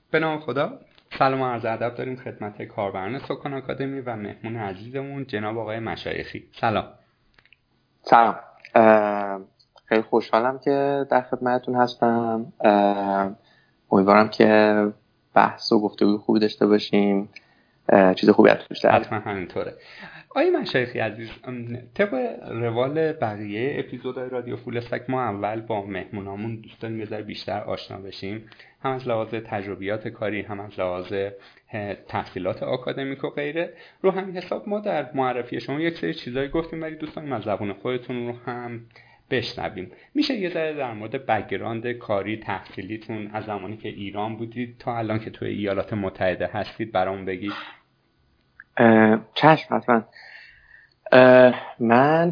به نام خدا. سلام و عرض ادب داریم خدمت کاربران سکان آکادمی و مهمون عزیزمون جناب آقای مشایخی. سلام. سلام. خیلی خوشحالم که در خدمتتون هستم. امیدوارم که بحث و گفتگوی خوبی داشته باشیم، چیز خوبی از توش در بیاد. حتما همینطوره. آقای مشایخی عزیز، طبق روال بقیه اپیزودهای رادیو فول استک ما اول با مهمونامون دوست داریم یه ذره بیشتر آشنا بشیم، هم از لحاظ تجربیات کاری، هم از لحاظ تحصیلات آکادمیک و غیره. رو همین حساب ما در معرفی شما یک سری چیزایی گفتیم، ولی دوست داریم از زبون خودتون رو هم بشنویم. میشه یه ذره در مورد بک‌گراند کاری تحصیلیتون از زمانی که ایران بودید تا الان که توی ایالات متحده هستید برامون بگید؟ چشم، حتما. من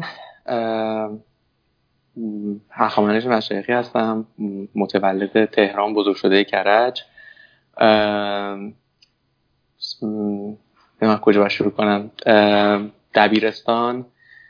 هخامنش مشایخی هستم، متولد تهران، بزرگ شده کرج. من کجا باید شروع کنم؟ دبیرستان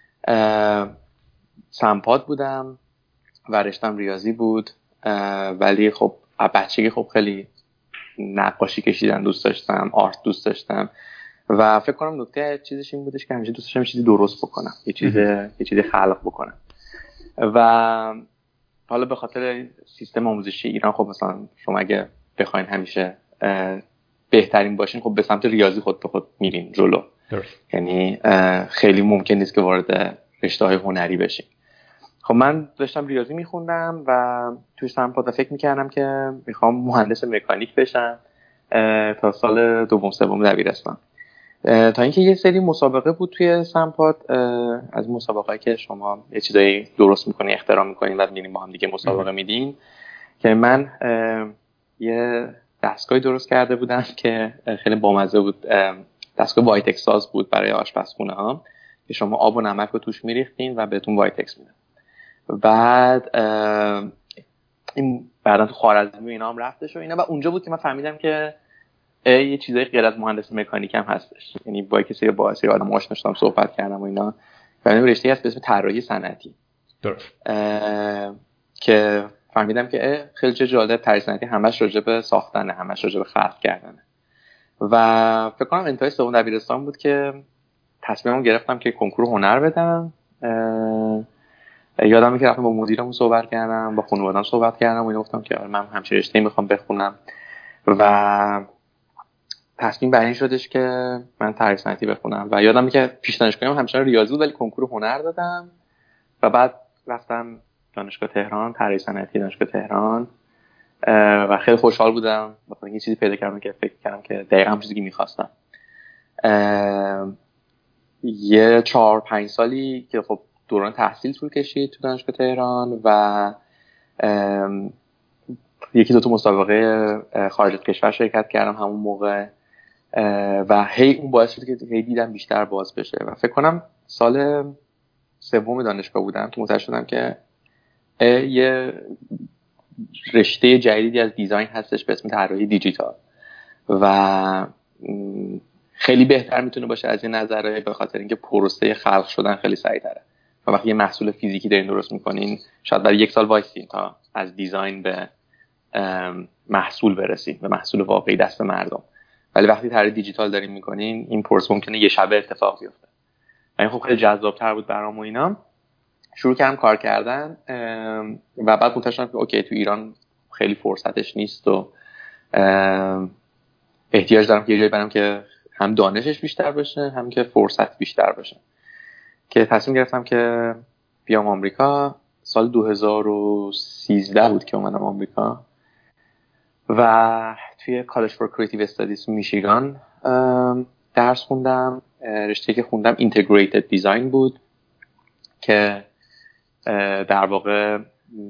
سمپاد بودم و رشتم ریاضی بود، ولی خب بچگی خب خیلی نقاشی کشیدن دوست داشتم، آرت دوست داشتم و فکر کنم نکته چیزش این بودش که همیشه دوست داشتم چیزی درست بکنم، یه چیزی خلق بکنم. و حالا به خاطر سیستم آموزشی ایران خب مثلا شما اگه بخواین همیشه بهترین باشین خب به سمت ریاضی خود به خود میرین جلو. یعنی خیلی ممکن نیست که وارد رشته‌های هنری بشین. خب من داشتم ریاضی میخوندم و توی سمپاد فکر میکردم که میخوام مهندس مکانیک بشم تا سال دوم سوم دبیرستان، تا اینکه یه سری مسابقه بود توی سمپاد، از مسابقه‌ای که شما یه چیزایی درست میکنی، اختراع میکنین و میرین با هم دیگه مسابقه میدین، که من یه دستگاهی درست کرده بودم که خیلی بامزه بود. دستگاه وایتکس ساز بود برای آشپزخونه ها که شما آب و نمک رو توش میریختین و بهتون وایتکس میدن. بعد این بعدا تو خوارزمی اینا هم رفتش و اینا، و اونجا بود که من فهمیدم که یه چیزای غیر از مهندس مکانیک هم هستش. یعنی با کسی با سری آدم آشنا شدم، صحبت کردم و اینا، فهمیدم رشته‌ای هست به اسم طراحی صنعتی. درست. که فهمیدم که خیلی چه جالب، طراحی صنعتی همش راجع به ساختنه، همش راجع به خلق کردنه. و فکر کنم انتهای سوم دبیرستان بود که تصمیمم گرفتم که کنکور هنر بدم. یادمه که رفتم با مدیرم صحبت کردم، با خانواده‌ام صحبت کردم و گفتم که من همچین رشته‌ای میخوام بخونم و تصمیم بر این شدش که من طراحی صنعتی بخونم. و یادمه که پیش دانشگاهیم همچنان ریاضی بود ولی کنکور هنر دادم و بعد رفتم دانشگاه تهران، طراحی صنعتی دانشگاه تهران، و خیلی خوشحال بودم مثلا یه چیزی پیدا کردم که فکر کردم که دقیقاً هم چیزی که می‌خواستم. یه 4-5 سالی که خب دوران تحصیل طول کشید تو دانشگاه تهران و یکی دو تا مسابقه خارج از کشور شرکت کردم همون موقع و هی اون باعث شد که هی دیدم بیشتر باز بشه و فکر کنم سال سوم دانشگاه بودم که متوجه شدم که یه رشته جدیدی از دیزاین هستش به اسم طراحی دیجیتال و خیلی بهتر میتونه باشه از این نظره، به خاطر اینکه پروسه خلق شدن خیلی سریع‌تره و وقتی یه محصول فیزیکی دارین درست میکنین شاید برای 1 سال وایسین تا از دیزاین به محصول برسید، به محصول واقعی دست مردم، ولی وقتی طراحی دیجیتال دارین میکنین این پروسه ممکنه یه شبه اتفاق بیفته. این خب خیلی جذاب‌تر بود برام و اینا. شروع کردم کار کردن و بعد متوجه شدم که اوکی تو ایران خیلی فرصتش نیست و احتیاج دارم که یه جایی برم که هم دانشش بیشتر باشه هم که فرصت بیشتر باشه، که تصمیم گرفتم که بیام آمریکا. سال 2013 بود که اومدم آمریکا و توی کالج فور کریتیو استادیز میشیگان درس خوندم. رشته‌ای که خوندم اینتگریتد دیزاین بود که در واقع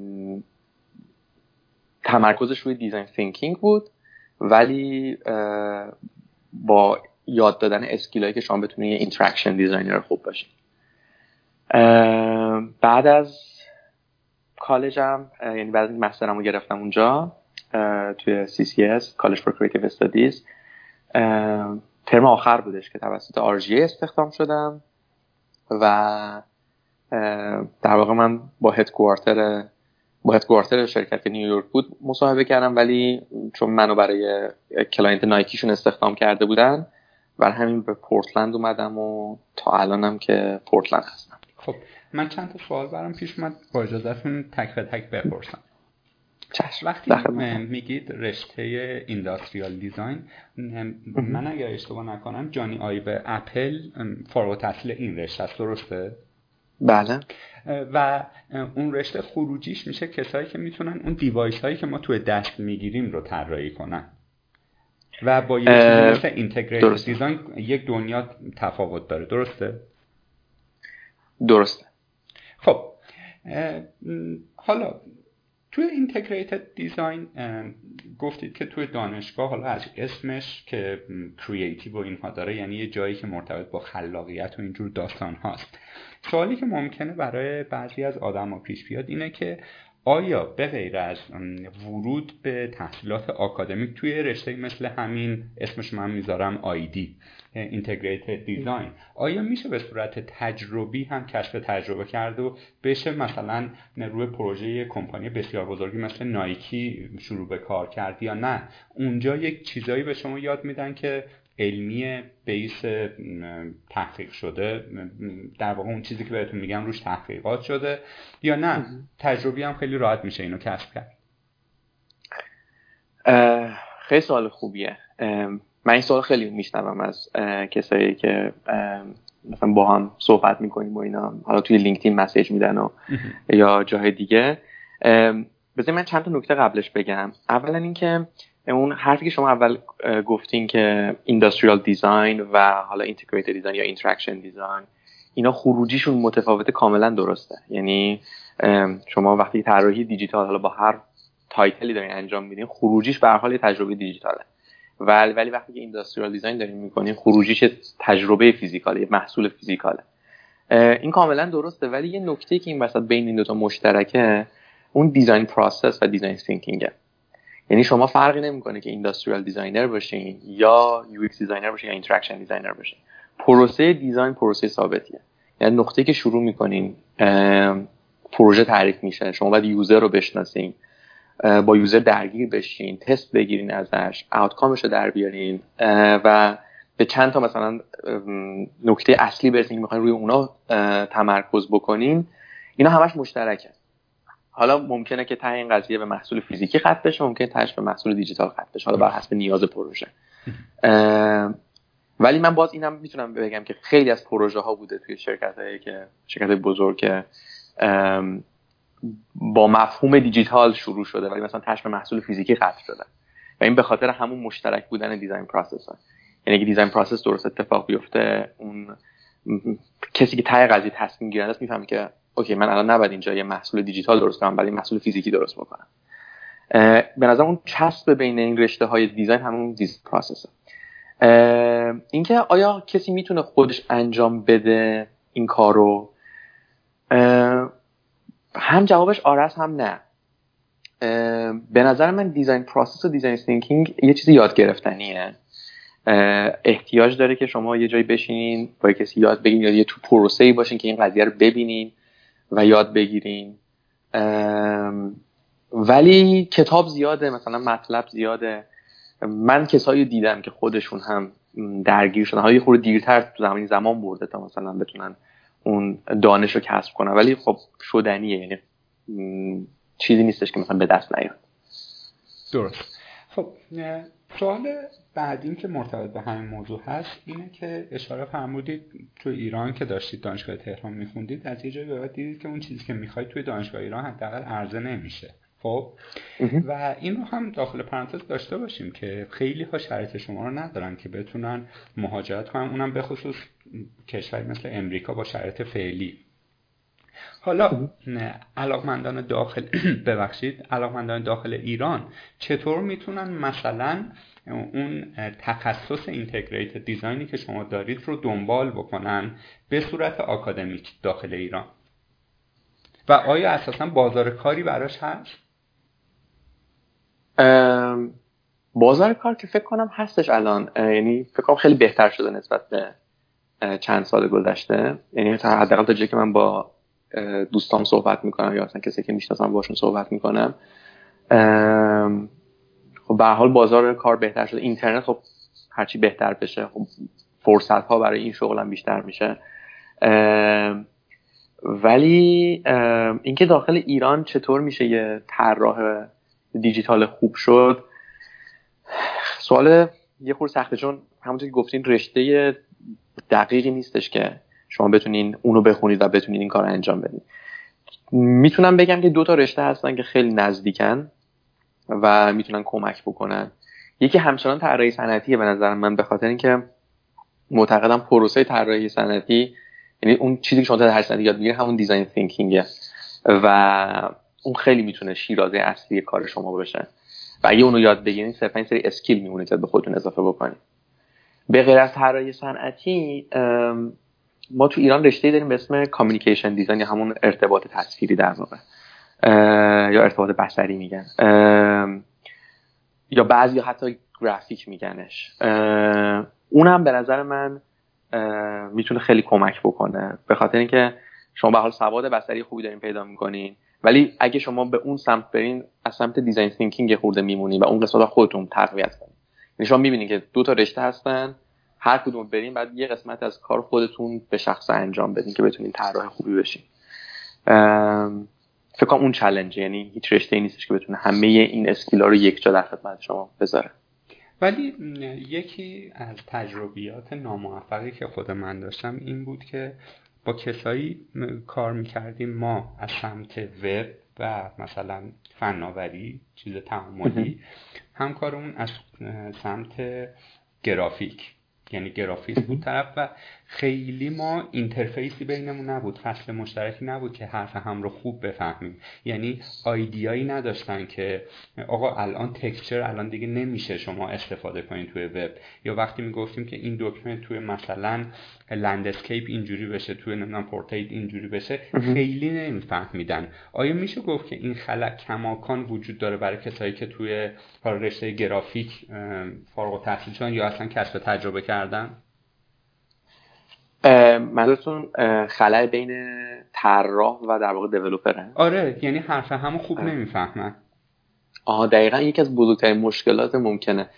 تمرکزش روی دیزاین تینکینگ بود ولی با یاد دادن اسکیلایی که شما بتونید یه اینتراکشن دیزاینر خوب باشید. بعد از کالجم، یعنی بعد از این مسترمو گرفتم اونجا توی CCS College for Creative Studies، ترم آخر بودش که توسط RGA استخدام شدم و در واقع من با هدکوارتر شرکت نیویورک بود مصاحبه کردم، ولی چون منو برای کلاینت نایکیشون استخدام کرده بودن، برای همین به پورتلند اومدم و تا الانم که پورتلند هستم. خب من چند تا سوال برام پیش اومد، با اجازهتون تک به تک بپرسم. وقتی میگید رشته اینداستریال دیزاین، من اگر اشتباه نکنم جانی آیو اپل فارغ التحصیل این رشته است، درسته؟ بله. و اون رشته خروجیش میشه کسایی که میتونن اون دیوایس هایی که ما توی دست میگیریم رو طراحی کنن و با یه چیزی مثل اینتگریتد دیزاین یک دنیا تفاوت داره، درسته؟ درسته. خب حالا توی اینتگریتد دیزاین گفتید که توی دانشگاه، حالا از اسمش که کریتیو و اینها داره، یعنی یه جایی که مرتبط با خلاقیت و اینجور داستان هاست. سوالی که ممکنه برای بعضی از آدما پیش بیاد اینه که آیا به غیر از ورود به تحصیلات آکادمیک توی رشته مثل همین، اسمش من میذارم آیدی، اینتگریتد دیزاین، آیا میشه به صورت تجربی هم کسب تجربه کرد و بشه مثلا روی پروژه کمپانی بسیار بزرگی مثل نایکی شروع به کار کرد، یا نه اونجا یک چیزایی به شما یاد میدن که علمی بیس تحقیق شده، در واقع اون چیزی که بهتون میگم روش تحقیقات شده، یا نه تجربی هم خیلی راحت میشه اینو کسب کرد؟ خیلی سوال خوبیه. من این سوال خیلی میشنوم از کسایی که مثلا با هم صحبت میکنیم و اینا، حالا توی لینکدین مسیج میدن و یا جای دیگه. بذارید من چند تا نکته قبلش بگم. اولا این که اون حرفی که شما اول گفتین که اینداستریال دیزاین و حالا اینتگریتد دیزاین یا اینتراکشن دیزاین، اینا خروجیشون متفاوته، کاملا درسته. یعنی شما وقتی طراحی دیجیتال حالا با هر تایتلی دارین انجام میدین، خروجیش به هر حال تجربه دیجیتاله. ولی وقتی که اینداستریال دیزاین دارین میکنین، خروجیش تجربه فیزیکاله، محصول فیزیکاله. این کاملا درسته. ولی یه نکته که این وسط بین این دو تا مشترکه، اون دیزاین پروسس و دیزاین تینکینگه. یعنی شما فرقی نمیکنه که اینداستریال دیزاینر باشین یا یو ایکس دیزاینر باشین یا اینتراکشن دیزاینر باشین، پروسه دیزاین پروسه ثابتیه. یعنی نقطه‌ای که شروع میکنین پروژه تعریف میشه، شما باید یوزر رو بشناسین، با یوزر درگیر بشین، تست بگیرین ازش، آوتکامش رو در بیارین و به چند تا مثلا نکته اصلی برسین که میخواین روی اونا تمرکز بکنین. اینا همش مشترکه. حالا ممکنه که ته این قضیه به محصول فیزیکی ختم بشه، ممکنه تهش به محصول دیجیتال ختم بشه، حالا بر حسب نیاز پروژه. ولی من باز اینم میتونم بگم که خیلی از پروژه ها بوده توی شرکت بزرگ که با مفهوم دیجیتال شروع شده ولی مثلا تهش به محصول فیزیکی ختم شده، و این به خاطر همون مشترک بودن دیزاین پروسس ها. یعنی اگه دیزاین پروسس درست اتفاق بیفته، اون کسی که ته قضیه تصمیم گیرنده است میفهمه که اوکی، من الان نباید اینجا یه محصول دیجیتال درست کنم، ولی محصول فیزیکی درست بکنم. به نظر اون چسب بین این رشته های دیزاین همون دیزاین پروسسه. اینکه آیا کسی میتونه خودش انجام بده این کارو، هم جوابش آره است هم نه. به نظر من دیزاین پروسس و دیزاین تینکینگ یه چیزی یاد گرفتنیه. احتیاج داره که شما یه جایی بشینین با کسی یاد بگیرین یا یه تو پروسه‌ای باشین که این قضیه رو ببینین و یاد بگیرین. ولی کتاب زیاده، مثلا مطلب زیاده. من کسایی دیدم که خودشون هم درگیر شدن، حالا یه خورده دیرتر تو زمان برده تا مثلا بتونن اون دانش رو کسب کنن، ولی خب شدنیه. یعنی چیزی نیستش که مثلا به دست نیاد. درست. خب سوال بعدیم که مرتبط به همین موضوع هست اینه که اشاره فرمودید تو ایران که داشتید دانشگاه تهران میخوندید، از یه جایی به بعد دیدید که اون چیزی که میخواید توی دانشگاه ایران حداقل عرضه نمیشه. خب و این رو هم داخل پرانتز داشته باشیم که خیلی ها شرایط شما رو ندارن که بتونن مهاجرت کنن، اونم به خصوص کشوری مثل امریکا با شرایط فعلی. حالا علاقمندان داخل ایران چطور میتونن مثلا اون تخصص اینتگریتد دیزاینی که شما دارید رو دنبال بکنن به صورت آکادمیک داخل ایران؟ و آیا اساسا بازار کاری براش هست؟ بازار کار که فکر کنم هستش الان. یعنی فکر کنم خیلی بهتر شده نسبت به چند سال گذشته. یعنی حداقل تا جایی که من با دوستام صحبت میکنم یا اصلا کسی که میشناسم باشون صحبت میکنم، خب به هر حال بازار کار بهتر شده، اینترنت خب هرچی بهتر بشه خب فرصت ها برای این شغل هم بیشتر میشه. ولی اینکه داخل ایران چطور میشه یه طراح دیجیتال خوب شد، سوال یه خورده سخته، چون همونطور که گفتین رشته دقیقی نیستش که شما بتونین اونو بخونید و بتونین این کار رو انجام بدین. میتونم بگم که 2 تا رشته هستن که خیلی نزدیکن و میتونن کمک بکنن. یکی همچنان طراحی صنعتیه به نظر من، به خاطر اینکه معتقدم پروسه طراحی صنعتی، یعنی اون چیزی که شما در صنعتی یاد میگیرید همون دیزاین تینکینگه و اون خیلی میتونه شیرازه اصلی کار شما باشه و اگه اونو یاد بگیرید صرفا این سری اسکیل میمونه که به خودتون اضافه بکنید. به غیر از طراحی صنعتی ما تو ایران رشته‌ای داریم به اسم کامیونیکیشن دیزاین، یا همون ارتباط تصویری در واقع، یا ارتباط بصری میگن، یا بعضی حتی گرافیک میگنش. اونم به نظر من میتونه خیلی کمک بکنه، به خاطر اینکه شما به حال سواد بصری خوبی دارین پیدا میکنین، ولی اگه شما به اون سمت برین از سمت دیزاین تینکینگ خورده میمونین و اون قسمت خودتون تقویت کنین. یعنی شما میبینین که 2 تا رشته هستن، هر کدوم برین بعد یه قسمت از کار خودتون به شخص انجام بدین که بتونین طراح خوبی بشین. فکر کنم اون چالنجه، یعنی هیچ رشته‌ای نیستش که بتونه همه این اسکیلا رو یک جا در خدمت شما بذاره. ولی یکی از تجربیات ناموفقی که خود من داشتم این بود که با کسایی کار میکردیم ما از سمت وب و مثلا فناوری، چیز تعاملی، همکارمون از سمت گرافیک، یعنی گرافیک بود طرف، و خیلی ما اینترفیسی بینمون نبود، فصل مشترکی نبود که حرف هم رو خوب بفهمیم. یعنی آیدیایی نداشتن که آقا الان تکسچر الان دیگه نمیشه شما استفاده کنین توی وب، یا وقتی میگفتیم که این دکمه توی مثلا لندسکیپ اینجوری بشه، توی نمیدونم پورتریت اینجوری بشه، خیلی نمیفهمیدن. آیا میشه گفت که این خلأ کماکان وجود داره برای کسایی که توی رشته گرافیک فارغ التحصیل شدن یا اصلا کسب تجربه کردن؟ منظورتون خلأ بین طراح و در واقع دیولپره؟ آره، یعنی حرف همو خوب نمیفهمن. دقیقاً یکی از بزرگترین مشکلات ممکنه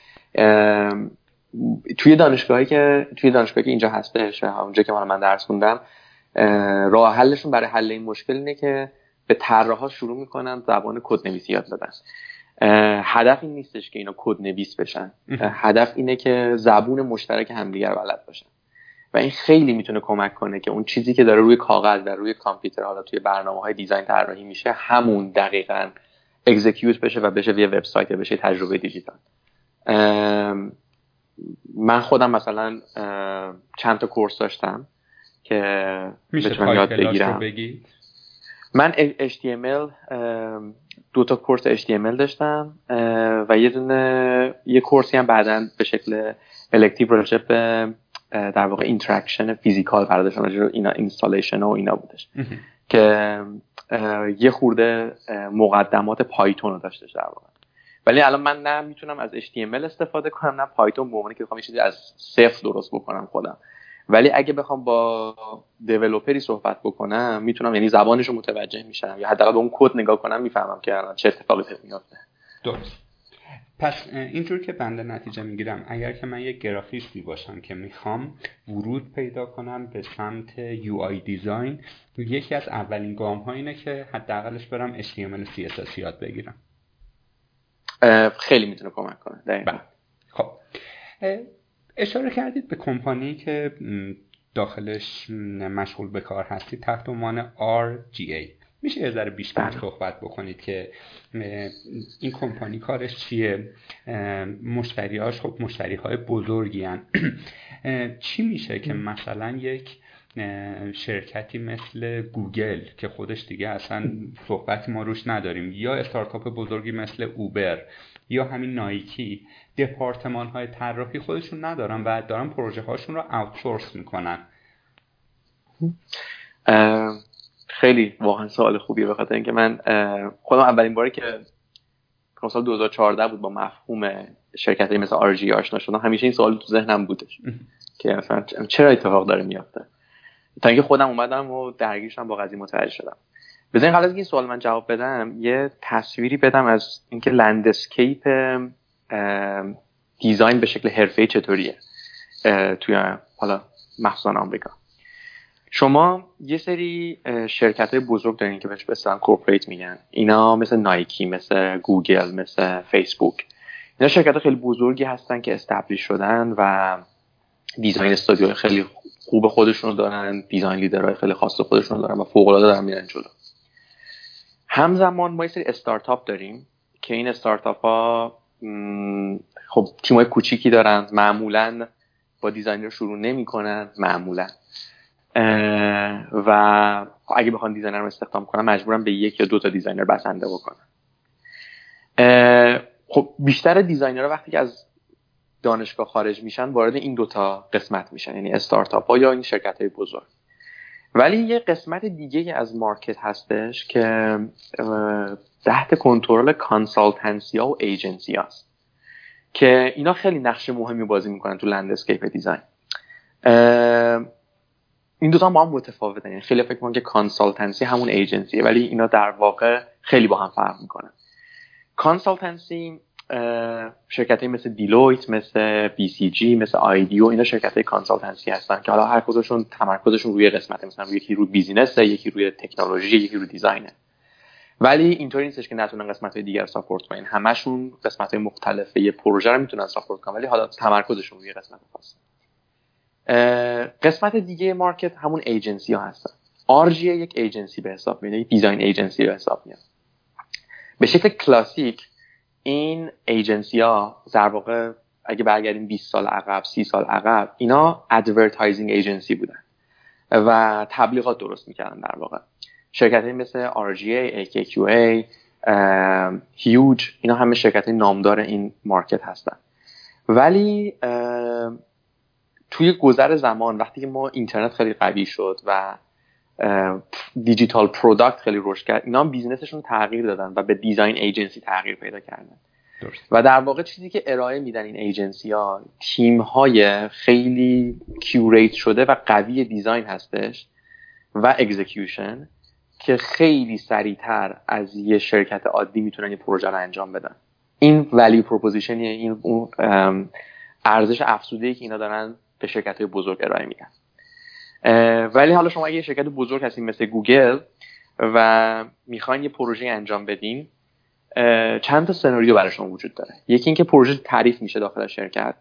توی دانشگاهی که اینجا هستش، اونجا که من درس خوندم، راه حلشون برای حل این مشکل اینه که به طراحا شروع میکنن زبان کدنویسی یاد دادن. هدف این نیستش که اینا کدنویس بشن، هدف اینه که زبون مشترک همدیگر بلد باشن و این خیلی میتونه کمک کنه که اون چیزی که داره روی کاغذ و روی کامپیوتر حالا توی برنامه‌های دیزاین طراحی میشه همون دقیقاً اکزیکیوت بشه و بشه یه وبسایت، بشه تجربه دیجیتال. من خودم مثلا چند تا کورس داشتم که بتونم یاد بگیرم. من HTML 2 تا کورس HTML داشتم و یه کورسی هم بعداً به شکل الکتیو راجع به در واقع اینتراکشن فیزیکال برداشتم، راجع به اینا اینستالیشن و اینا بودش که یه خورده مقدمات پایتون رو داشتش در واقع. ولی الان من نه میتونم از HTML استفاده کنم نه پایتون، به عنوانی که بخوام یه چیزی از صفر درست بکنم خودم. ولی اگه بخوام با دیولپری صحبت بکنم میتونم، یعنی زبانش رو متوجه میشم یا حداقل به اون کد نگاه کنم میفهمم که الان چه اتفاقی میفته. درست. پس اینجور که بنده نتیجه میگیرم اگر که من یک گرافیستی باشم که میخوام ورود پیدا کنم به سمت UI دیزاین، یکی از اولین گام ها اینه که حداقلش برم HTML و CSS یاد بگیرم. خیلی میتونه کمک کنه. دقیقاً. خب اشاره کردید به کمپانی که داخلش مشغول به کار هستید تحت عنوان RGA. میشه یه ذره بیشتر صحبت بکنید که این کمپانی کارش چیه؟ مشتریاش خب مشتریهای بزرگی هن. چی میشه که مثلا یک شرکتی مثل گوگل که خودش دیگه اصلا صحبتی ما روش نداریم، یا استارتاپ بزرگی مثل اوبر یا همین نایکی، دپارتمان های طراحی خودشون ندارن و دارن پروژه هاشون رو آوتسورس میکنن؟ خیلی واقعا سوال خوبیه، به خاطر اینکه من خودم اولین باری که سال 2014 بود با مفهوم شرکتی مثل RGA آشنا شدم، همیشه این سوال تو ذهنم بودش که مثلا چرا اتفاق داره میفته، تا اینکه خودم اومدم و درگیر شدم با قضیه متوجه شدم. بذارین قبل از این سوال من جواب بدم یه تصویری بدم از اینکه لندسکیپ دیزاین به شکل حرفه‌ای چطوریه توی حالا مخصوصا آمریکا. شما یه سری شرکت‌های بزرگ دارین که بهش به اصطلاح کورپوریت میگن. اینا مثل نایکی، مثل گوگل، مثل فیسبوک. اینا شرکت‌های خیلی بزرگی هستن که استابلیش شدن و دیزاین استودیوهای خیلی خوب خودشون دارن، دیزاین لیدرهای خیلی خاص خودشون دارن و فوق‌العاده دارن میرن جلو. همزمان ما یه سری استارتاپ داریم که این استارتاپ‌ها خب تیم‌های کوچیکی دارن، معمولاً با دیزاینر شروع نمی‌کنن معمولاً، و اگه بخوان دیزاینر رو استخدام کنن مجبورن به یک یا دو تا دیزاینر بسنده بکنن. خب بیشتر دیزاینرها وقتی که از دانشگاه خارج میشن وارد این دوتا قسمت میشن، یعنی استارتاپ ها یا این شرکت های بزرگ. ولی یه قسمت دیگه از مارکت هستش که تحت کنترل کانسالتنسی ها و ایجنسی هاست که اینا خیلی نقش مهمی بازی میکنن تو لندسکیپ دیزاین. این دوتا با هم متفاوتن، یعنی خیلی فکر میکنن که کانسالتنسی همون ایجنسیه، ولی اینا در واقع خیلی با هم فرق میکنن. کانسالتنسی شرکتایی مثل دیلویت، مثل BCG، مثل آیدیو، اینا شرکتای کانسالتنسی هستن که حالا هر کدومشون تمرکزشون روی قسمته، مثلا یکی روی بیزینسه، یکی روی تکنولوژی، یکی روی دیزاینه. ولی اینطوری نیستش که نتونن قسمت‌های دیگر ساپورت کنن. همشون قسمت‌های مختلفه یه پروژه رو میتونن ساپورت کنن، ولی حالا تمرکزشون روی قسمت خاصه. قسمت دیگه مارکت همون ایجنسی ها هستن. RGA یک ایجنسی به حساب میاد، یک دیزاین ایجنسی به حساب میاد. به شکل کلاسیک این ایجنسی ها در واقع اگه برگردیم 20 سال عقب، 30 سال عقب، اینا ادورتایزینگ ایجنسی بودن و تبلیغات درست میکردن. در واقع شرکتایی مثل RGA، AKQA، هیوج، اینا همه شرکتای نامدار این مارکت هستن. ولی توی گذر زمان وقتی که ما اینترنت خیلی قوی شد و دیجیتال پروداکت خیلی رشد کرد، اینا هم بیزنسشون تغییر دادن و به دیزاین ایجنسی تغییر پیدا کردن. درست. و در واقع چیزی که ارائه میدن این ایجنسی ها تیم های خیلی کیوریت شده و قوی دیزاین هستش و اکزیکیوشن که خیلی سریعتر از یه شرکت عادی میتونن یه پروژه رو انجام بدن. این ولیو پروپوزیشنیه، این اون ارزش افزوده‌ای که اینا دارن به شرکت‌های بزرگ ارائه میدن. ولی حالا شما اگه یه شرکت بزرگ هستین مثل گوگل و میخواین یه پروژه انجام بدین، چند تا سناریو برای شما وجود داره. یکی این که پروژه تعریف میشه داخل شرکت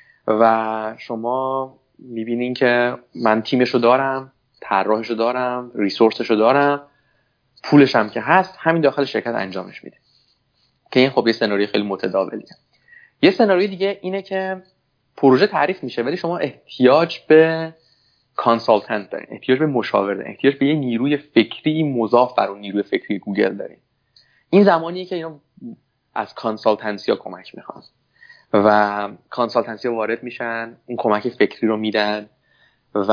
و شما میبینین که من تیمشو دارم، طراحشو دارم، ریسورسشو دارم، پولش هم که هست، همین داخل شرکت انجامش میده. که این خب یه سناریو خیلی متداولیه. یه سناریوی دیگه اینه که پروژه تعریف میشه ولی شما احتیاج به کانسالتنت دارین، احتیاج به مشاور دارین، احتیاج به یه نیروی فکری مضاف بر اون نیروی فکری گوگل دارین. این زمانیه که اینا از کانسالتنسی‌ها کمک میخوان و کانسالتنسی‌ها وارد میشن، اون کمک فکری رو میدن و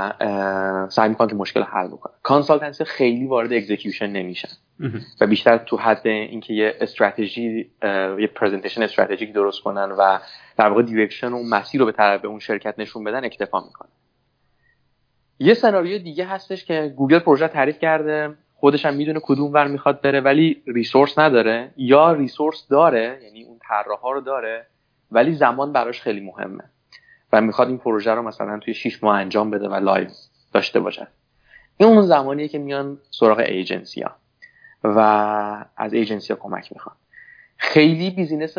سعی میکنن که مشکل حل بکنن. کانسالتنسی خیلی وارد اکزیکیوشن نمیشن و بیشتر تو حد اینکه یه استراتژی، یه پرزنتیشن استراتژیک درست کنن و در واقع دایرکشن و مسیر رو به طرف اون شرکت نشون بدن اکتفا میکنن. یه سناریو دیگه هستش که گوگل پروژه تعریف کرده، خودش هم میدونه کدوم ور میخواد بره ولی ریسورس نداره، یا ریسورس داره یعنی اون طراحا رو داره ولی زمان براش خیلی مهمه و میخواد این پروژه رو مثلا توی 6 ماه انجام بده و لایو داشته باشه. این اون زمانیه که میان سراغ ایجنسی ها و از ایجنسی ها کمک میخوان. خیلی بیزینس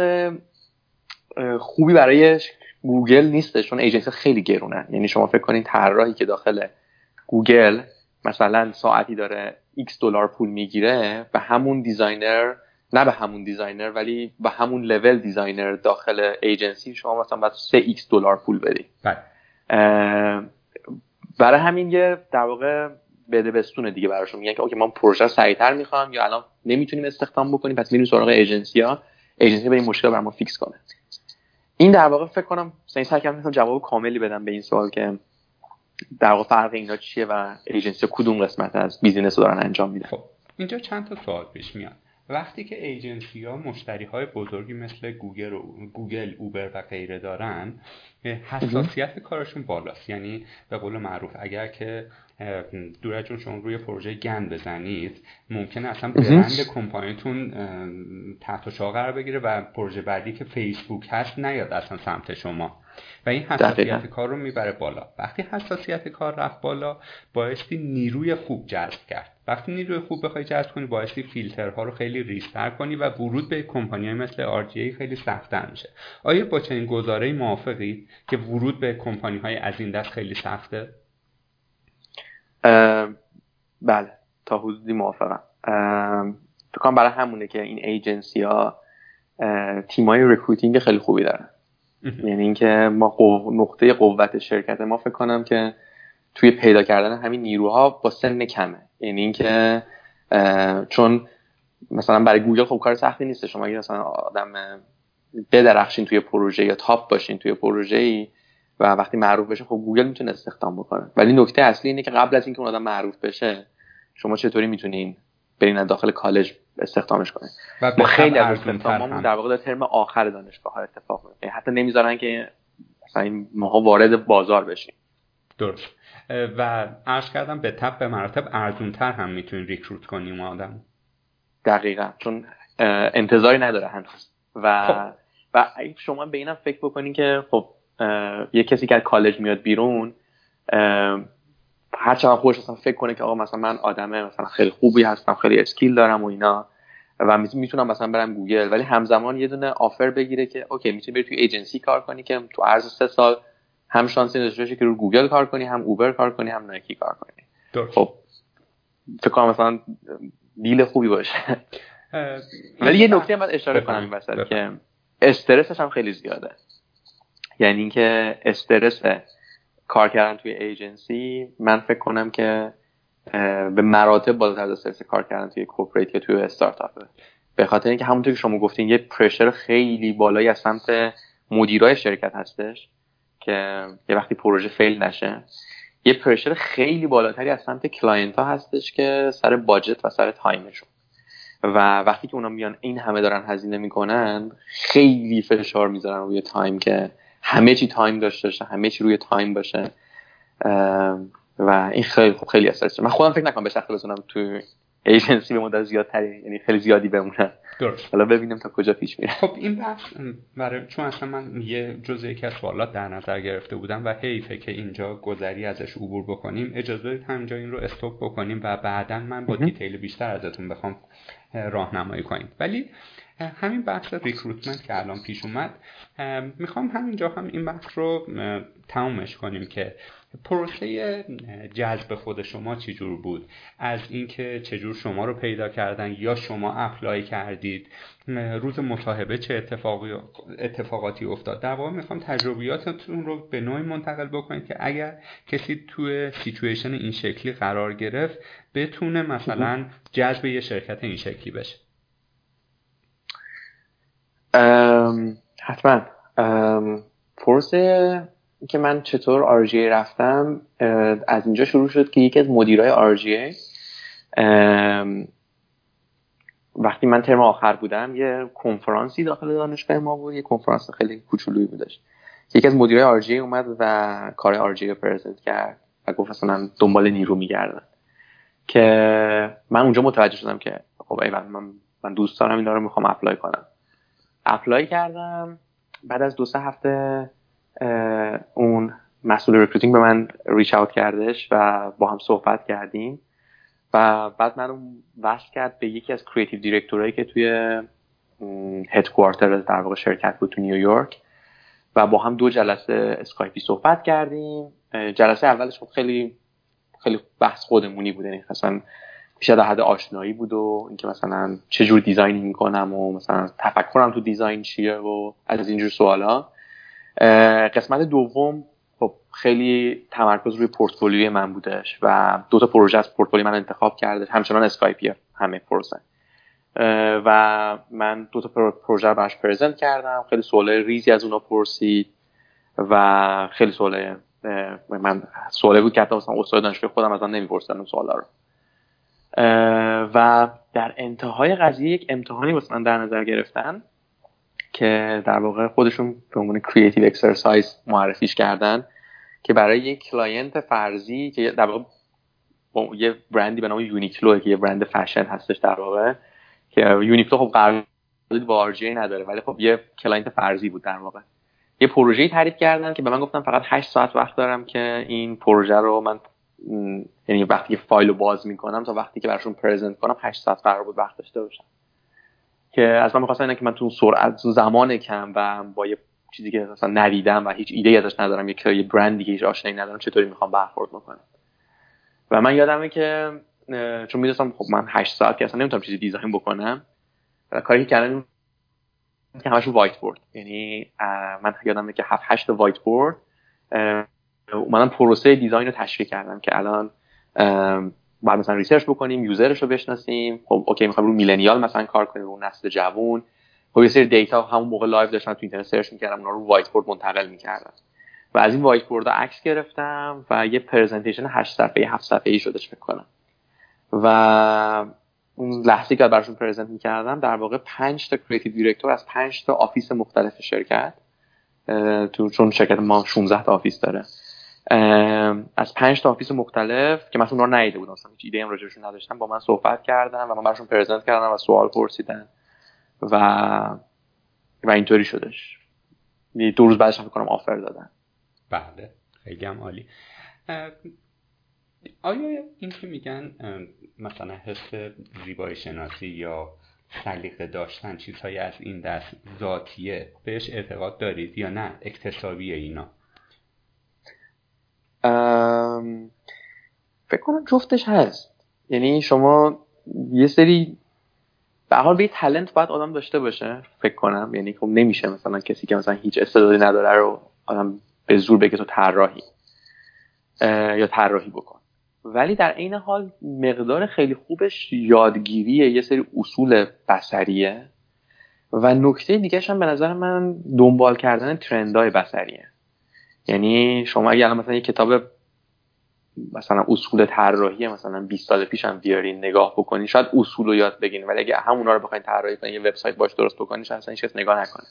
خوبی برای گوگل نیسته چون ایجنسی خیلی گرونن. یعنی شما فکر کنین طراحی که داخل گوگل مثلا ساعتی داره $X پول میگیره، به همون دیزاینر، نه به همون دیزاینر ولی به همون لول دیزاینر داخل ایجنسی شما مثلا باید $3 پول بدی. برای همین یه در واقع بده بستونه دیگه براشون. میگن که اوکی ما پروژه سریعتر میخوام یا الان نمیتونیم استخدام بکنیم پس میریم سراغ ایجنسی ها به این مشکل برام فیکس کنه. این در واقع فکر کنم سعی کردم جواب کاملی بدم به این سوال که در واقع فرق اینا چیه و ایجنسی کدوم قسمت از بیزینس رو دارن انجام میدن. خب اینجا چند تا سوال پیش میاد. وقتی که ایجنسی ها مشتری های بزرگی مثل گوگل، اوبر و غیره دارن، حساسیت کارشون بالاست. یعنی به قول معروف اگر که دورت جون شما روی پروژه گند بزنید، ممکنه اصلا برند کمپانیتون تحت شعار قرار بگیره و پروژه بعدی که فیسبوک هست نیاد اصلا سمت شما و این حساسیت کار رو میبره بالا. وقتی حساسیت کار رفت بالا، بایستی نیروی خوب جذب کرد. وقتی نیروی خوب بخوای جذب کنی، بایستی فیلترها رو خیلی ریزتر کنی و ورود به کمپانی‌های مثل RGA خیلی سخت‌تر میشه. آیا با چنین گزاره‌ای موافقی که ورود به کمپانی‌های از این دست خیلی سخته؟ بله، تا حدودی موافقم. فکر کنم برای همونه که این ایجنسی ها تیمای رکروتینگ خیلی خوبی دارن. یعنی اینکه ما نقطه قوت شرکت ما فکر کنم که توی پیدا کردن همین نیروها با سن کمه. یعنی اینکه چون مثلا برای گوگل خب کار سختی نیست شما اگه مثلا آدم بدرخشین توی پروژه یا تاپ باشین توی پروژه‌ای و وقتی معروف بشه خب گوگل میتونه استخدام بکنه. ولی نکته اصلی اینه که قبل از اینکه اون آدم معروف بشه شما چطوری میتونین برین داخل کالج استخدامش کنین. و خیلی از استخدامامون در واقع در ترم آخر دانشگاه ها اتفاق میفته. حتی نمیذارن که مثلا این ماها وارد بازار بشیم. درست. و عرض کردم به تپ به مراتب ارزونتر هم میتونین ریکروت کنیم آدم. دقیقاً، چون انتظاری نداره هنوز. و شما به اینم فکر بکنین که خب یه کسی که از کالج میاد بیرون هر چقدر خودش مثلا فکر کنه که آقا مثلا من آدمه مثلا خیلی خوبی هستم، خیلی اسکیل دارم و اینا و میتونم مثلا برم گوگل، ولی همزمان یه دونه آفر بگیره که اوکی میتونی بری توی ایجنسی کار کنی که تو عرض 3 سال هم شانس این داشته باشی که رو گوگل کار کنی، هم اوبر کار کنی، هم نایکی کار کنی. خب فکر کنم مثلا دیل خوبی باشه. ولی یه نکته هم باید اشاره کنم این وسط که استرسش هم خیلی زیاده. یعنی اینکه استرس کار کردن توی ایجنسی من فکر کنم که به مراتب بالاتر از استرس کار کردن توی کورپوریت یا توی استارتاپه. به خاطر اینکه همونطور که شما گفتین یه پرشر خیلی بالایی از سمت مدیرای شرکت هستش که یه وقتی پروژه فیل نشه، یه پرشر خیلی بالاتری از سمت کلاینت ها هستش که سر باجت و سر تایمشون. و وقتی که اونا میان این همه دارن هزینه میکنن خیلی فشار میذارن روی تایم که همه چی تایم داشته باشه، همه چی روی تایم باشه و این خیلی استرس. من خودم فکر نکنم به شخص بتونم تو ایجنسی به مدت زیادتری یعنی خیلی زیادی بمونم. درست. حالا ببینیم تا کجا پیش میره. خب این بحث برای چون اصلا من یه جزء یکی از سوالات در نظر گرفته بودم و حیفه که اینجا گذری ازش عبور بکنیم، اجازه بدید همینجا این رو استاپ بکنیم و بعداً من با دیتیل بیشتر ازتون بخوام راهنمایی کنیم. ولی همین بحث ریکروتمنت که الان پیش اومد، میخوام همینجا هم این بحث رو تمومش کنیم که پروسه جذب خود شما چجور بود، از اینکه چجور شما رو پیدا کردن یا شما اپلای کردید، روز مصاحبه چه اتفاقاتی افتاد. در واقع میخوام تجربیاتتون رو به نوعی منتقل بکنید که اگر کسی توی سیچویشن این شکلی قرار گرفت بتونه مثلا جذب یه شرکت این شکلی بشه. حتما. پروسه که من چطور RGA رفتم از اینجا شروع شد که یکی از مدیرای RGA وقتی من ترم آخر بودم یه کنفرانسی داخل دانشگاه ما بود، یه کنفرانس خیلی کوچولویی بودش. یکی از مدیرای RGA اومد و کار RGA رو پرزنت کرد و گفت اصلا دنبال نیرو میگردن. که من اونجا متوجه شدم که خب ایول من دوست دارم اینا رو میخوام اپلای کنم. اپلای کردم. بعد از 2-3 هفته اون مسئول ریکروتینگ به من ریچ اوت کردش و با هم صحبت کردیم و بعد منو وصل کرد به یکی از کریتیو دیرکتورایی که توی هدکوارتر در واقع شرکت بود تو نیویورک و با هم 2 جلسه اسکایپی صحبت کردیم. جلسه اولش خب خیلی خیلی بحث خودمونی بود، یعنی اصلا بیشتر در حد آشنایی بود و اینکه مثلا چه جور دیزاینینگ میکنم و مثلا تفکرم تو دیزاین چیه و از اینجور سوالا. قسمت دوم خب خیلی تمرکز روی پورتفولیوی من بودش و 2 تا پروژه از پورتفولیوی من انتخاب کردش، همچنان اسکایپی همه پروژه و من 2 تا پروژه رو براش پرزنت کردم. خیلی سوالای ریزی از اونا پرسید و خیلی سوالی بود که حتی مثلا استاد دانشگاه خودم ازم نمیپرسیدن اون سوالا رو. و در انتهای قضیه یک امتحانی واسه من در نظر گرفتن که در واقع خودشون به عنوان کریتیو اکسرسایز معرفیش کردن که برای یک کلاینت فرضی که در واقع یه برندی به نام یونیکلو که یه برند فشن هستش در واقع، که یونیکلو خب قرارداد با RGA نداره ولی خب یه کلاینت فرضی بود، در واقع یه پروژه‌ای تعریف کردن که به من گفتن فقط 8 ساعت وقت دارم که این پروژه رو من، یعنی وقتی که فایل رو باز میکنم تا وقتی که براشون پرزنت کنم 8 ساعت قرار بود وقت داشته باشم، که از من می‌خواستن که من تو سرعت زمان کم و با یه چیزی که مثلا ندیدم و هیچ ایده‌ای ازش ندارم، یه برندی که هیچ آشنایی ندارم چطوری میخوام برخورد بکنم. و من یادمه که چون می‌دونستم خب من 8 ساعت که اصلا نمیتونم چیزی دیزاین بکنم، کاری که کردم که همش وایت بورد، یعنی من یادمه که 7-8 وایت بورد اومدم پروسه دیزاین رو تشریح کردم که الان بعد مثلا ریسرچ بکنیم، یوزرش رو بشناسیم، خب اوکی می‌خوام رو میلنیال مثلا کار کنیم، رو نسل جوان، خب یه سری دیتا همون موقع لایو داشتم تو اینترنت سرچ می‌کردم، اونا رو وایت بورد منتقل می‌کردم و از این وایت بوردها عکس گرفتم و یه پرزنتیشن 8 صفحه‌ای 7 صفحه‌ای شدش فکر کنم. و اون لحظه‌ای که براشون پرزنت می‌کردم در واقع 5 تا کریتیو دایرکتور از 5 تا آفیس مختلف شرکت، چون شرکت ما 16 تا آفیس داره، از 5 تا آفیس مختلف که مثلا اونا رو ندیده بودم، اصلا هیچ ایده ام راجعشون نداشتم، با من صحبت کردن و من براشون پرزنت کردم و سوال پرسیدن و اینطوری شدش. 2 روز بعدش فکر کنم آفر دادن. بله خیلی هم عالی. آیا این که میگن مثلا حس زیبایی شناسی یا سلیقه داشتن چیزهای از این دست ذاتیه، بهش اعتقاد دارید یا نه اکتسابیه اینا؟ فکر کنم جفتش هست. یعنی شما یه سری به هر حال یه تالنت باید آدم داشته باشه فکر کنم، یعنی خب نمیشه مثلا کسی که مثلا هیچ استعدادی نداره رو آدم به زور بگه تو طراحی یا طراحی بکن، ولی در عین حال مقدار خیلی خوبش یادگیریه، یه سری اصول بصریه و نکته دیگه‌ش هم به نظر من دنبال کردن ترندهای بصریه. یعنی شما اگه الان مثلا یه کتاب مثلا اصول طراحی مثلا 20 سال پیش هم بیارین نگاه بکنین، شاید اصول رو یاد بگیرین، ولی اگه همونا رو بخواید طراحی کنین یه وبسایت باش درست بکنین شاید اصلا هیچ کس نگاه نکنه.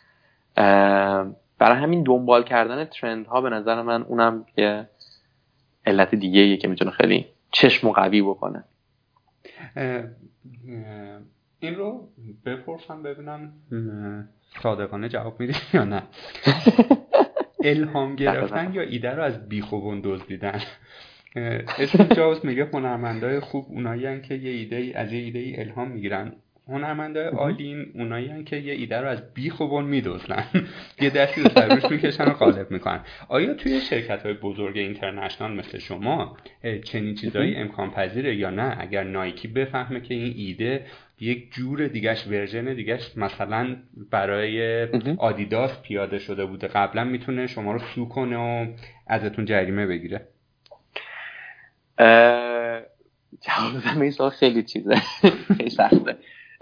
برای همین دنبال کردن ترندها به نظر من اونم یه علت دیگه‌ایه که میتونه خیلی چشم قوی بکنه. این رو بپرسم ببینم صادقانه جواب میدی یا نه. الهام گرفتن یا ایده رو از بیخوبون دزدیدن؟ استیو جابز میگه هنرمندای خوب اونایین که یه ایده از یه ایده الهام میگیرن، هنرمندای عالی اونایین که یه ایده رو از بیخوبون میدزدن، یه دستی رو سر روش میکشن و غالب میکنن. آیا توی شرکت‌های بزرگ اینترنشنال مثل شما چنین چیزایی امکان پذیره یا نه؟ اگر نایکی بفهمه که این ایده یک جور دیگهش، ورژن دیگهش مثلا برای آدیداس پیاده شده بوده قبلا، میتونه شما رو سو کنه و ازتون جریمه بگیره؟ جواب دادم این سوال خیلی چیزه خیلی سخته.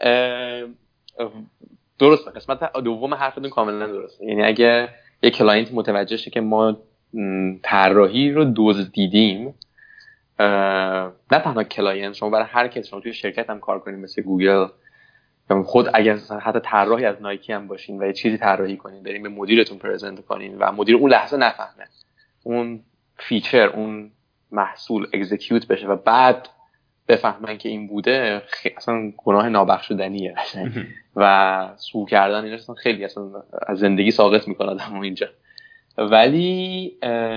درسته، قسمت دوم حرفتون کاملا درسته. یعنی اگه یک کلاینت متوجه شه که ما طراحی رو دزدیدیم، نه تنها کلاینت، شما برای هر کسی، شما توی شرکت هم کار کنین مثل گوگل، خود اگر حتی طراحی از نایکی هم باشین و یه چیزی طراحی کنین برین به مدیرتون پرزنت کنین و مدیر اون لحظه نفهمه اون فیچر، اون محصول اکزیکیوت بشه و بعد بفهمن که این بوده، اصلا گناه نابخشودنیه و سو کردن این اصلا خیلی اصلا از زندگی ساقط میکنه آدمو اینجا. ولی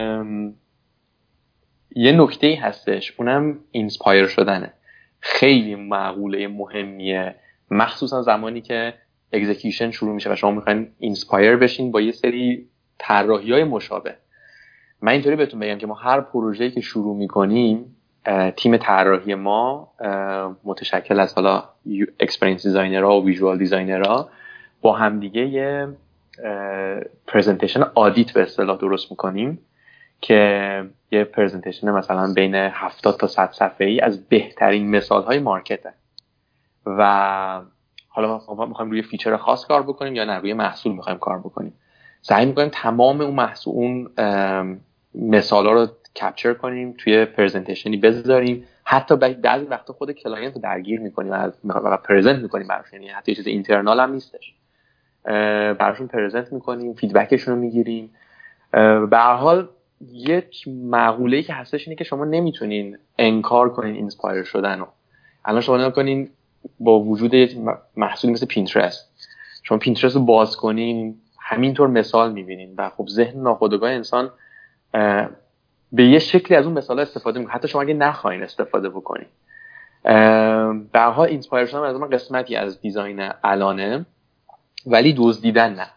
یه نکته‌ای هستش، اونم اینسپایر شدنه. خیلی معقوله مهمیه، مخصوصا زمانی که اکزیکیوشن شروع میشه و شما میخواین اینسپایر بشین با یه سری طراحی‌های مشابه. من اینطوری بهتون بگم که ما هر پروژه‌ای که شروع میکنیم، تیم طراحی ما متشکل از حالا اکسپریانس دیزاینرها و ویژوال دیزاینرها با همدیگه یه پرزنتیشن آدیت به اصطلاح درست میکنیم که یه پرزنتیشن مثلا بین 70 تا 100 صفحه‌ای از بهترین مثال‌های مارکته و حالا ما می‌خوایم روی فیچر خاص کار بکنیم یا نه روی محصول می‌خوایم کار بکنیم، سعی می‌کنیم تمام اون محصول، اون مثالا رو کپچر کنیم توی پرزنتیشنی بذاریم، حتی بعضی وقتا خود کلاینت رو درگیر می‌کنیم و پرزنت می‌کنیم براش، یعنی حتی چیز اینترنال هم نیستش، براشون پرزنت می‌کنیم، فیدبکشون رو می‌گیریم. به هر حال یک مقوله‌ای که هستش اینه که شما نمیتونین انکار کنین اینسپایر شدن رو. الان شما نگاه کنین با وجود یک محصولی مثل پینترست، شما پینترست رو باز کنین همینطور مثال میبینین و خب ذهن ناخودآگاه انسان به یه شکلی از اون مثال استفاده میکنه، حتی شما اگه نخواین استفاده بکنین. به هر حال اینسپایر شدن از من قسمتی از دیزاین الانه، ولی دزدیدن نه.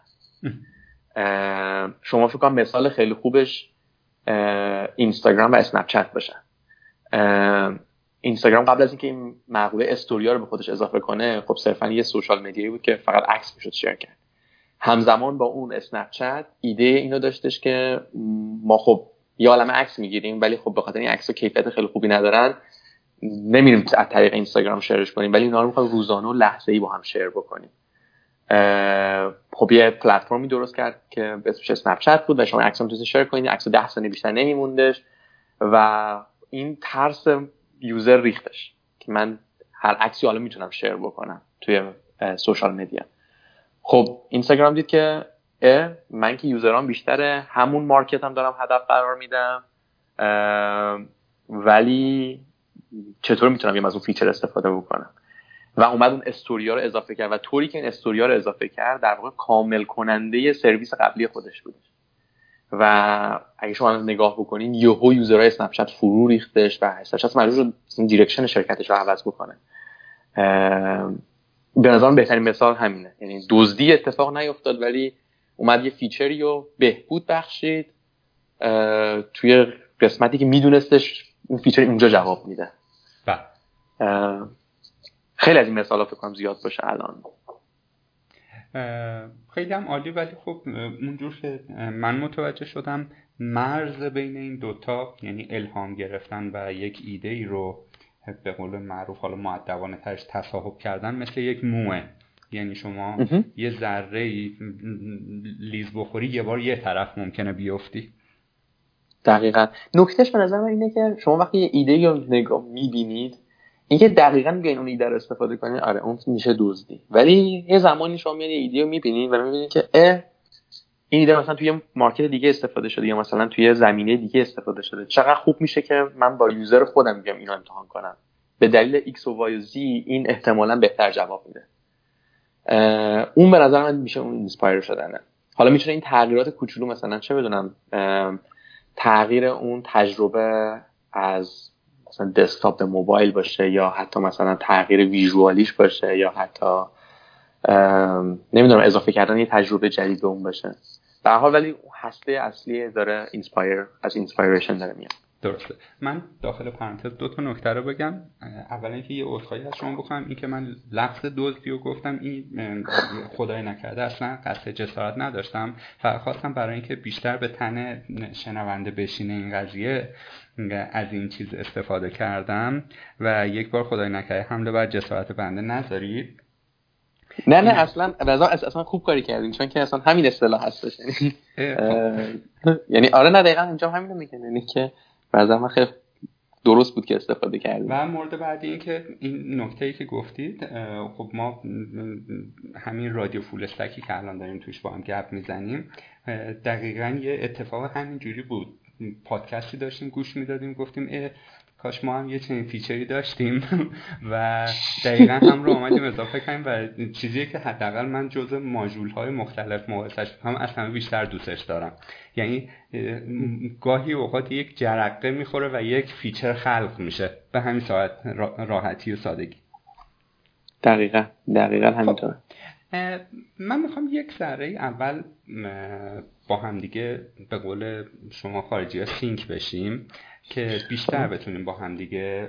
شما فکر کنم مثال خیلی خوبش اینستاگرام و اسنپ چت باشن. اینستاگرام قبل از اینکه این مقوله استوریا رو به خودش اضافه کنه، خب صرفا یه سوشال مدیایی بود که فقط عکس میشد شیر کرد. همزمان با اون اسنپ چت ایده اینو داشتش که ما خب یه عالمه عکس میگیریم، ولی خب به خاطر این عکس‌ها کیفیت خیلی خوبی ندارن، نمیریم از طریق اینستاگرام شیرش کنیم، ولی اینا رو می‌خوایم روزانه و لحظه‌ای با هم شیر بکنیم. خب یه پلتفرمی درست کرد که اسمش اسنپ چت بود و شما عکس رو می‌تونید شیر کنید، عکس 10 ثانیه بیشتر نمیموندش و این ترس یوزر ریختش که من هر عکسی حالا میتونم شیر بکنم توی سوشال مدیا. خب اینستاگرام دید که من که یوزرام بیشتره، همون مارکت هم دارم هدف قرار میدم، ولی چطور میتونم از اون فیچر استفاده بکنم و اومد اون استوریا رو اضافه کرد و طوری که این استوریا رو اضافه کرد در واقع کامل کننده سرویس قبلی خودش بود و اگه شما نگاه بکنین یهو یوزرهای اسنپ چت فرو ریختش و اسنپ چت مجبور شد دیرکشن شرکتش رو عوض بکنه. به نظرم بهترین مثال همینه، یعنی دزدی اتفاق نیفتاد ولی اومد یه فیچری رو بهبود بخشید توی قسمتی که میدونستش اون فیچر اونجا جواب میده. خیلی از این مثالا فکر کنم زیاد باشه الان. خیلی هم عالی، ولی خب اونجور که من متوجه شدم مرز بین این دوتا، یعنی الهام گرفتن و یک ایده ای رو به قول معروف حالا مؤدبانه ترش تصاحب کردن مثل یک موه، یعنی شما یه ذره لیز بخوری یه بار یه طرف ممکنه بیفتی. دقیقاً نکتهش به نظر من اینه که شما وقتی یه ایده رو نگاه میبینید، اینکه دقیقاً بیاین اون ایده رو استفاده کنید، آره اون میشه دزدی، ولی یه زمانی شما میاد یه ایده رو میبینید و میبینید که این ایده مثلا توی مارکت دیگه استفاده شده یا مثلا توی زمینه دیگه استفاده شده، چقدر خوب میشه که من با یوزر خودم بیام اینو امتحان کنم، به دلیل X و Y و Z این احتمالاً بهتر جواب میده. اون به نظر من میشه اون اینسپایر شدنه. حالا میتونه این تغییرات کوچولو مثلا چه بدونم تغییر اون تجربه از مثلا دسکتاپ به موبایل باشه یا حتی مثلا تغییر ویژوالیش باشه یا حتی نمیدونم اضافه کردن یه تجربه جدید به اون باشه. در حال ولی هسته اصلی داره از اینسپایریشن داره میاد. درسته. من داخل پرانتز 2 تا نکته رو بگم. اولا اینکه یه عذرخواهی از شما بکنم، این که من لفظ دزدی رو گفتم این خدای نکرده اصلا قصد جسارت نداشتم، فقط خواستم برای اینکه بیشتر به تن شنونده بشینه این قضیه از این چیز استفاده کردم و یک بار خدای نکرده حمله بر جسارت بنده نذارید. نه اصلا خوب کاری کردین، چون که اصلا همین اصطلاح هستش، یعنی آره نه دقیقاً اینجا همین میگن، یعنی که بعضا من خیلی درست بود که استفاده کردیم. و مورد بعدی این که این نکته‌ای که گفتید، خب ما همین رادیو فول استکی که الان داریم توش با هم گپ میزنیم دقیقاً یه اتفاق همین جوری بود. پادکستی داشتیم گوش میدادیم، گفتیم کاش ما هم یه چنین فیچری داشتیم و دقیقاً هم رو آمدیم اضافه کنیم و چیزی که حداقل من جزء ماژول‌های مختلف مقایسه‌اش هم اصلا بیشتر دوستش دارم. یعنی گاهی اوقات یک جرقه میخوره و یک فیچر خلق میشه به همین ساعت راحتی و سادگی. دقیقاً همینطوره. من میخوام یک ذره اول با هم دیگه به قول شما خارجی‌ها سینک بشیم که بیشتر بتونیم با هم دیگه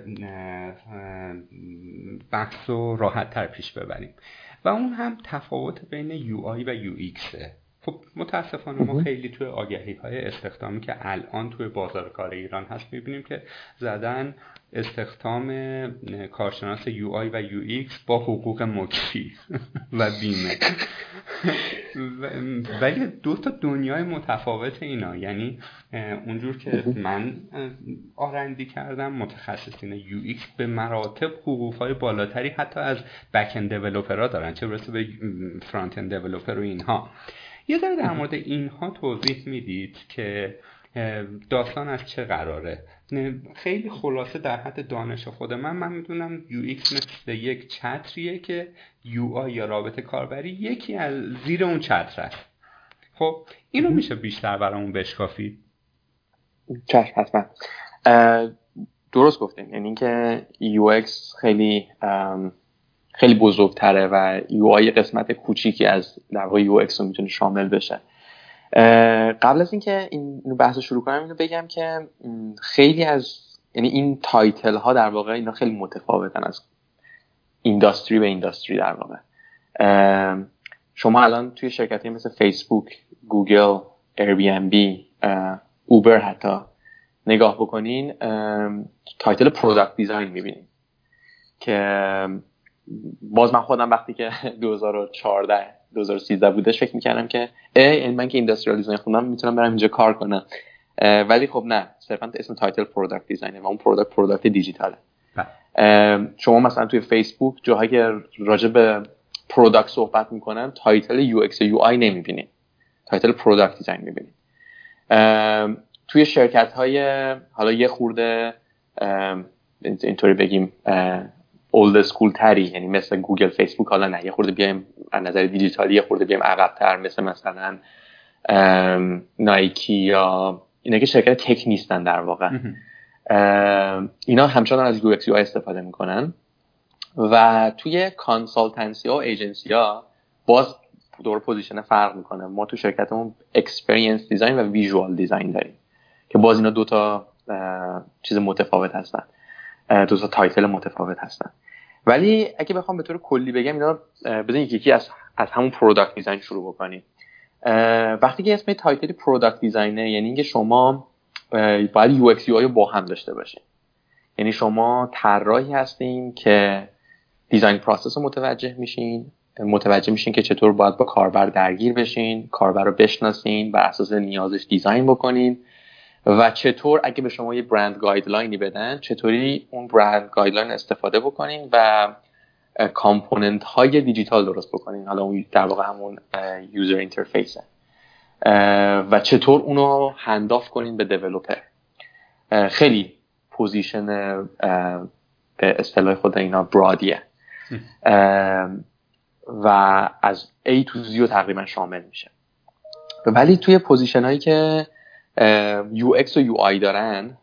بحث رو راحت تر پیش ببریم و اون هم تفاوت بین UI و UXه. خب متاسفانه ما خیلی توی آگهی‌های استخدامی که الان توی بازار کار ایران هست می‌بینیم که زدن استخدام کارشناس یو آی و یو ایکس با حقوق مکفی و بیمه. ولی دو تا دنیای متفاوت اینا، یعنی اونجور که من آرندی کردم متخصصین یو ایکس به مراتب حقوق‌های بالاتری حتی از بک اند دیولپرها دارن، چه برسه به فرانت اند دیولپر و اینها. یه ذره در مورد اینها توضیح میدید که داستان از چه قراره؟ خیلی خلاصه در حد دانش خود من میدونم یو ایکس مثل یک چتریه که یو آی یا رابط کاربری یکی از زیر اون چتر است. خب اینو میشه بیشتر برامون بشکافید؟ چشم حتما. درست گفتین، یعنی اینکه یو ایکس خیلی بزرگتره و یو آی قسمت کوچیکی از در واقع یو ایکس رو میتونه شامل بشه. قبل از اینکه این بحث رو شروع کنم اینو بگم که خیلی از یعنی این تایتل ها در واقع اینا خیلی متفاوتن از اینداستری به اینداستری. در واقع شما الان توی شرکتی مثل فیسبوک، گوگل، ایربی‌ان‌بی، اوبر حتی نگاه بکنین تایتل پروداکت دیزاین میبینین که باز من خودم وقتی که 2013 بودش فکر میکردم که من که اینداستریال دیزاین خوندم میتونم برم اینجا کار کنم، ولی خب نه، صرفا اسم تایتل پروداکت دیزاینه و اون پروداکت دیجیتاله. شما مثلا توی فیسبوک جاهایی که راجع به پروداکت صحبت میکنن تایتل یو ایکس یو آی نمیبینید، تایتل پروداکت دیزاین میبینید. توی شرکت های حالا یه خورده اینطوری بگیم اولد اسکول تری، یعنی مثل گوگل، فیسبوک، حالا نه، یه خورده بیایم از نظر دیجیتالی یه خورده بیایم عقب‌تر، مثلا نایکی یا اینا که شرکت تک نیستن در واقع، اینا همچنان از یو ایکس یو آی استفاده میکنن. و توی کانسالتنسی ها و ایجنسی ها باز دور پوزیشن فرق میکنه. ما تو شرکتمون اکسپریانس دیزاین و ویژوال دیزاین داریم که باز اینا دو تا چیز متفاوت هستن، دو تا تایتل متفاوت هستن. ولی اگه بخوام به طور کلی بگم اینا بزنین یکی از همون پروداکت دیزاین شروع بکنیم. وقتی که اسم تایتل پروداکت دیزاینه یعنی اینکه شما باید یو ایکس یو آی رو با هم داشته باشین. یعنی شما طراحی هستین که دیزاین پروسس رو متوجه میشین که چطور باید با کاربر درگیر بشین، کاربر رو بشناسین، بر اساس نیازش دیزاین بکنین و چطور اگه به شما یه برند گایدلاینی بدن چطوری اون برند گایدلاین استفاده بکنین و کامپوننت های دیجیتال درست بکنین، حالا اون در واقع همون یوزر اینترفیسه، و چطور اونو هندآف کنین به دیولپر. خیلی پوزیشن به اصطلاح خود اینا برادیه و از A to Z رو تقریبا شامل میشه. ولی توی پوزیشن هایی که UX و UI دارن،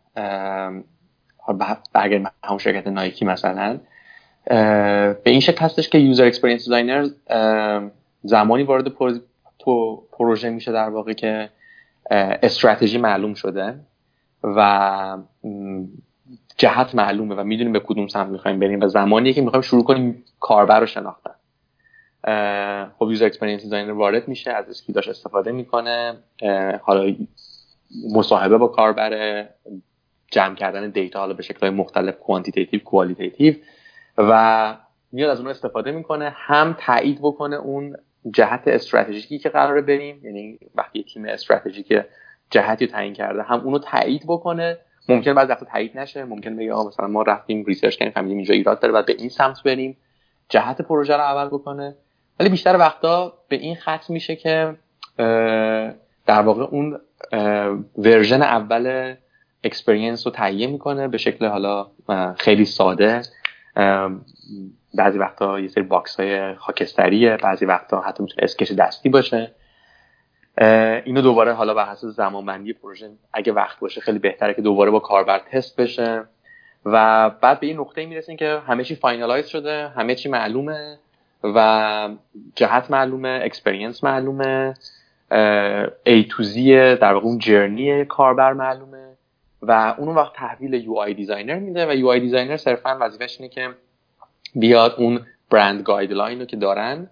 اگر همون شرکت نایکی مثلا، به این شکل هستش که یوزر اکسپریانس دیزاینر زمانی وارد پروژه میشه در واقع که استراتژی معلوم شده و جهت معلومه و میدونیم به کدوم سمت میخوایم بریم و زمانیه که میخوایم شروع کنیم کاربر رو شناختن. خب یوزر اکسپریانس دیزاینر وارد میشه، از اسکیلاش استفاده میکنه، حالا مصاحبه با کاربر، جمع کردن دیتا حالا به شکل‌های مختلف، کوانتیتیتیو، کوالیتیتیو، و میاد از اون استفاده میکنه، هم تایید بکنه اون جهت استراتژیکی که قراره بریم، یعنی وقتی تیم استراتژیک جهتی رو تعیین کرده هم اونو تایید بکنه. ممکنه بعضی وقتا تایید نشه، ممکنه بگه مثلا ما رفتیم ریسرچ کردیم فهمیدیم اینجا ایراد داره بعد به این سمت بریم، جهت پروژه رو عوض بکنه. ولی بیشتر وقتا به این ختم میشه که در واقع اون ورژن اول اکسپریانس رو تهیه میکنه به شکل حالا خیلی ساده، بعضی وقتا یه سری باکس های خاکستریه، بعضی وقتا حتی میتونه اسکچ دستی باشه. اینو دوباره حالا بر حسب زمانبندی پروژه اگه وقت باشه خیلی بهتره که دوباره با کاربر تست بشه و بعد به این نقطه میرسین که همه چی فاینالایز شده، همه چی معلومه و جهت معلومه، اکسپریانس معلومه، A to Z در واقع اون جرنی کاربر معلومه و اون وقت تحویل یو آی دیزاینر میده و یو آی دیزاینر صرفا وظیفش اینه که بیاد اون برند گایدلاین رو که دارن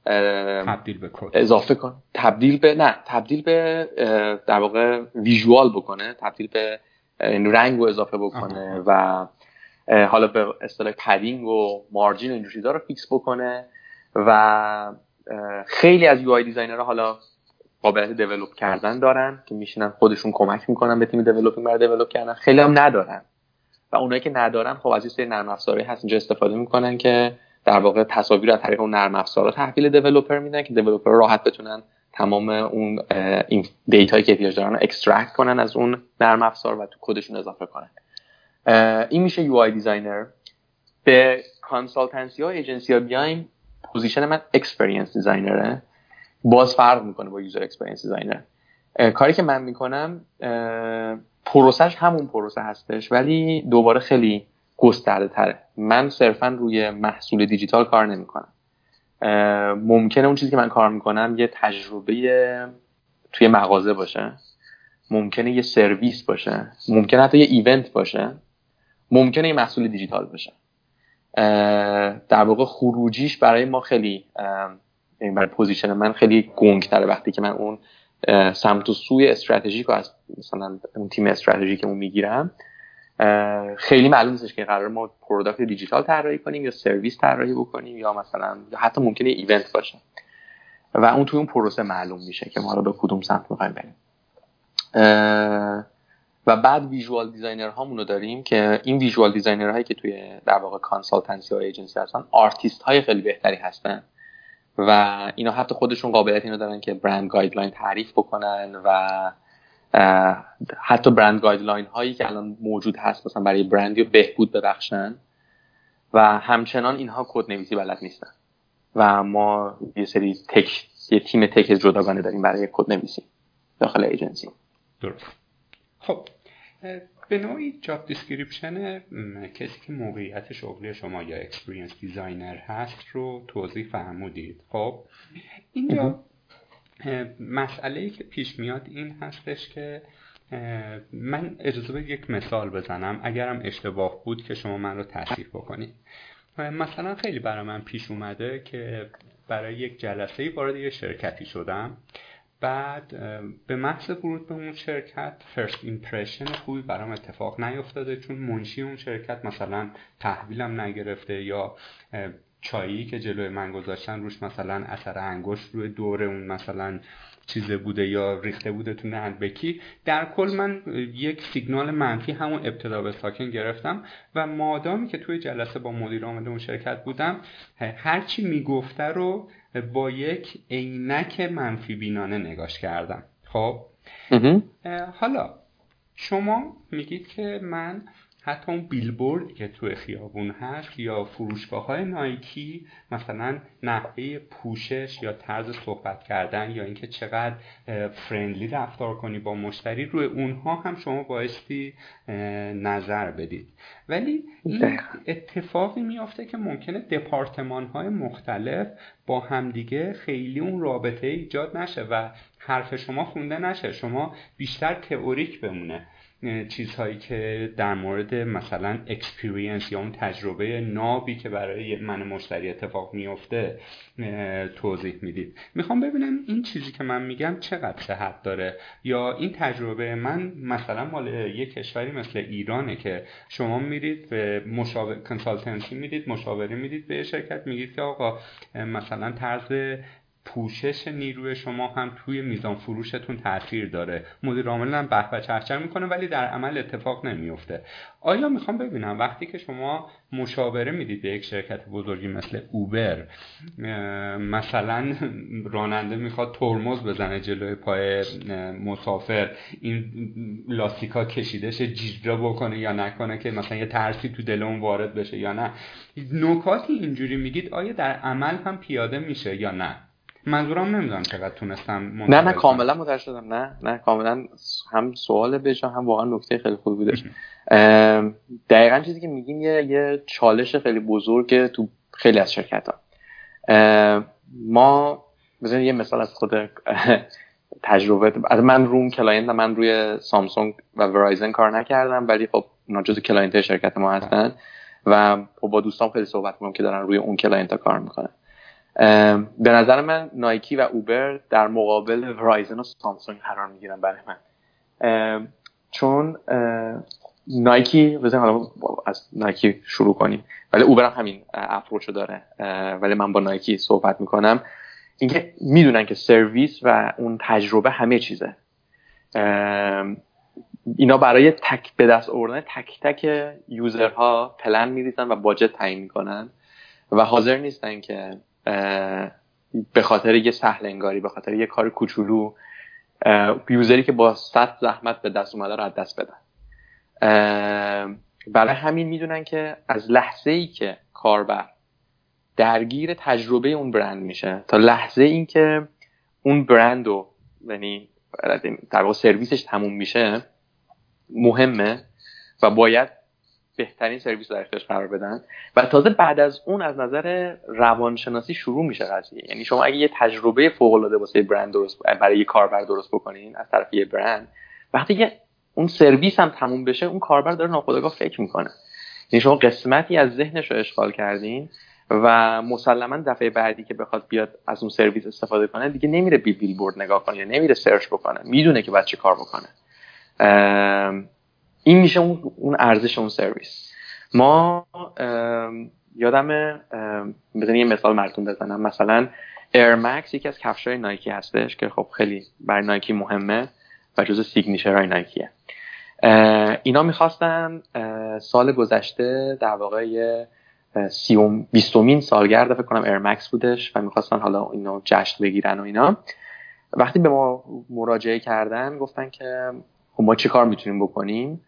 تبدیل به کد اضافه کنه، تبدیل به در واقع ویژوال بکنه، تبدیل به رنگ رو اضافه بکنه و حالا به اصطلاح پدینگ و مارجین و این چیزا رو فیکس بکنه. و خیلی از یو آی دیزاینرها حالا قابلیت دیولپ کردن دارن که میشینن خودشون کمک میکنن به تیم دیولپینگ برای دیولپ کردن، خیلی هم ندارن و اونایی که ندارن خب از این سری نرم افزارهایی هست اینجا استفاده میکنن که در واقع تصاویر از طریق اون نرم افزارها تحویل دیولپر میدن که دیولپر راحت بتونن تمام اون این دیتایی که احتیاج دارن رو اکسترکت کنن از اون نرم افزار و تو کدشون اضافه کنن. این میشه یو آی دیزاینر. به کانسالتنسی ها ایجنسی ها بیایم، پوزیشن من اکسپریانس دیزاینره. باز فرق میکنه با یوزر اکسپریانس دیزاینر. کاری که من میکنم پروسش همون پروسه هستش ولی دوباره خیلی گسترده تره. من صرفا روی محصول دیجیتال کار نمیکنم. ممکنه اون چیزی که من کار میکنم یه تجربه توی مغازه باشه، ممکنه یه سرویس باشه، ممکنه حتی یه ایونت باشه، ممکنه یه محصول دیجیتال باشه. در واقع خروجیش برای ما خیلی برای پوزیشن من خیلی گنگ‌تره وقتی که من اون سمت و سوی استراتژیک رو از مثلا اون تیم استراتژیکمون میگیرم. خیلی معلوم نیستش که قرار ما پروداکت دیجیتال طراحی کنیم یا سرویس طراحی بکنیم یا مثلا حتی ممکنه ایونت باشه و اون توی اون پروسه معلوم میشه که ما رو به کدوم سمت می‌خوایم بریم. و بعد ویژوال دیزاینر هامونو داریم که این ویژوال دیزاینر هایی که توی در واقع کانسالتنسی ها ایجنسی هستن آرتیست های خیلی بهتری هستن و اینا حتی خودشون قابلیت اینو دارن که برند گایدلاین تعریف بکنن و حتی برند گایدلاین هایی که الان موجود هست مثلا برای برندی رو بهبود ببخشن و همچنان اینها کد نویسی بلد نیستن و ما یه تیم تک جداگانه داریم برای کد نویسی داخل ایجنسی. درست. خب به نوعی جاب دیسکریپشن کسی که موقعیت شغلی شما یا اکسپریانس دیزاینر هست رو توضیح فرمودید. خب اینجا مسئله‌ای که پیش میاد این هستش که من اجازه بدید یک مثال بزنم، اگرم اشتباه بود که شما من رو تصحیح بکنید. مثلا خیلی برای من پیش اومده که برای یک جلسه‌ای وارد یک شرکتی شدم، بعد به محض ورود به اون شرکت فرست ایمپرشن خوبی برام اتفاق نیفتاده، چون منشی اون شرکت مثلا تحویلم نگرفته یا چایی که جلوی من گذاشتن روش مثلا اثر انگشت روی دور اون مثلا چیزه بوده یا ریخته بوده تو نردبکی. در کل من یک سیگنال منفی همون ابتدا به ساکن گرفتم و مادامی که توی جلسه با مدیر عامل اون شرکت بودم هرچی میگفته رو با یک عینک منفی بینانه نگاش کردم. خب حالا شما میگید که من حتی اون بیلبورد که توی خیابون هست یا فروشگاه‌های نایکی مثلا نحوه پوشش یا طرز صحبت کردن یا اینکه چقدر فرندلی رفتار کنی با مشتری، روی اونها هم شما بایستی نظر بدید. ولی این اتفاقی میافته که ممکنه دپارتمان‌های مختلف با همدیگه خیلی اون رابطه ایجاد نشه و حرف شما خونده نشه، شما بیشتر تئوریک بمونه. چیزهایی که در مورد مثلا اکسپریانس یا اون تجربه نابی که برای من مشتری اتفاق میفته توضیح میدید. میخوام ببینم این چیزی که من میگم چقدر صحت داره یا این تجربه من مثلا مال یک کشوری مثل ایرانه که شما میرید به کانسالتنسی میدید، مشاوره میدید به شرکت، میگید که آقا مثلا طرز پوشش نیروی شما هم توی میزان فروشتون تاثیر داره، مدیر عامل هم به به چهچه میکنه ولی در عمل اتفاق نمیفته. آیا میخوام ببینم وقتی که شما مشاوره میدید به یک شرکت بزرگی مثل اوبر، مثلا راننده میخواد ترمز بزنه جلوی پای مسافر، این لاستیکا کشیدهش جیره بکنه یا نکنه که مثلا یه ترسی تو دل اون وارد بشه یا نه، نکاتی اینجوری میگید آیا در عمل هم پیاده میشه یا نه؟ منظورم نمیدونم چقدر تونستم نه کاملا متوجه شدم. نه کاملا هم سوال بهشون هم واقعا نکته خیلی خوبی بودش. دقیقاً چیزی که میگیم یه چالش خیلی بزرگه تو خیلی از شرکت‌ها. ما مثلا یه مثال از خود تجربه، از من روم کلاینت، من روی سامسونگ و ورایزن کار نکردم ولی خب اونا جزو کلاینت شرکت ما هستن و با دوستام خیلی صحبت می‌کنم که دارن روی اون کلاینت کار میکنن. به نظر من نایکی و اوبر در مقابل ورایزن و سامسونگ قرار میگیرن برای من. چون نایکی، بزنیم حالا از نایکی شروع کنیم، ولی اوبر هم همین اپروچو داره، ولی من با نایکی صحبت میکنم. اینکه میدونن که سرویس و اون تجربه همه چیزه. اینا برای به دست آوردن تک تک یوزرها پلن میریزن و باجت تعیین میکنن و حاضر نیستن که به خاطر یه سهل انگاری، به خاطر یه کار کوچولو، یوزری که با 100 زحمت به دست اومده رو از دست بدن. برای همین میدونن که از لحظه ای که کاربر درگیر تجربه اون برند میشه تا لحظه این که اون برندو، یعنی در واقع سرویسش تموم میشه، مهمه و باید بهترین سرویس در اختیارش قرار بدن. و تازه بعد از اون از نظر روانشناسی شروع میشه قضیه. یعنی شما اگه یه تجربه فوق العاده واسه برند درست برای یه کاربر درست بکنین از طرف یه برند، وقتی که اون سرویس هم تموم بشه، اون کاربر داره ناخودآگاه فکر میکنه. یعنی شما قسمتی از ذهنش رو اشغال کردین و مسلما دفعه بعدی که بخواد بیاد از اون سرویس استفاده کنه دیگه نمیره بیلبورد نگاه کنه یا نمیره سرچ بکنه، میدونه که باید چه کار بکنه. این میشه اون ارزش اون سرویس. ما یادم بزنین یه مثال براتون بزنم. مثلا ایرمکس یکی از کفشای نایکی هستش که خب خیلی برای نایکی مهمه و جزو سیگنیچرهای نایکیه. اینا میخواستن سال گذشته در واقع 20مین سالگرد فکر کنم ایرمکس بودش و میخواستن حالا اینو جشن بگیرن و اینا. وقتی به ما مراجعه کردن گفتن که خب ما چی کار میتونیم بکنیم.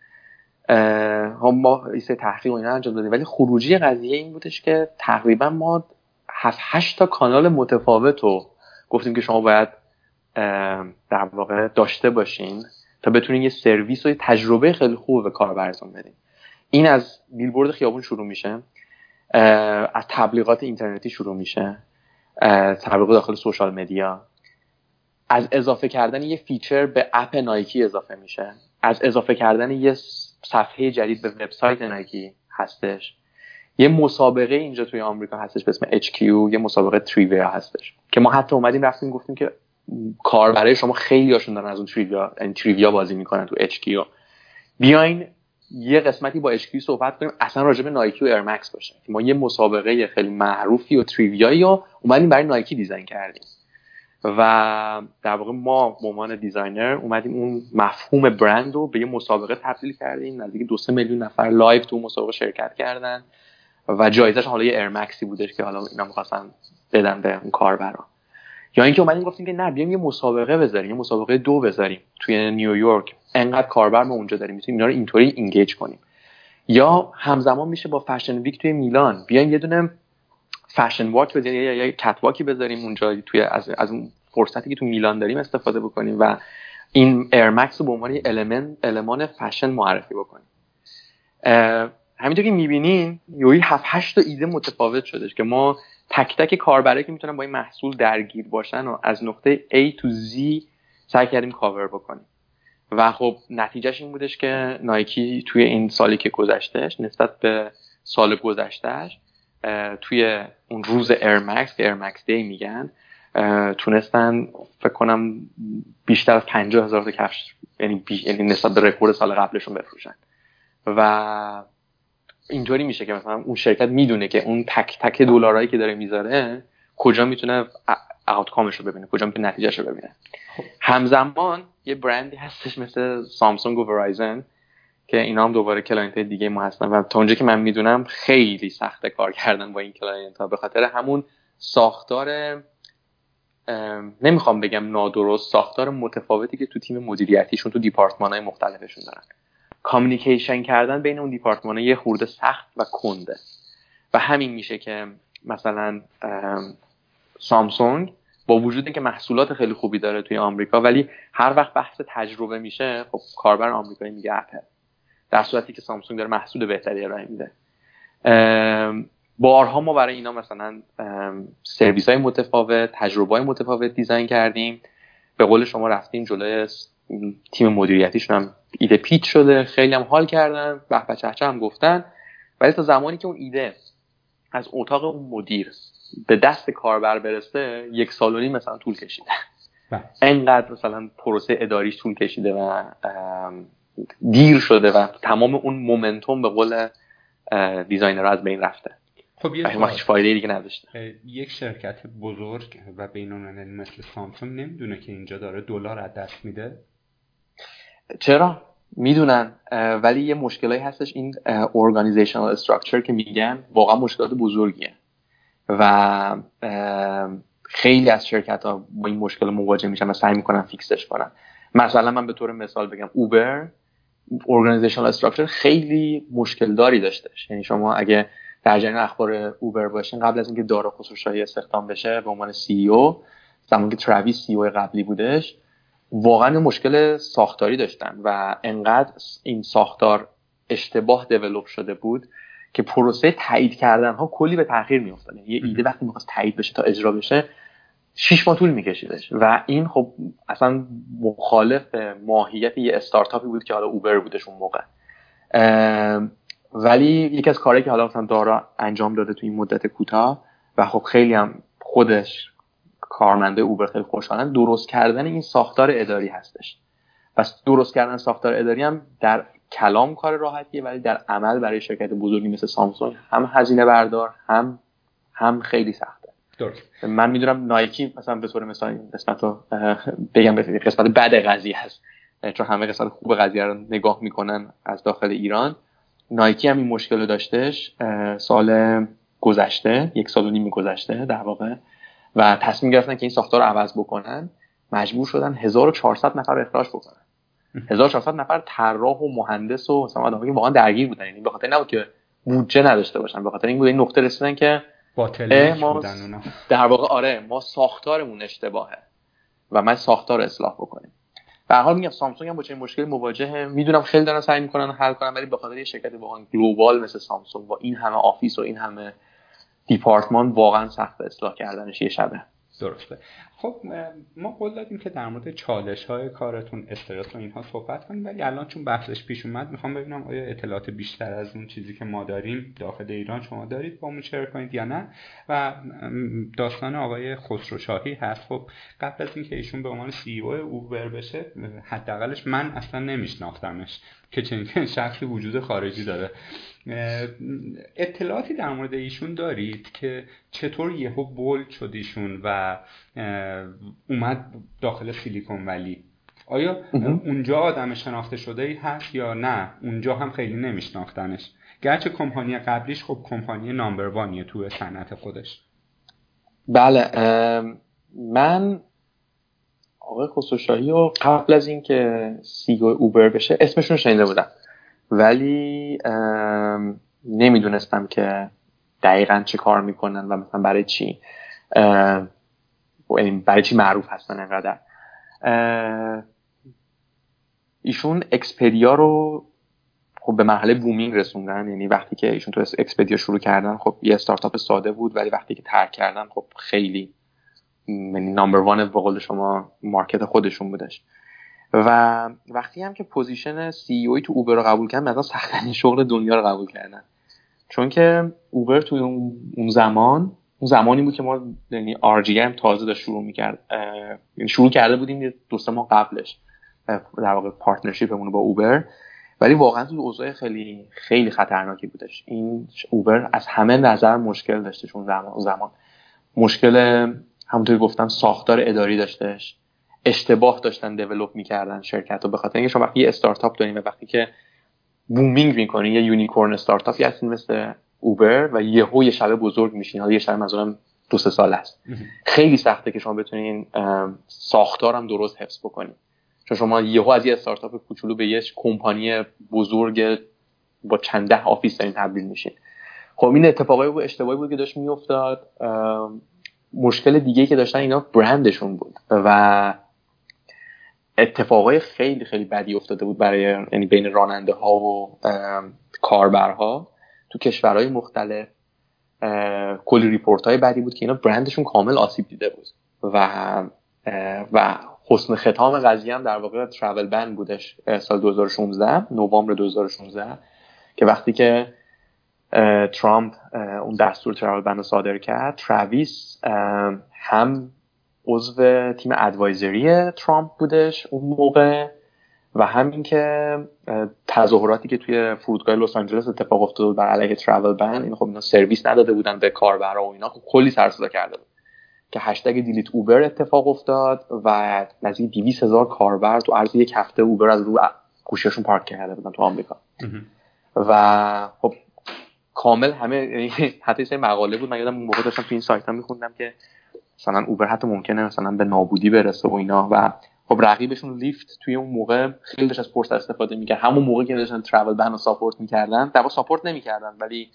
ما این تحقیق و اینا انجام دادیم، ولی خروجی قضیه این بودش که تقریبا ما 7-8 تا کانال متفاوت رو گفتیم که شما باید در واقع داشته باشین تا بتونین یه سرویس و یه تجربه خیلی خوب به کاربرتون بدین. این از بیلبورد خیابون شروع میشه، از تبلیغات اینترنتی شروع میشه، تبلیغات داخل سوشال مدیا، از اضافه کردن یه فیچر به اپ نایکی اضافه میشه، از اضافه کردن یه صفحه جدید به وبسایت نایکی هستش. یه مسابقه اینجا توی آمریکا هستش به اسم HQ، یه مسابقه تریویا هستش که ما حتی اومدیم رفتیم گفتیم که کاربرای شما خیلی هاشون دارن از اون تریویا بازی میکنن تو HQ، بیاین یه قسمتی با HQ صحبت کنیم اصلا راجع به نایکی و ایرمکس باشه. ما یه مسابقه خیلی معروفی و تریویایی رو اومدیم برای نایکی دیزاین کردیم و در واقع ما به عنوان دیزاینر اومدیم اون مفهوم برند رو به یه مسابقه تبدیل کردیم. نزدیک 2-3 میلیون نفر لایو تو مسابقه شرکت کردن و جایزش حالا یه ایرمکسی بودش که حالا اینا می‌خواستن بدن به اون کاربرا. یا اینکه اومدیم گفتیم که نه، بیایم یه مسابقه بذاریم، یه مسابقه 2 بذاریم توی نیویورک، انقدر کاربر ما اونجا داریم، میتونیم اینا رو اینطوری اینگیج کنیم. یا همزمان میشه با فشن ویک توی میلان بیایم یه دونه فشن واک بذاریم یا یه کت واکی بذاریم اونجا، توی از اون فرصتی که تو میلان داریم استفاده بکنیم و این ایرمکس رو به عنوان المان فشن معرفی بکنیم. همینطور که میبینین یوی 7-8 تا ایده متفاوت شدش که ما تک تک کاربرایی که میتونن با این محصول درگیر باشن و از نقطه A to Z سعی کردیم کاور بکنیم و خب نتیجهش این بودش که نایکی توی این سالی که گذشتهش نسبت به سال گذشتهش توی اون روز ایرمکس که ایرمکس دی میگن تونستن فکر کنم بیشتر از 50,000 تا کفش، یعنی نسبت به رکورد سال قبلشون بفروشن. و اینطوری میشه که مثلا اون شرکت میدونه که اون تک تک دلارایی که داره میذاره کجا میتونه آوتکامش رو ببینه، کجا میتونه نتیجهش رو ببینه. همزمان یه برندی هستش مثل سامسونگ و ورایزن که اینا هم دوباره کلاینت دیگه ما هستن و تا اونجا که من میدونم خیلی سخته کار کردن با این کلاینت ها به خاطر همون ساختار، نمیخوام بگم نادرست، ساختار متفاوتی که تو تیم مدیریتیشون تو دیپارتمان‌های مختلفشون دارن. کامیونیکیشن کردن بین اون دیپارتمان‌ها یه خورده سخت و کنده و همین میشه که مثلا سامسونگ با وجود اینکه محصولات خیلی خوبی داره توی آمریکا، ولی هر وقت بحث تجربه میشه خب کاربر آمریکایی میگه اپل، در صورتی که سامسونگ داره محصول بهتری ارائه میده. بارها ما برای اینا مثلا سرویس‌های متفاوت، تجربه‌های متفاوت دیزاین کردیم. به قول شما رفتیم جلوی تیم مدیریتیشون هم ایده پیچ شده، خیلی هم حال کردن، به به چه هم گفتن، ولی تا زمانی که اون ایده از اتاق اون مدیر به دست کاربر برسه 1.5 سال مثلا طول کشیده. انقدر مثلا پروسه اداریش طول کشیده و دیر شده و تمام اون مومنتوم به قول دیزاینرها از بین رفته. خب هیچ فایده دیگه نداشته. یک شرکت بزرگ و بین‌المللی مثل سامسونگ نمیدونه که اینجا داره دلار از دست میده؟ چرا؟ میدونن، ولی یه مشکلی هستش. این organizational structure که میگن واقعا مشکلات بزرگیه و خیلی از شرکت ها با این مشکل مواجه میشن و سعی میکنن فیکسش کنن. مثلا من به طور مثال بگم اوبر organizational structure خیلی مشکل داری داشتش. یعنی شما اگه در جریان اخبار اوبر باشین، قبل از اینکه دارا خسروشاهی استخدام بشه به عنوان سی او، زمانی که تراویس سی او قبلی بودش، واقعا مشکل ساختاری داشتن و انقدر این ساختار اشتباه دیولپ شده بود که پروسه تایید کردن ها کلی به تأخیر میافتاد. یه ایده وقتی می‌خواست تایید بشه تا اجرا بشه 6 ماه طول می‌کشیدش و این خب اصلا مخالف ماهیت یه استارتاپی بود که حالا اوبر بودش اون موقع. ولی یکی از کارهایی که حالا مثلا دارا انجام داده تو این مدت کوتاه و خب خیلی هم خودش کارمنده اوبر خیلی خوشحالن، درست کردن این ساختار اداری هستش. پس درست کردن ساختار اداری هم در کلام کار راحتیه، ولی در عمل برای شرکت بزرگی مثل سامسونگ هم هزینه بردار هم خیلی سخته. درست. من میدونم نایکی مثلا به طور مثال قسمتو بگم قسمت بد قضیه هست، چون همه قسمت خوب قضیه رو نگاه میکنن از داخل ایران. نایکی هم این مشکل رو داشتش سال گذشته، 1.5 سال گذشته در واقع، و تصمیم گرفتن که این ساختار رو عوض بکنن. مجبور شدن 1400 نفر اخراج بکنن. 1400 نفر طراح و مهندس و مثلا آدمایی که واقعا درگیر بودن. یعنی به خاطر نبود که بودجه نداشته باشن، به خاطر این بود این نقطه رسیدن که باطل بودن اونا. در واقع آره ما ساختارمون اشتباهه و ما ساختار اصلاح بکنیم. به هر حال میگم سامسونگ هم با چنین مشکلی مواجهه. میدونم خیلی دارن سعی میکنن حل کنن، ولی به خاطر یه شرکت واقعا گلوبال مثل سامسونگ با این همه آفیس و این همه دیپارتمان واقعا سخت اصلاح کردنش یه شبه. درسته. خب ما قول دادیم که در مورد چالش‌های کارتون، استرس و اینها صحبت کنیم، ولی الان چون بحثش پیش اومد میخوام ببینم آیا اطلاعات بیشتر از اون چیزی که ما داریم داخل ایران شما دارید با همون شیر کنید یا نه. و داستان آقای خسروشاهی هست. خب قبل از اینکه ایشون به عنوان سی او اوبر بشه، حداقلش من اصلا نمیشناختمش که چنین شخصی وجود خارجی داره. اطلاعاتی در مورد ایشون دارید که چطور یهو بولد شد ایشون و اومد داخل سیلیکون ولی؟ آیا اونجا آدم شناخته شده ای هست یا نه اونجا هم خیلی نمیشناختنش، گرچه کمپانی قبلیش خب کمپانی نامبر وانیه توی صنعت خودش؟ بله، من آقای خسروشاهی رو قبل از این که سی او اوبر بشه اسمشون شنیده بودم، ولی نمیدونستم که دقیقاً چه کار میکنن و مثلا برای چی معروف هستن انقدر. ایشون اکسپدیا رو خب به مرحله بومینگ رسوندن. یعنی وقتی که ایشون تو اکسپدیا شروع کردن خب یه استارتاپ ساده بود، ولی وقتی که ترک کردن خب خیلی یعنی نمبر وان به قول شما مارکت خودشون بودش. و وقتی هم که پوزیشن سی ای او تو اوبر رو قبول کردن، مثلا سخت‌ترین شغل دنیا رو قبول کردن، چون که اوبر تو اون زمانی بود که ما یعنی آر جی هم تازه داشت شروع می‌کرد. یعنی شروع کرده بودیم 2-3 ماه قبلش در واقع پارتنرشیپمون با اوبر، ولی واقعا تو اوضاع خیلی خیلی خطرناکی بودش. این اوبر از همه نظر مشکل داشتش اون زمان. مشکل همونطوری گفتم ساختار اداری داشتش، اشتباه داشتن دیولپ می‌کردن شرکت رو، به خاطر اینکه شما وقتی یه استارتاپ دارین و وقتی که بومینگ می‌کنین، یه یونیکورن استارتاپی هستین مثل اوبر و یهو یه شب بزرگ میشین، حالا یه شب مثلا 2-3 سال است، خیلی سخته که شما بتونین ساختارم درست حفظ بکنین، چون شما یهو از یه استارتاپ کوچولو به یه کمپانی بزرگ با چند ده آفیس دارین تبدیل میشین. خب این اتفاقایی و اشتباهی بود که داشت میافتاد. مشکل دیگه‌ای که داشتن اینا برندشون بود و اتفاقای خیلی خیلی بدی افتاده بود برای یعنی بین راننده ها و کاربرها تو کشورهای مختلف. کلی ریپورت های بدی بود که اینا برندشون کامل آسیب دیده بود و حسن ختام قضیه هم در واقع ترافل بن بودش سال 2016 نوامبر 2016 که وقتی که ترامپ اون دستور ترافل بن رو صادر کرد، تراویس هم عضو تیم ادوایزری ترامپ بودش اون موقع و همین که تظاهراتی که توی فرودگاه لس آنجلس اتفاق افتاد بر علیه ترافل بن، این خب اینا سرویس نداده بودن به کاربرا و اینا، خب کلی سر صدا کرده بود که هشتگ دیلیت اوبر اتفاق افتاد و نزدیک 200,000 کاربر تو عرض یک هفته اوبر از رو گوشیشون پارک کرده بودن تو آمریکا. و خب کامل همه حتی یه مقاله بود من یادم اون موقع داشتم تو این سایت ها میخوندم که مثلا اوبر حتی ممکنه مثلا به نابودی برسه و اینا، و خب رقیبشون لیفت توی اون موقع خیلی داشت از فرصت استفاده میکرد. همون موقع که داشتن ترافل بن رو ساپورت میکردن، در واقع ساپورت نمیکردن ولی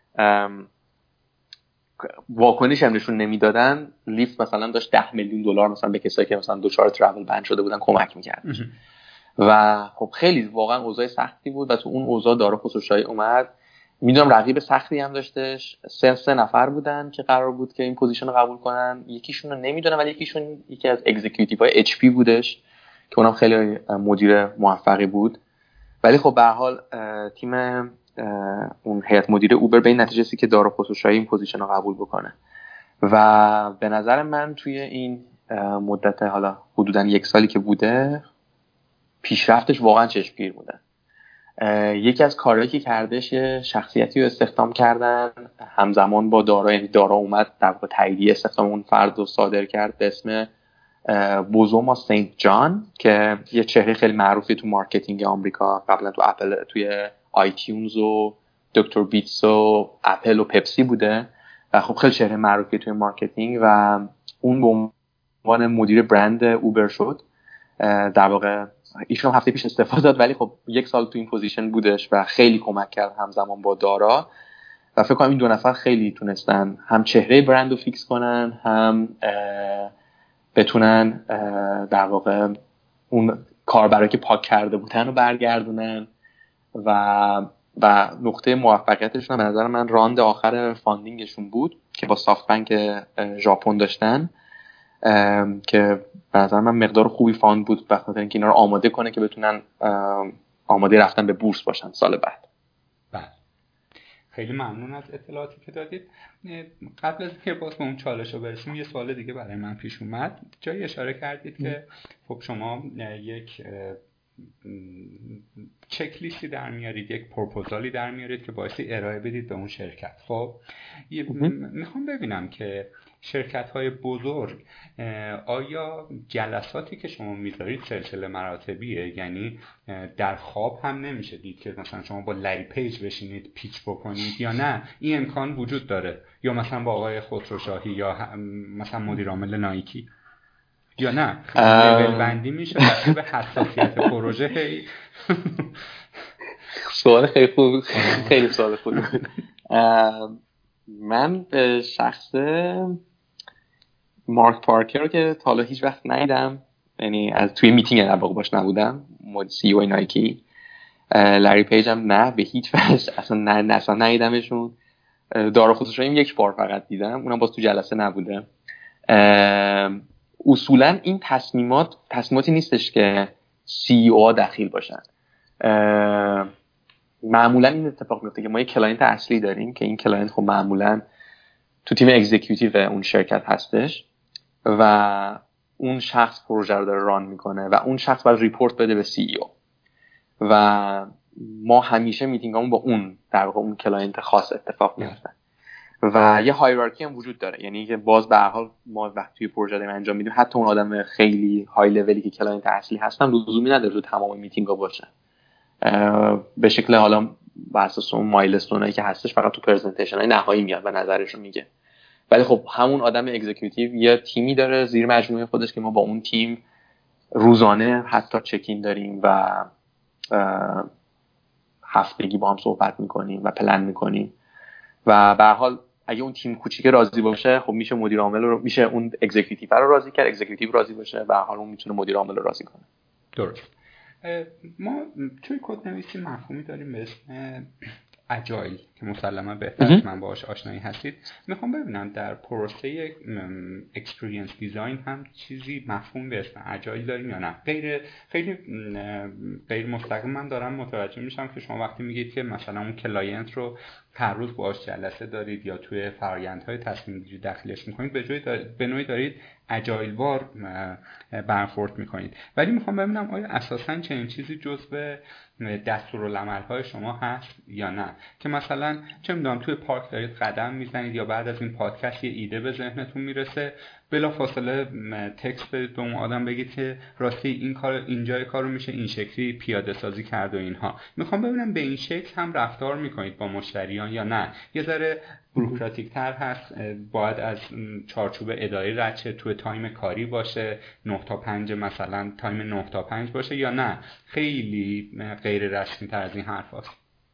واکنش هم نشون نمیدادن، لیفت مثلا داشت 10 میلیون دلار مثلا به کسایی که مثلا دچار ترافل بن شده بودن کمک میکرد. و خب خیلی واقعا اوضاع سختی بود و تو اون اوضاع دارا خسروشاهی اومد. میدونم رقیب سختی هم داشتش، سه نفر بودن که قرار بود که این پوزیشن رو قبول کنن. یکیشون رو نمیدونم ولی یکیشون یکی از اگزیکیوتیو های اچ پی بودش که اونم خیلی مدیر موفقی بود. ولی خب به هر حال تیم اون هیئت مدیره اوبر به این نتیجه رسید که دارا خسروشاهی این پوزیشن رو قبول بکنه و به نظر من توی این مدت حالا حدوداً 1 سالی که بوده پیشرفتش واقعا چشمگیر بوده. یکی از کارهایی که کردش یه شخصیتی رو استخدام کردن همزمان با دارا، یعنی دارا اومد در واقع تاییدیه استخدام اون فرد رو صادر کرد به اسم بوزوما سنت جان که یه چهره خیلی معروفی تو مارکتینگ آمریکا، قبلا تو اپل، توی آیتیونز و دکتر بیتس و اپل و پپسی بوده و خب خیلی چهره معروفی توی مارکتینگ و اون به عنوان مدیر برند اوبر شد. در واقع ایشون هفته پیش استعفا داد ولی خب 1 سال تو این پوزیشن بودش و خیلی کمک کرد همزمان با دارا و فکر کنم این دو نفر خیلی تونستن هم چهره برند رو فیکس کنن، هم بتونن در واقع اون کاربرایی که پاک کرده بودن رو برگردونن و نقطه موفقیتشون به نظر من راند آخر فاندینگشون بود که با سافت بانک ژاپن داشتن که به نظر من مقدار خوبی فاند بود به خاطر اینکه اینا رو آماده کنه که بتونن آماده رفتن به بورس باشن سال بعد. بله خیلی ممنون از اطلاعاتی که دادید. قبل از اینکه باز به اون چالش رو برسیم یه سوال دیگه برای من پیش اومد. جایی اشاره کردید که خب شما یک چک لیستی در میارید، یک پروپوزالی در میارید که باعثی ارائه بدید به اون شرکت. خب میخوام ببینم که شرکت‌های بزرگ آیا جلساتی که شما میذارید سلسله مراتبیه؟ یعنی در خواب هم نمیشه دید که مثلا شما با لری پیج بشینید پیچ بکنید، یا نه این امکان وجود داره، یا مثلا با آقای خسروشاهی یا مثلا مدیر عامل نایکی، یا نه لیول بندی میشه بسته به حساسیت پروژه؟ سوال خیلی خوب، خیلی سوال خوبی. من به شخص مارک پارکر رو که تا حالا هیچ وقت ندیدم، یعنی از توی میتینگ در واقع باش نبودم، سی او نایکی. لری پیج هم نه به هیچ وجه، اصلا ندیدمشون. دارا خسروشاهی 1 بار فقط دیدم، اونم باز تو جلسه نبوده. اصولا این تصمیماتی نیستش که سی او دخیل باشن. معمولا این اتفاق میفته که ما یک کلاینت اصلی داریم که این کلاینت خب معمولا تو تیم اگزیکیوتیو اون شرکت هستش و اون شخص پروژه رو داره ران میکنه و اون شخص باید ریپورت بده به سی ای او و ما همیشه میتینگامون با اون در واقع اون کلاینت خاص اتفاق میفته و یه هایرارکی هم وجود داره. یعنی که باز به هر حال ما وقتی توی پروژه داریم انجام میدیم، حتی اون آدم خیلی های لولی که کلاینت اصلی هستن لزومی نداره تو تمام میتینگا باشه. به شکل حالا بر اساس اون مایلستونایی که هستش فقط تو پرزنتیشن های نهایی میاد و نظرش رو میگه. ولی خب همون آدم اگزیکیوتیو یه تیمی داره زیر مجموعه خودش که ما با اون تیم روزانه حتی چکین داریم و هفتگی با هم صحبت میکنیم و پلن میکنیم و به هر حال اگه اون تیم کوچیک راضی باشه خب میشه مدیر عامل رو، میشه اون اگزیکیوتیو رو راضی کرد، اگزیکیوتیو راضی باشه به هر حال اون میتونه مدیر عامل رو راضی کنه. درست. ما توی کد نویسی مفهومی داریم به اسم اجایل که مسلما بهتر از من باهاش آشنایی هستید، میخوام ببینم در پروسه اکسپریانس دیزاین هم چیزی مفهوم به اسم اجایل داریم یا نه. خیلی غیر مستقیم من دارم متوجه میشم که شما وقتی میگید که مثلا اون کلاینت رو هر روز باهاش جلسه دارید یا توی فرآیندهای تصمیم گیری داخلش میکنید، به نوعی دارید اجایل وار برخورد میکنید. ولی میخوام ببینم آیا اساساً چنین چیزی جزء دستورالعمل‌های شما هست یا نه، که مثلا چه میدونم توی پارک دارید قدم میزنید یا بعد از این پادکست یه ایده به ذهنتون میرسه، بلافاصله تکست بدید به اون آدم بگید که راستی این کار اینجای کارو میشه این شکلی پیاده سازی کرد و اینها. میخوام ببینم به این شکل هم رفتار میکنید با مشتریان یا نه یه ذره بروکراتیک تر هست، باید از چارچوب اداری رد شه، توی تایم کاری باشه 9 تا 5 مثلا تایم 9 تا 5 باشه، یا نه خیلی غیر رسمی تر از این حرف هست؟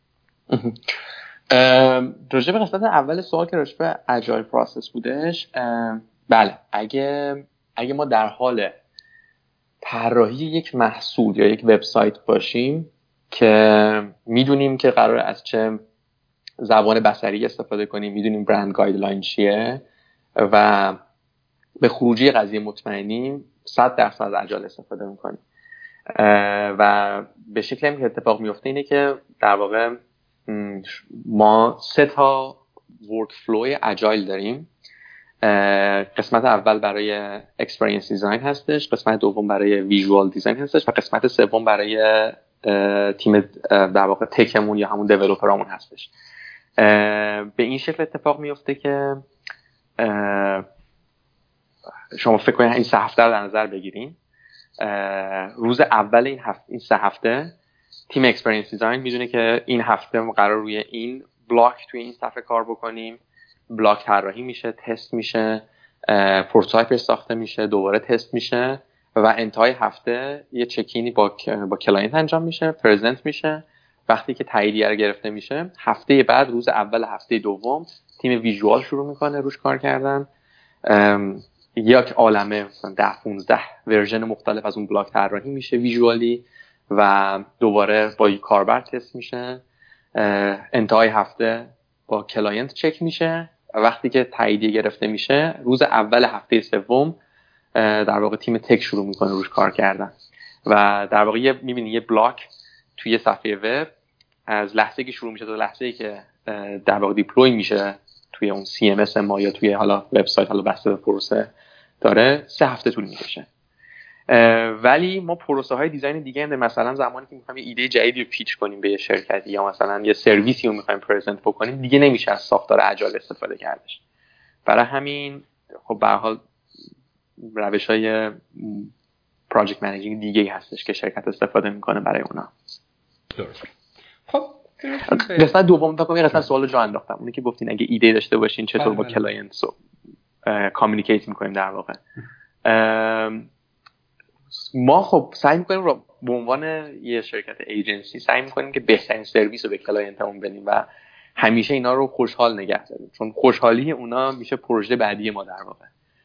راجع به قسمت اول سوال که راجع به اجایل پروسس بودش، بله اگه ما در حال طراحی یک محصول یا یک وبسایت باشیم که میدونیم که قرار از چه زبان بصری استفاده کنیم، میدونیم برند گایدلاین چیه و به خروجی قضیه مطمئنیم، 100% از اجایل استفاده میکنیم. و به شکلی که اتفاق میفته اینه که در واقع ما 3 تا ورک فلو اجایل داریم. قسمت اول برای اکسپریانس دیزاین هستش، قسمت دوم برای ویژوال دیزاین هستش و قسمت سوم برای تیم در واقع تکمون یا همون دیولپرامون هستش. به این شکل اتفاق میفته که شما فکر کنید این 3 هفته رو در نظر بگیرین. روز اول این 3 هفته تیم اکسپریانس دیزاین میدونه که این هفته ما قرار روی این بلاک توی این صفحه کار بکنیم، بلاک طراحی میشه، تست میشه، پروتوتایپ ساخته میشه، دوباره تست میشه و انتهای هفته یه چکینی با کلاینت انجام میشه، پرزنت میشه. وقتی که تاییدیه رو گرفته میشه، هفته بعد روز اول هفته دوم تیم ویژوال شروع میکنه روش کار کردن. یک عالمه مثلا 10-15 ورژن مختلف از اون بلاک طراحی میشه ویژوالی و دوباره با کاربر تست میشه. انتهای هفته با کلاینت چک میشه و وقتی که تاییدیه گرفته میشه روز اول هفته سوم در واقع تیم تک شروع میکنه روش کار کردن و در واقع میبینی یه بلاک توی صفحه وب از لحظه‌ای که شروع میشه تا لحظه‌ای که در واقع دیپلوی میشه توی اون CMS ما یا توی حالا وبسایت، حالا بسته به پروسه داره، 3 هفته طول میکشه. ولی ما پروسه های دیزاین دیگه هم مثلا زمانی که میخوایم یه ایده جدیدی رو پیچ کنیم به یه شرکتی یا مثلا یه سرویسی رو میخوایم پرزنت بکنیم، دیگه نمیشه از ساختار اجایل استفاده کردش. برای همین خب به هر حال روش‌های پراجکت منیجینگ دیگه هستش که شرکت استفاده میکنه برای اونا. درست. خب قسمت دوم فکر کنم یه قسمت سوالو جا انداختم، اونی که گفتین اگه ایده داشته باشین چطور با کلاینت کامیونیکیت میکنیم. در واقع ما خب سعی میکنیم رو به عنوان یه شرکت ایجنسی سعی میکنیم که بهترین سرویس رو به کلاینتمون بدیم و همیشه اینا رو خوشحال نگه داریم، چون خوشحالی اونا میشه پروژه بعدی ما در واقع.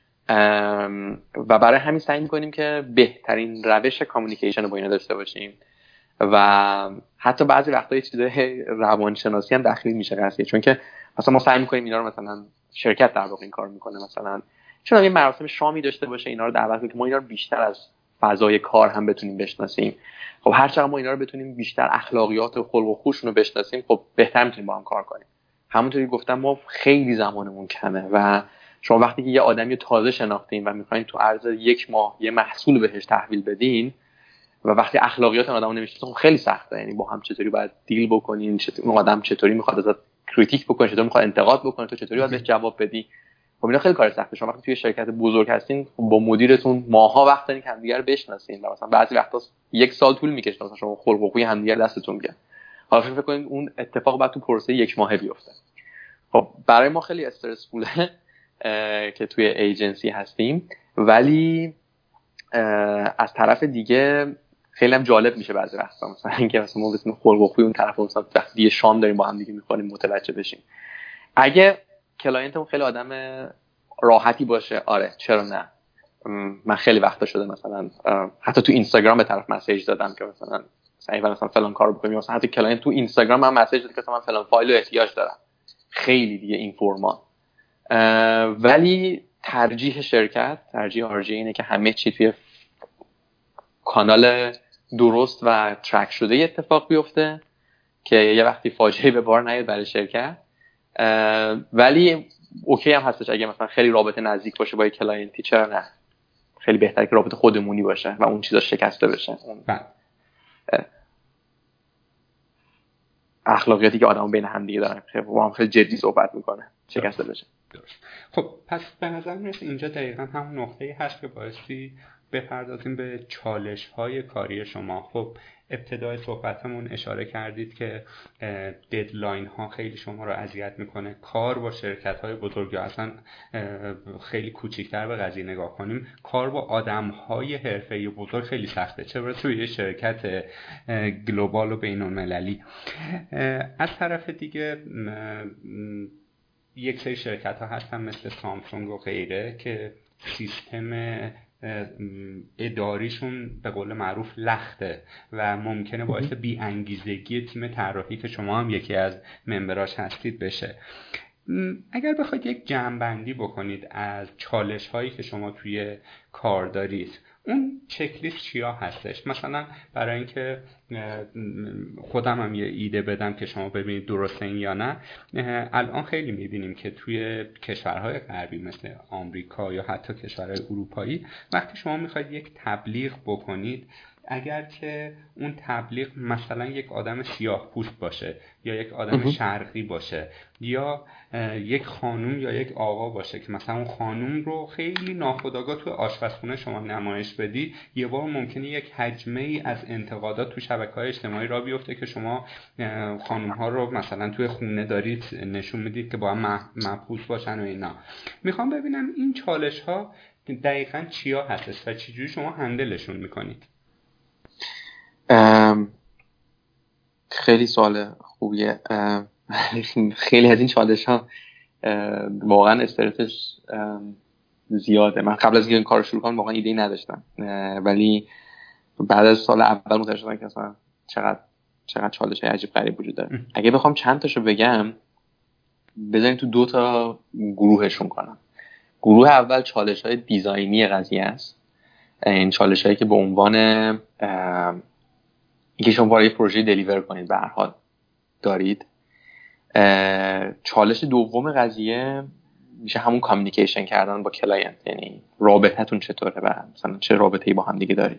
و برای همین سعی میکنیم که بهترین روش کامیونیکیشن رو با اینا داشته باشیم و حتی بعضی وقتا یه چیزای روانشناسی هم داخل میشه قضیه، چون که مثلا ما سعی میکنیم اینا رو مثلا شرکت در واقع این کار میکنه مثلا چون یه مراسم شامی داشته باشه اینا رو دعوت کنیم که ما اینا رو بیشتر از فضای کار هم بتونیم بشناسیم. خب هر چقدر ما اینا رو بتونیم بیشتر اخلاقیات و خلق و خوشون رو بشناسیم، خب بهتر میتونیم با هم کار کنیم. همونطوری گفتم ما خیلی زمانمون کمه و شما وقتی که یه آدمی تازه شناختین و میخواین تو عرض 1 ماه یه محصول بهش تحویل بدین و وقتی اخلاقیات اون آدمو نمیشناسین خیلی سخته، یعنی با هم چطوری باید دیل بکنین، اون آدم چطوری میخواد ازت کریتیک بکنه، چطور میخواد انتقاد بکنه، تو چطوری باید بهش جواب بدی. خب اینا خیلی کار سخته. شما وقتی توی شرکت بزرگ هستین با مدیرتون ماها وقت دارین که همدیگه رو بشناسین و مثلا بعضی وقتا 1 سال طول میکشه مثلا شما خلق و خوی همدیگه دستتون بیاد. حالا فکر کنید اون اتفاق بعد تو پروسه 1 ماهه بیفته. خب برای ما خیلی استرسفوله که توی ایجنسی هستیم، ولی از طرف دیگه خیلی هم جالب میشه بعضی وقتا مثلا اینکه مثلا ما بتونیم خلق و خوی اون طرف مثلا وقتی شام داریم با هم دیگه میخوریم متوجه بشیم. اگه کلاینتمون خیلی آدم راحتی باشه، آره چرا نه. من خیلی وقتا شده مثلا حتی تو اینستاگرام به طرف مسیج دادم که مثلا مثلا فلان کارو بکنیم، مثلا حتی کلاینت تو اینستاگرام من مسیج داد که مثلا من فلان فایل رو احتیاج دارم. خیلی دیگه این فرما. ولی ترجیح شرکت، ترجیح RGA اینه که همه چی توی کانال درست و ترک شده اتفاق بیفته که یه وقتی فاجعه به بار نیاد برای شرکت. ولی اوکی هم هستش اگه مثلا خیلی رابطه نزدیک باشه با یک کلاینتی، چرا نه؟ خیلی بهتره که رابطه خودمونی باشه و اون چیزا شکسته بشه. اون اخلاقیاتی که آدم بین هم دیگه دارن خیلی با هم خیلی جدی صحبت میکنه شکسته بشه. خب پس به نظر میرسه اینجا دقیقاً همون نقطه‌ای هست که بایستی بپردازیم به چالش‌های کاری شما. خب ابتدای صحبتمون اشاره کردید که ددلاین ها خیلی شما رو اذیت میکنه. کار با شرکت های بزرگ یا اصلا خیلی کوچیک‌تر به قضیه نگاه کنیم، کار با آدم های حرفه‌ای بزرگ خیلی سخته، چه برسه توی یه شرکت گلوبال و بین‌المللی. از طرف دیگه یک سری شرکت ها هستن مثل سامسونگ و غیره که سیستم اداریشون به قول معروف لخته و ممکنه باعث بی انگیزگی تیم طراحی که شما هم یکی از ممبراش هستید بشه. اگر بخواید یک جمع‌بندی بکنید از چالش هایی که شما توی کار دارید، اون چک لیست چیا هستش؟ مثلا برای اینکه خودم هم یه ایده بدم که شما ببینید درسته این یا نه، الان خیلی میبینیم که توی کشورهای غربی مثل آمریکا یا حتی کشورهای اروپایی وقتی شما میخواید یک تبلیغ بکنید، اگر که اون تبلیغ مثلا یک آدم سیاه پوست باشه یا یک آدم شرقی باشه یا یک خانوم یا یک آقا باشه که مثلا اون خانوم رو خیلی ناخودآگاه توی آشپزخونه شما نمایش بدی، یه بار ممکنه یک حجمه ای از انتقادات تو شبکه‌های اجتماعی را بیفته که شما خانوم ها رو مثلا توی خونه دارید نشون میدید که با هم مبهوت باشن و اینا. میخوام ببینم این چالش ها دقیقاً چیا هستش و چجوری شما هندلشون میکنید؟ خیلی سوال خوبیه. خیلی از این چالش ها واقعا استرسش زیاده. من قبل از اینکه این کار شروع کنم واقعا ایده‌ای نداشتم، ولی بعد از سال اول متوجه شدم که اصلا چقدر چالش های عجیب غریب وجود داره. اگه بخوام چند تاشو بگم، بذارین تو 2 تا گروهشون کنم. گروه اول چالش های دیزاینی قضیه است. این چالش هایی که به عنوان اینکه شما برای پروژه دلیور کنید به هر حال دارید. چالش دوم قضیه میشه همون کامیونیکیشن کردن با کلاینت، یعنی رابطتون چطوره و مثلا چه رابطه‌ای با هم دیگه دارید.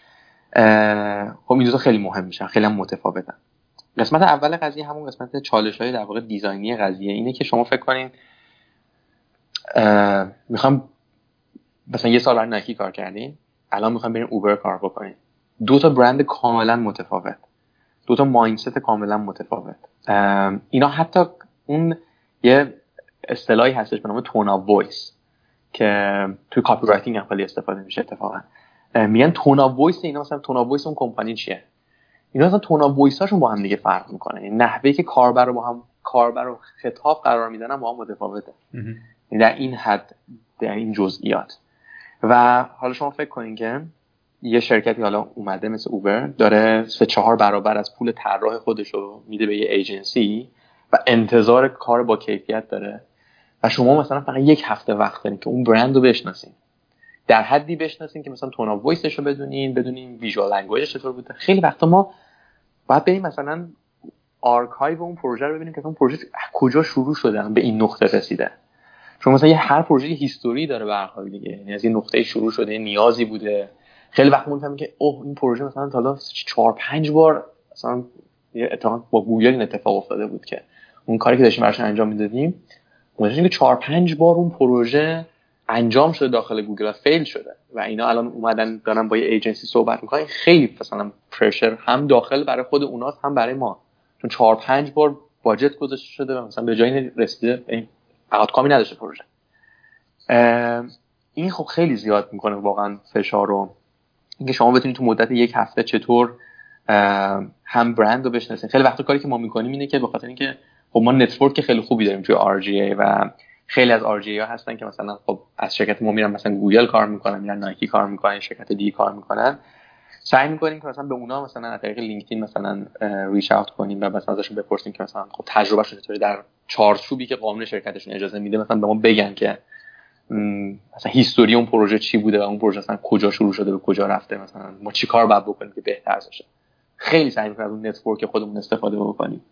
خب این دو تا خیلی مهم میشن، خیلی هم متفاوتن. قسمت اول قضیه همون قسمت چالش‌های در واقع دیزاینی قضیه اینه که شما فکر کنین میخوام مثلا یه سال برای نایکی کار کردین، الان میخوام برین اوبر کار بکنین. 2 تا برند کاملا متفاوت، 2 تا مایندست کاملا متفاوت. اینا حتی اون یه اصطلاحی هستش به نام تون آف وایس که توی کاپی رایتینگ هم خیلی استفاده میشه اتفاقا. میگن تون آف وایس اینا، مثلا تون آف وایس اون کمپانی چیه؟ اینا مثلا تون آف وایس هاشون با هم دیگه فرق میکنه، یعنی نحوهی که کاربر رو خطاب قرار میدن با هم متفاوته. در این حد، در این جزئیات. و حالا شما فکر کنین که یه شرکتی حالا اومده مثل اوبر داره 3-4 برابر از پول طراح خودش رو میده به یه ایجنسی و انتظار کار با کیفیت داره و شما مثلا فقط 1 هفته وقت دارین که اون برند رو بشناسین، در حدی بشناسین که مثلا تون آف وایسش رو بدونین ویژوال لنگویجش چطور بوده. خیلی وقتا ما باید بریم مثلا آرکایو اون پروژه رو ببینیم که اون پروژه کجا شروع شده به این نقطه رسیده. چون مثلا هر پروژه هیستوری داره به هر حال دیگه، یعنی از این نقطه شروع شده، نیازی بوده. خیلی وقت می‌فهمیم که اوه این پروژه مثلا تا حالا 4-5 بار مثلا یه اتفاق با گوگل این اتفاق افتاده بود که اون کاری که داشتیم براش انجام میدادیم مثلا که 4-5 بار اون پروژه انجام شده داخل گوگل و فیل شده و اینا الان اومدن دارن با یه ایجنسی صحبت می‌کنن. خیلی مثلا پرشر هم داخل برای خود اوناست هم برای ما، چون 4-5 بار باجت گذاشته شده و مثلا به جای رسیده این آوتکامی نداشته پروژه. این خب خیلی زیاد میکنه واقعا فشار رو، اینکه شما بتونید تو مدت 1 هفته چطور هم برند رو بشناسید. خیلی وقتا کاری که ما میکنیم اینه که به خاطر اینکه خب ما نتورک خیلی خوبی داریم توی RGA و خیلی از RGA ها هستن که مثلا خب از شرکت ما میرن مثلا گوگل کار میکنن، میرن نایکی کار میکنن، شرکت دیگه کار میکنن. سعی می‌کنیم که مثلا به اونا مثلا از طریق لینکدین مثلا ریچ اوت کنیم و مثلا ازشون بپرسیم که مثلا خب تجربهشون چطوری در چارچوبی که قانون شرکتشون اجازه میده مثلا به ما بگن که مثلا هیستوری اون پروژه چی بوده و اون پروژه مثلا کجا شروع شده به کجا رفته، مثلا ما چی کار باید بکنیم که بهتر بشه. خیلی سعی می‌کنیم از اون نتورک خودمون استفاده بکنیم.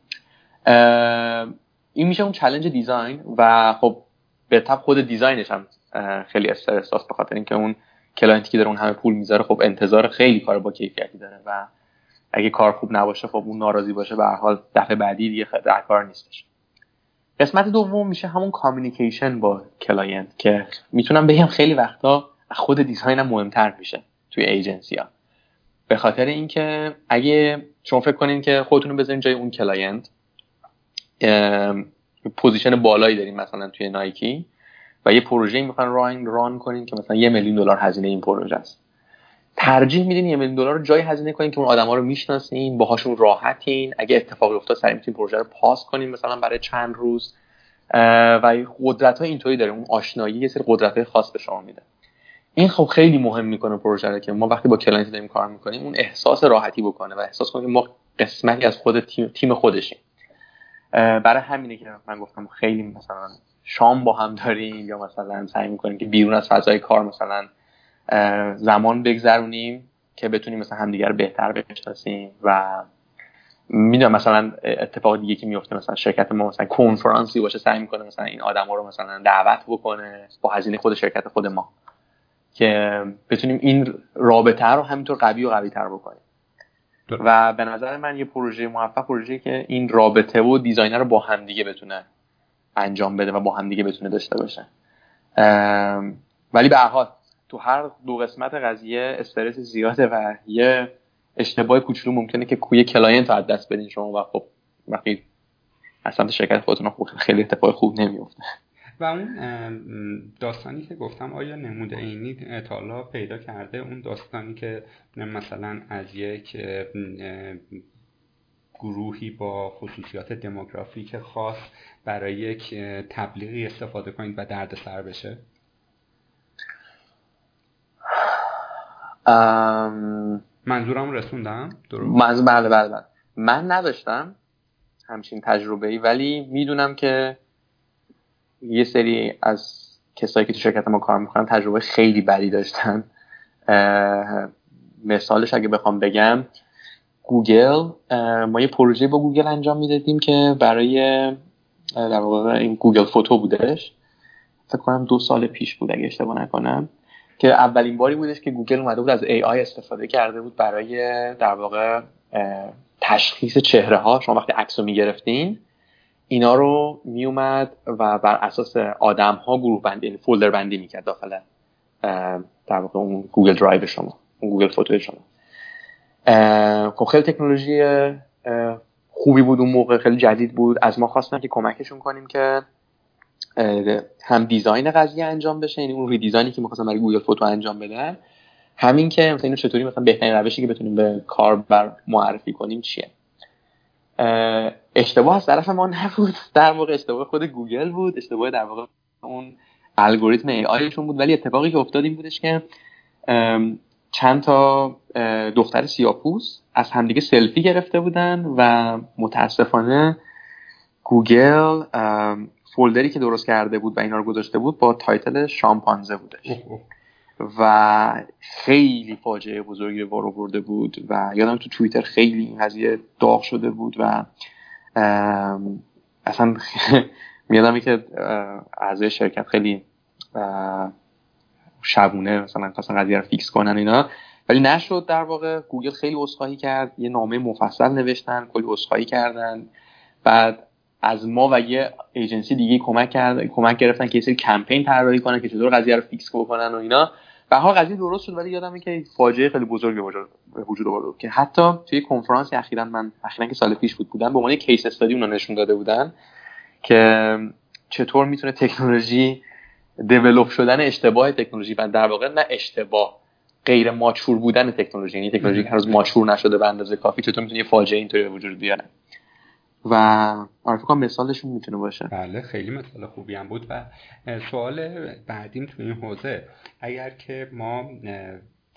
این میشه اون چالش دیزاین و خب به تبع خود دیزاینش هم خیلی استرس به خاطر اینکه اون کلاینتی که داره اون همه پول میذاره خب انتظار خیلی کار با کیفیتی داره و اگه کار خوب نباشه خب اون ناراضی باشه به هر حال دفعه بعدی دیگه در کار نیستش. قسمت دوم میشه همون کامیونیکیشن با کلاینت که میتونم بگم خیلی وقتا خود دیزاین هم مهمتر میشه توی ایجنسی‌ها، به خاطر اینکه اگه شما فکر کنین که خودتون رو بذارین جای اون کلاینت، پوزیشن بالایی دارین مثلا توی نایکی و یه پروژه‌ای میخوان ران کنین که مثلا $1 میلیون هزینه این پروژه است، ترجیح میدین $1 میلیون رو جای هزینه کنین که اون آدما رو میشناسین، باهاشون راحتین، اگه اتفاقی افتاد سریع میتونین پروژه رو پاس کنین مثلا برای چند روز و قدرت‌های اینطوری داره، اون آشنایی یه سری قدرت‌های خاص به شما میده. این خب خیلی مهم میکنه پروژه رو که ما وقتی با کلاینت داریم کار میکنیم اون احساس راحتی بکنه و احساس کنه که ما قسمتی از خود تیم خودشیم. برای همینه که من گفتم خیلی مثلا شام با هم داریم یا مثلا سعی میکنیم که بیرون از فضای کار مثلا زمان بگذرونیم که بتونیم مثلا همدیگه رو بهتر بشناسیم. و میدونم مثلا اتفاق دیگه که میفته مثلا شرکت ما مثلا کنفرانسی باشه سعی میکنه مثلا این آدما رو مثلا دعوت بکنه با هزینه خود شرکت خود ما که بتونیم این رابطه رو همینطور قوی و قوی تر بکنیم. و به نظر من یه پروژه موفق پروژه‌ای که این رابطه و دیزاینر رو با هم دیگه بتونه انجام بده و با هم دیگه بتونه داشته باشه. ولی به هر حال تو هر دو قسمت قضیه استرس زیاده و یه اشتباه کوچولو ممکنه که کوی کلاینت رو از دست بدین شما و خب وقتی اصلا شرکت خودتون خب خیلی اتفاق خوب نمیفته. و اون داستانی که گفتم آیا نمود عینی تا حالا پیدا کرده؟ اون داستانی که مثلا از یک گروهی با خصوصیات دموگرافیک خاص برای یک تبلیغی استفاده کنید و دردسر بشه؟ منظورم رسوندم درست؟ بله. من نداشتم همچین تجربه‌ای، ولی میدونم که یه سری از کسایی که تو شرکت ما کار میکنن تجربه خیلی بدی داشتن. مثالش اگه بخوام بگم گوگل، ما یه پروژه با گوگل انجام میدادیم که برای در واقع این گوگل فوتو بودش، فکر کنم 2 سال پیش بود اگه اشتباه نکنم، که اولین باری بودش که گوگل اومده بود از AI استفاده کرده بود برای در واقع تشخیص چهره ها. شما وقتی عکس رو میگرفتین اینا رو میومد و بر اساس آدم ها گروه بندی، یعنی فولدر بندی میکرد داخل در واقع اون گوگل درایو شما، اون گوگل فوتو شما. خب خیلی تکنولوژی خوبی بود اون موقع، خیلی جدید بود. از ما خواستن که کمکشون کنیم که هم دیزاین قضیه انجام بشه، یعنی اون ریدیزاینی که می‌خواستن برای گوگل فوتو انجام بدن، همین که مثلا اینو چطوری مثلا بهترین روشی که بتونیم به کاربر معرفی کنیم چیه. اشتباه از طرف ما نبود، در واقع اشتباه خود گوگل بود، اشتباه در واقع اون الگوریتم ای آیشون بود. ولی اتفاقی که افتاد این بودش که چند تا دختر سیاه‌پوست از همدیگه سلفی گرفته بودن و متاسفانه گوگل فولدری که درست کرده بود و اینا رو گذاشته بود با تایتل شامپانزه بودش و خیلی فاجعه بزرگی رو آورده بود و یادم تو توییتر خیلی این قضیه داغ شده بود و اصلا میادم که اعضای شرکت خیلی شبونه مثلا خواستن قضیه رو فیکس کنن اینا، ولی نشد. در واقع گوگل خیلی عذرخواهی کرد، یه نامه مفصل نوشتن، کلی عذرخواهی کردن. بعد از ما و یه ایجنسی دیگه کمک گرفتن که یه سری کمپین طراحی کنن که چطور قضیه رو فیکس بکنن و اینا. به هر حال قضیه درست شد، ولی یادمه که فاجعه خیلی بزرگی به وجود آورد که حتی توی کنفرانس اخیراً که سال پیش بودم به عنوان کیس استادی اون نشون داده بودن که چطور میتونه تکنولوژی دیولپ شدن اشتباه تکنولوژی و در واقع نه اشتباه، غیر ماچور بودن تکنولوژی، یعنی تکنولوژی که هنوز ماچور نشده به اندازه کافی چطور میتونه یه فاجعه اینطوری به وجود بیاره. و فکر کنم مثالشون میتونه باشه. بله خیلی مثال خوبی هم بود. و سوال بعدیم تو این حوزه، اگر که ما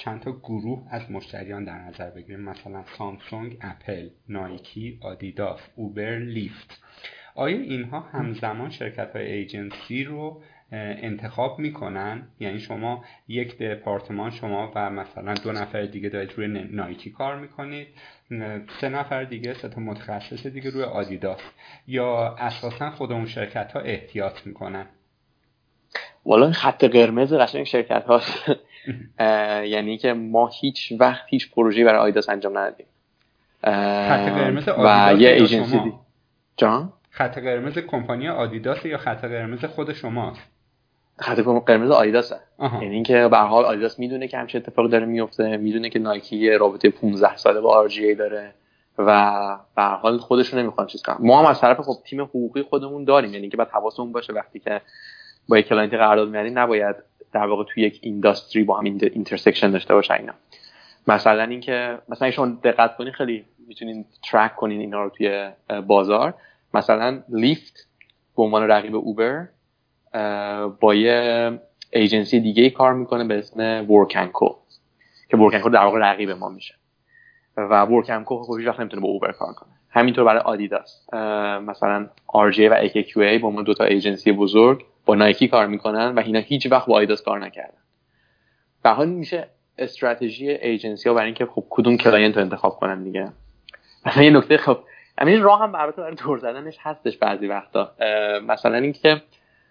چند تا گروه از مشتریان در نظر بگیریم، مثلا سامسونگ، اپل، نایکی، آدیداس، اوبر، لیفت. آیا اینها همزمان شرکت‌های ایجنسی رو انتخاب میکنن؟ یعنی شما یک دپارتمان، شما و مثلا 2 نفر دیگه دارید روی نایکی کار میکنید، 3 نفر دیگه، 3 تا متخصص دیگه روی آدیداس، یا اساسا خود اون شرکت ها احتیاط میکنن؟ والا خط قرمز قشنگ شرکت ها یعنی که ما هیچ وقت هیچ پروژه‌ای برای آدیداس انجام ندادیم. خط قرمز و یه ایجنسی جان خط قرمز کمپانی آدیداس یا خط قرمز خود شماست؟ خط قرمز آدیداسه. یعنی اینکه به هر حال آدیداس میدونه که همچین اتفاقی داره میفته، میدونه که نایکی رابطه 15 ساله با RGA داره و به هر حال خودشون نمیخوان چیز کنن. ما هم از طرف خب تیم حقوقی خودمون داریم، یعنی که باید حواسمون باشه وقتی که با یک کلاینت قرارداد می‌بندیم نباید در واقع توی یک اینداستری با هم اینترسکشن داشته باشه اینا. مثلا اینکه مثلا شما دقت کنین خیلی میتونین ترک کنین اینا رو توی بازار. مثلا لیفت به عنوان رقیب اوبر با یه ایجنسی دیگه کار میکنه به اسم ورکنکو که ورکنکو در واقع رقیب ما میشه و ورکنکو خب هیچ وقت نمیتونه با اوبر کار کنه. همینطور برای آدیداس مثلا RJ و AKQA با اون 2 تا ایجنسی بزرگ با نایکی کار میکنن و اینا هیچ وقت با آدیداس کار نکردن. به حال میشه استراتژی ایجنسی ها برای اینکه خب کدوم کلاینت رو انتخاب کنن دیگه. مثلا یه نکته خب همین راه هم البته برای دور زدنش هستش بعضی وقتا. مثلا اینکه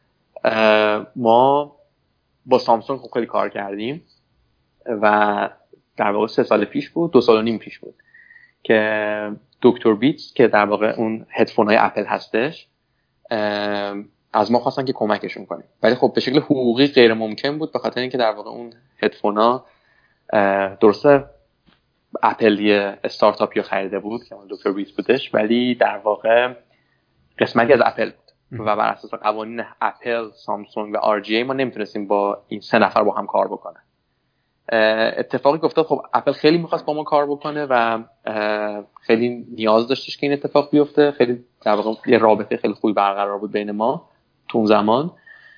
ما با سامسونگ خیلی کار کردیم و در واقع 3 سال پیش بود، 2 سال و نیم پیش بود که دکتر بیتس که در واقع اون هدفون های اپل هستش از ما خواستن که کمکشون کنیم، ولی خب به شکل حقوقی غیر ممکن بود به خاطر اینکه در واقع اون هدفون ها درسته اپل یه استارتاپی رو خریده بود که اون دکتر بیتس بودش، ولی در واقع قسمتی از اپل بود و بر اساس قوانین اپل، سامسونگ و RGA ما نمیتونستیم با این 3 نفر با هم کار بکنه. اتفاقی که افتاد خب اپل خیلی میخواست با ما کار بکنه و خیلی نیاز داشتش که این اتفاق بیفته. خیلی در واقع یه رابطه خیلی خوبی برقرار بود بین ما تو اون زمان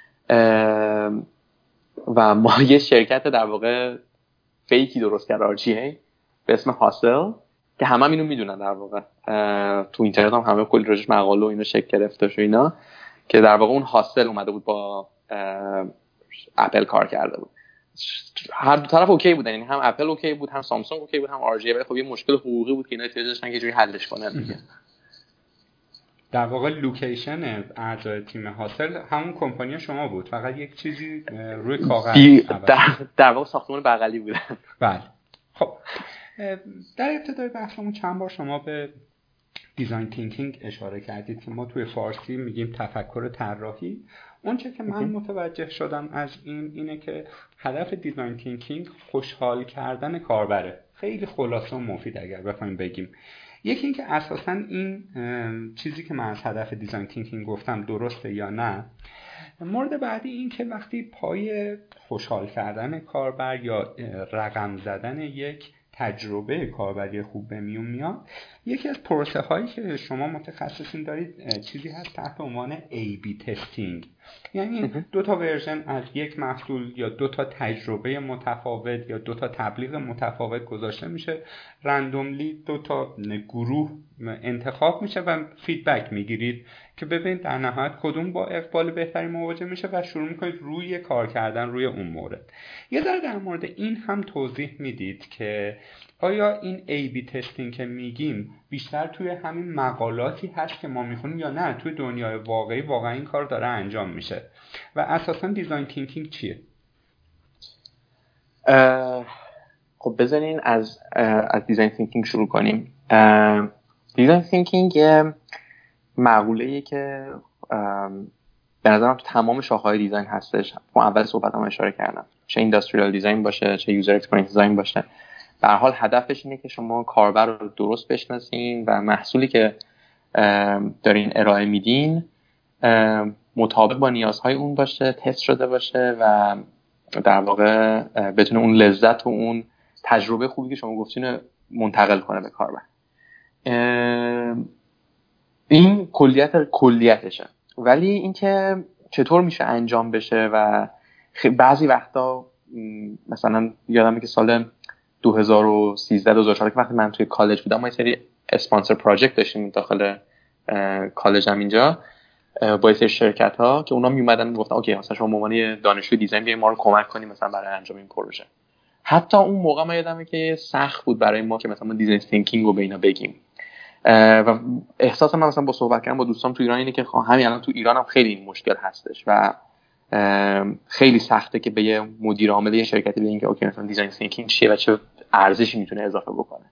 و ما یه شرکت در واقع فیکی درست کرد RGA به اسم هاسل که همه اینو میدونن. در واقع تو اینترنت هم همه کلی راجعش مقاله و اینو شکل گرفته و اینا که در واقع اون هاسل اومده بود با اپل کار کرده بود. هر دو طرف اوکی بودن، یعنی هم اپل اوکی بود، هم سامسونگ اوکی بود، هم RGA، ولی خب یه مشکل حقوقی بود که اینا احتیاج داشتن که جوری حلش کنن دیگه. در واقع لوکیشن اعضای تیم حاصل همون کمپانی شما بود، فقط یک چیزی روی کاغذ در واقع ساختمان بغلی بودن. بله. خب در ابتدای بحثمون چند بار شما به دیزاین تینکینگ اشاره کردید که ما توی فارسی میگیم تفکر طراحی. اونچه که من متوجه شدم از اینه که هدف دیزاین تینکینگ خوشحال کردن کاربره. خیلی خلاصه و مفید اگر بخوایم بگیم. یکی این که اساساً این چیزی که من از هدف دیزاین تینکینگ گفتم درسته یا نه. مورد بعدی این که وقتی پای خوشحال کردن کاربر یا رقم زدن یک تجربه کاربری خوب به میون میاد، یکی از پروسه هایی که شما متخصصین دارید چیزی هست تحت عنوان A/B تستینگ. یعنی 2 تا ورژن از یک محصول یا 2 تا تجربه متفاوت یا 2 تا تبلیغ متفاوت گذاشته میشه، رندوملی 2 تا گروه انتخاب میشه و فیدبک میگیرید که ببینید در نهایت کدوم با اقبال بهتری مواجه میشه و شروع میکنید روی کار کردن روی اون مورد. یه ذره در مورد این هم توضیح میدید که آیا این A/B تستینگ که میگیم بیشتر توی همین مقالاتی هست که ما میخونیم یا نه توی دنیای واقعی واقعا این کار داره انجام میشه و اساسا دیزاین تینکینگ چیه؟ خب بذارین از دیزاین تینکینگ شروع کنیم. دیزاین تینکینگ یه مقوله‌ایه که به نظرم تو تمام شاخه‌های دیزاین هستش. من اول صحبتام اشاره کردم، چه اینداستریال دیزاین باشه چه یوزر اکسپریانس دیزاین باشه، به هر حال هدفش اینه که شما کاربر رو درست بشناسین و محصولی که دارین ارائه میدین مطابق با نیازهای اون باشه، تست شده باشه و در واقع بتونه اون لذت و اون تجربه خوبی که شما گفتین منتقل کنه به کاربر. این کلیتشه. ولی اینکه چطور میشه انجام بشه و بعضی وقتا مثلا یادمه که سال 2013 2014 وقتی من توی کالج بودم ما یه سری اسپانسر پراجکت داشتیم داخل کالجم اینجا با یه سری شرکت ها که اونا میومدن میگفتن اوکی مثلا شما به عنوان دانشجوی دیزاین بیاین ما رو کمک کنیم مثلا برای انجام این پروژه. حتی اون موقع من یادمه که سخت بود برای ما که مثلا ما دیزاین تینکینگ رو به اینا بگیم و احساس من مثلا با صحبت کردن با دوستام تو ایران اینه که همین الان تو ایران هم خیلی این مشکل هستش و خیلی سخته که به یه مدیر عامل یه شرکتی بگین که اوکی مثلا دیزاین تینکینگ چیه و چه ارزشی میتونه اضافه بکنه.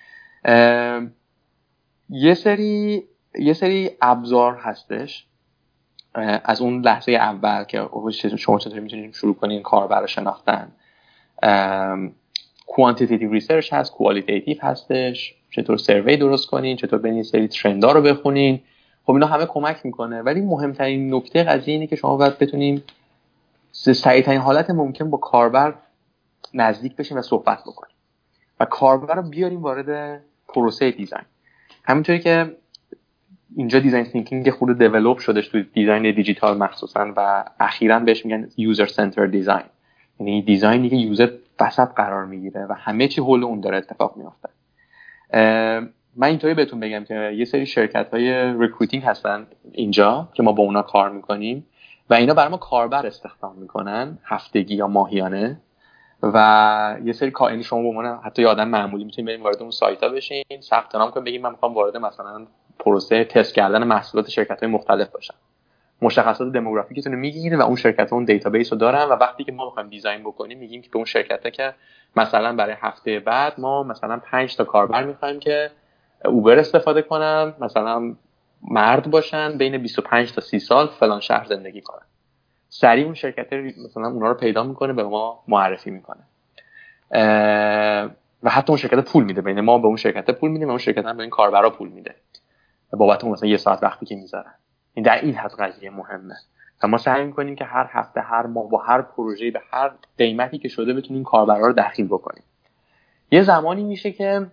یه سری ابزار هستش از اون لحظه اول که شما چطوری میتونید شروع کنین کاربر رو شناختن. کوانتیتیتیو ریسرچ هست، کوالیتیتیو هستش، چطور سروی درست کنین، چطور برین سری ترندا رو بخونین. خب اینا همه کمک میکنه ولی مهمترین نکته قضیه اینه که شما باید بتونین سریع‌ترین حالت ممکن با کاربر نزدیک بشین و صحبت بکنین و کاربر رو بیارین وارد پروسه دیزاین. همینطوری که اینجا دیزاین تینکینگ خود دیولپ شدش تو دیزاین دیجیتال مخصوصا و اخیراً بهش میگن یوزر سنتر دیزاین، یعنی دیزاینی که یوزر وسط قرار میگیره و همه چی حول اون داره اتفاق میفته. من اینطوری بهتون بگم که یه سری شرکت‌های ریکروتینگ هستن اینجا که ما با اونا کار میکنیم و اینا برای ما کاربر استخدام میکنن هفتگی یا ماهیانه و یه سری یعنی شما به عنوان حتی آدم معمولی میتونید برید وارد اون سایت‌ها بشین، ثبت نام کنید، بگید من میخوام وارد مثلا پروسه تست کردن محصولات شرکت‌های مختلف باشم. مشخصات دموگرافیکتون رو میگیرید و اون شرکت‌ها اون دیتابیس رو دارن و وقتی که ما می‌خوایم دیزاین بکنیم میگیم که به اون شرکته که مثلا برای هفته بعد ما مثلا 5 تا کاربر می‌خوایم که اوبر استفاده کنن، مثلا مرد باشن، بین 25 تا 30 سال فلان شهر زندگی کنن. سریع اون شرکت مثلا اونا رو پیدا میکنه به ما معرفی میکنه و حتی اون شرکت پول میده، بین ما به اون شرکت پول میدیم و اون شرکت هم به این کاربرا پول میده بابت اون مثلا 1 ساعت وقتی که میذارن. این در این حد قضیه مهمه و ما سعی میکنیم که هر هفته هر ماه با هر پروژه‌ای به هر قیمتی که شده بتونیم کاربرا رو دخیل بکنیم. یه زمانی میشه که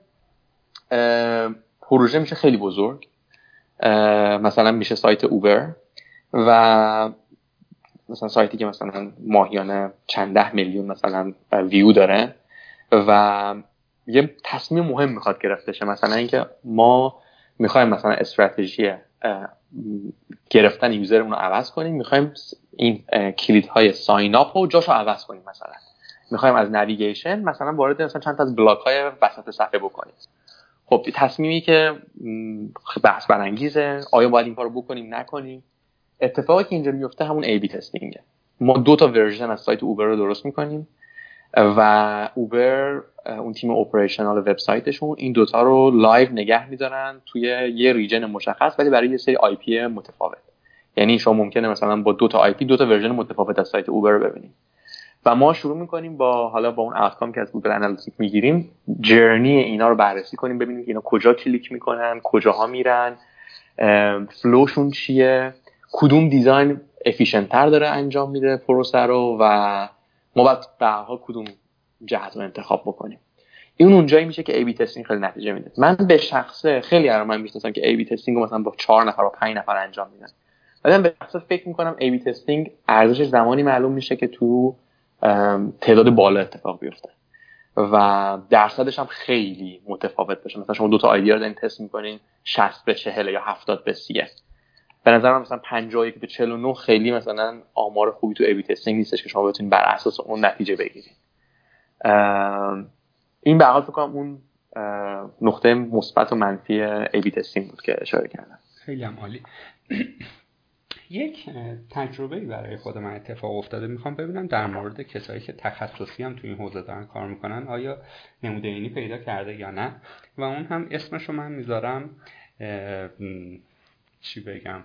پروژه میشه خیلی بزرگ، مثلا میشه سایت اوبر و مثلا سایتی که مثلا ماهیانه چند 10 میلیون مثلا ویو داره و یه تصمیم مهم میخواد گرفته شه، مثلا اینکه ما میخوایم مثلا استراتژی گرفتن یوزرمون رو عوض کنیم، میخوایم این کلیدهای ساین اپ رو جاشو عوض کنیم، مثلا میخوایم از نویگیشن مثلا وارد مثلا چند تا از بلاک های وسط صفحه بکنیم. خب تصمیمی که بحث برانگیزه، آیا باید این کارو بکنیم نکنیم. اتفاقی که اینجا میفته همون ای بی تستینگه. ما 2 تا ورژن از سایت اوبر رو درست میکنیم و اوبر اون تیم اپریشنال وبسایتشون این 2 تا رو لایو نگه میدارن توی یه ریجن مشخص ولی برای یه سری آی پی متفاوت. یعنی شما ممکنه مثلا با 2 تا آی پی 2 تا ورژن متفاوت از سایت اوبر رو ببینید و ما شروع میکنیم با اون آوتکام که از گوگل آنالیتیک میگیریم جرنی اینا رو بررسی کنیم، ببینیم که اینا کجا کلیک میکنن، کجاها میرن، فلوشون چیه، کدوم دیزاین افیشنت تر داره انجام میده پروسه رو و ما باید بعدها کدوم جهت رو انتخاب بکنیم. این اونجایی میشه که ای بی تستینگ خیلی نتیجه میده. من به شخصه خیلی من میشناسم که ای بی تستینگ رو مثلا با 4 نفر و 5 نفر انجام میدن، ولی من به شخصه فکر میکنم ای بی تستینگ ارزشش زمانی معلوم میشه که تو تعداد بالا اتفاق بیفته و درصدش هم خیلی متفاوت باشه. مثلا شما 2 تا آیدیا رو دارین تست میکنین 60 به 40 یا 70 به 30. به نظر من مثلا 51 به 49 خیلی مثلا آمار خوبی تو ای بی تستینگ نیستش که شما بتونید بر اساس اون نتیجه بگیرید. این به هر حال فکر کنم اون نقطه مثبت و منفی ای بی تستینگ بود که اشاره کردم. خیلی هم عالی. یک تجربه‌ای برای خود من اتفاق افتاده، میخوام ببینم در مورد کسایی که تخصصی هم تو این حوزه دارن کار میکنن آیا نمونه اینی پیدا کرده یا نه، و اون هم اسمشو من میذارم چی بگم،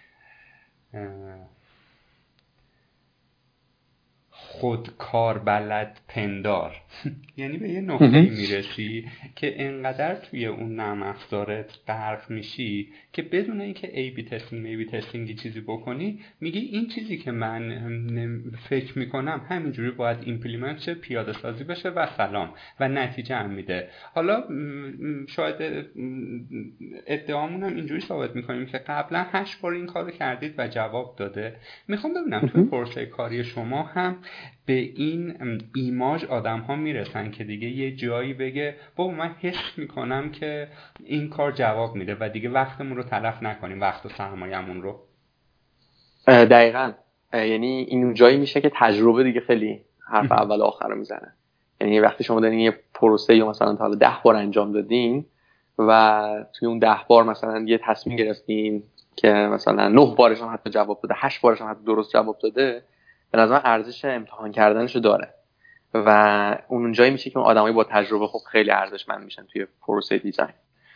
خودکار بلد پندار. یعنی به یه نقطه‌ای میرسی که انقدر توی اون نرم افزارت غرق میشی که بدون اینکه ای بی تستینگی چیزی بکنی میگی این چیزی که من فکر میکنم همینجوری باید ایمپلیمنت شه، پیاده سازی بشه و سلام، و نتیجه هم میده. حالا شاید ادعامون هم اینجوری ثابت میکنیم که قبلا 8 بار این کارو کردید و جواب داده. میخوام ببینم توی پروسه کاری شما هم به این ایماژ آدم ها میرسن که دیگه یه جایی بگه بابا من حس میکنم که این کار جواب میده و دیگه وقتمون رو تلف نکنیم، وقت و سرمایه‌مون رو. دقیقاً. یعنی این جایی میشه که تجربه دیگه خیلی حرف اول و آخر رو میزنه. یعنی وقتی شما دارین یه پروسه یا مثلا تا حالا 10 بار انجام دادین و توی اون 10 بار مثلا یه تصمیم گرفتین که مثلا 9 بارش هم حتی جواب داده، 8 بارش هم حتی درست جواب داده، به نظر من ارزش امتحان کردنشو داره و اون جایی میشه که اون آدمای با تجربه خب خیلی ارزشمند میشن توی پروسه دیزاین.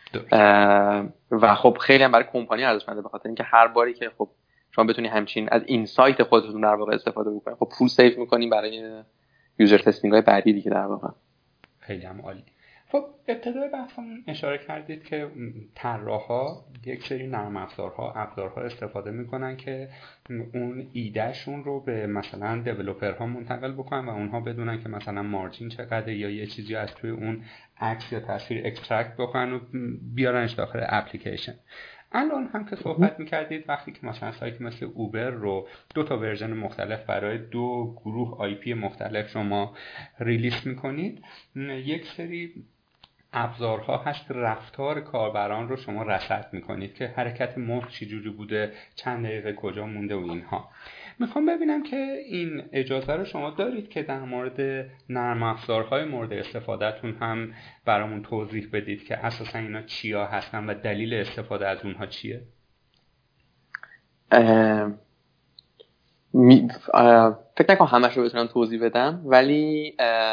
و خب خیلی هم برای کمپانی ارزشمنده، به خاطر اینکه هر باری که خب شما بتونی همچین از اینسایت خودتون در واقع استفاده بکنید، خب پول سیو میکنین برای یوزر تستینگ های بعدی دیگه در واقع. خیلی هم عالی. خب ابتدای بحثمون اشاره کردید که طراحا یک سری نرم افزارها، ابزارها استفاده میکنن که اون ایدهشون رو به مثلا دیولپرها منتقل بکنن و اونها بدونن که مثلا مارجین چقدره یا یه چیزی از توی اون عکس یا تصویر اکسترکت بکنن و بیارنش داخل اپلیکیشن. الان هم که صحبت میکردید وقتی که مثلا سایت مثل اوبر رو 2 تا ورژن مختلف برای 2 گروه آی پی مختلف شما ریلیس میکنید، یک سری ابزارها هست رفتار کاربران رو شما رصد میکنید که حرکت مخ چجوری بوده، چند دقیقه کجا مونده و اینها. میخوام ببینم که این اجازه رو شما دارید که در مورد نرم افزارهای مورد استفادهتون هم برامون توضیح بدید که اساسا اینا چیا هستن و دلیل استفاده از اونها چیه؟ فکر نکنم همش رو بتونم توضیح بدم، ولی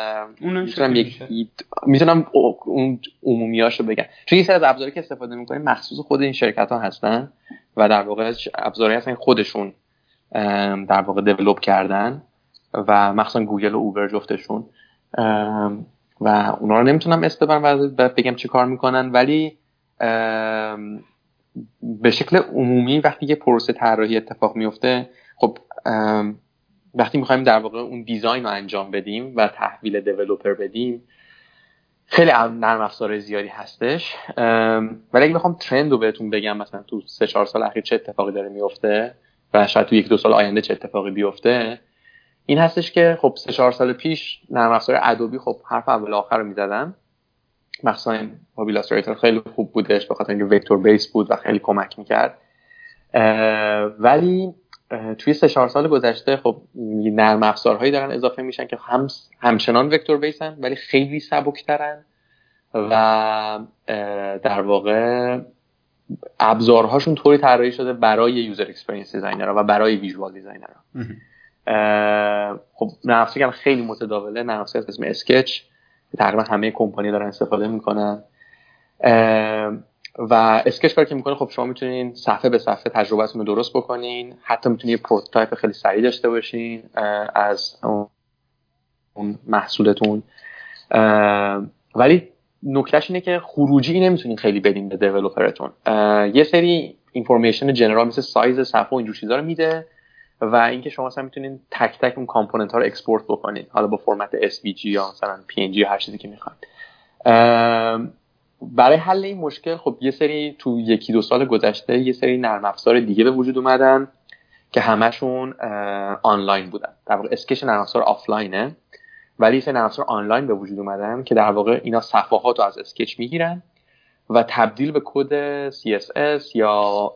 میتونم اون عمومیاشو بگم. چون یه سری از ابزاری که استفاده میکنیم مخصوص خود این شرکت ها هستن و در واقع ابزاری هستن خودشون در واقع دیولپ کردن و مخصوصا گوگل و اوبر جفتشون، و اونا رو نمیتونم اسم ببرم و بگم چه کار میکنن، ولی به شکل عمومی وقتی یه پروسه طراحی اتفاق میفته، خب وقتی میخوایم در واقع اون دیزاین رو انجام بدیم و تحویل دیولپر بدیم، خیلی نرم افزار زیادی هستش. ولی اگه بخوام ترند رو بهتون بگم مثلا تو 3-4 سال اخیر چه اتفاقی داره میفته و شاید تو 1-2 سال آینده چه اتفاقی بیفته، این هستش که خب 3-4 سال پیش نرم افزار ادوبی خب حرف اول و آخر رو میزدن، مثلا ایلاستریتور خیلی خوب بودش به خاطر اینکه وکتور بیس بود و خیلی کمک میکرد. ولی توی 3-4 سال گذشته خب نرم افزارهایی دارن اضافه میشن که همچنان وکتور بیسن ولی خیلی سبکترن و در واقع ابزارهاشون طوری طراحی شده برای یوزر اکسپریانس دیزاینرها و برای ویژوال دیزاینرها. خب نرم افزاری که خیلی متداوله، نرم افزاری اسم اسکچ تقریبا همه کمپانی دارن استفاده میکنن و اسکچ کاری که میکنه خب شما میتونین صفحه به صفحه تجربهتون رو درست بکنین، حتی میتونین یه پروتوتایپ خیلی سریع داشته باشین از اون محصولتون، ولی نکتهش اینه که خروجی نمیتونین خیلی بدین به دیولپرتون. یه سری اینفورمیشن جنرال مثل سایز صفحه و اینجور چیزا رو میده و اینکه شما مثلا میتونین تک تک اون کامپوننت ها رو اکسپورت بکنین، حالا با فرمت SVG یا مثلا PNG یا هر چیزی که میخواین. برای حل این مشکل خب یه سری تو 1-2 سال گذشته یه سری نرم افزار دیگه به وجود اومدن که همشون آنلاین بودن. در واقع اسکچ نرم افزار آفلاینه ولی یه سری نرم افزار آنلاین به وجود اومدن که در واقع اینا صفحات رو از اسکچ میگیرن و تبدیل به کد CSS یا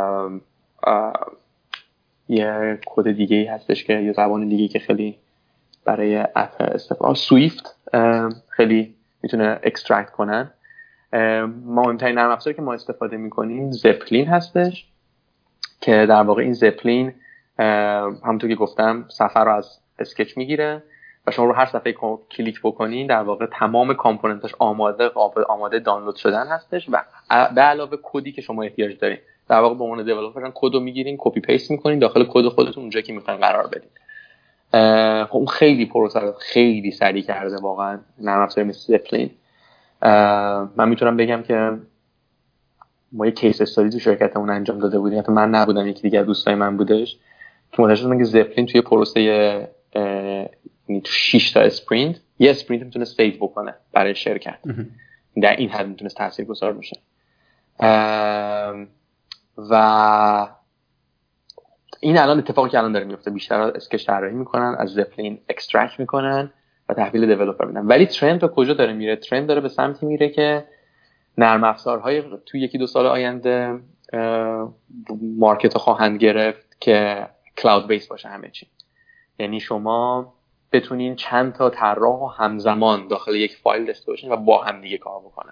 یه کد دیگه‌ای هستش که یه زبان دیگه‌ای که خیلی برای اپ استفاده سویفت خیلی میتونه اکسترکت کنن. مهمترین نرم افزاری که ما استفاده میکنیم زپلین هستش که در واقع این زپلین همونطور که گفتم صفحه رو از اسکچ میگیره و شما رو هر صفحه کلیک بکنین در واقع تمام کامپوننتاش آماده دانلود شدن هستش و به علاوه کدی که شما احتیاج دارین. در واقع به عنوان دیولپر کد رو میگیرین، کپی پیست میکنین داخل کد خودتون اونجا که میخواین قرار بدین. اون خیلی پروسه خیلی سریع کرده واقعا نرم افزاری مثل زپلین. من میتونم بگم که ما یه کیس استادی تو شرکتمون انجام داده بودیم، حتی من نبودم یکی دیگه از دوستای من بودش، که متوجه شدم که زپلین توی پروسه تو 6 تا اسپرینت یه اسپرینت میتونه سیو بکنه برای شرکت. در این حد میتونه تاثیرگذار باشه و این الان اتفاقی که الان داره میفته، بیشتر اسکچ طراحی میکنن، از زپلین اکسترکت میکنن و تحویل دیولپر میدن. ولی ترند به کجا داره میره؟ ترند داره به سمتی میره که نرم افزارهای تو یکی دو سال آینده مارکت رو خواهند گرفت که کلاود بیس باشه همه چی. یعنی شما بتونین چند تا طراح و همزمان داخل یک فایل داشته باشین و با هم دیگه کار بکنن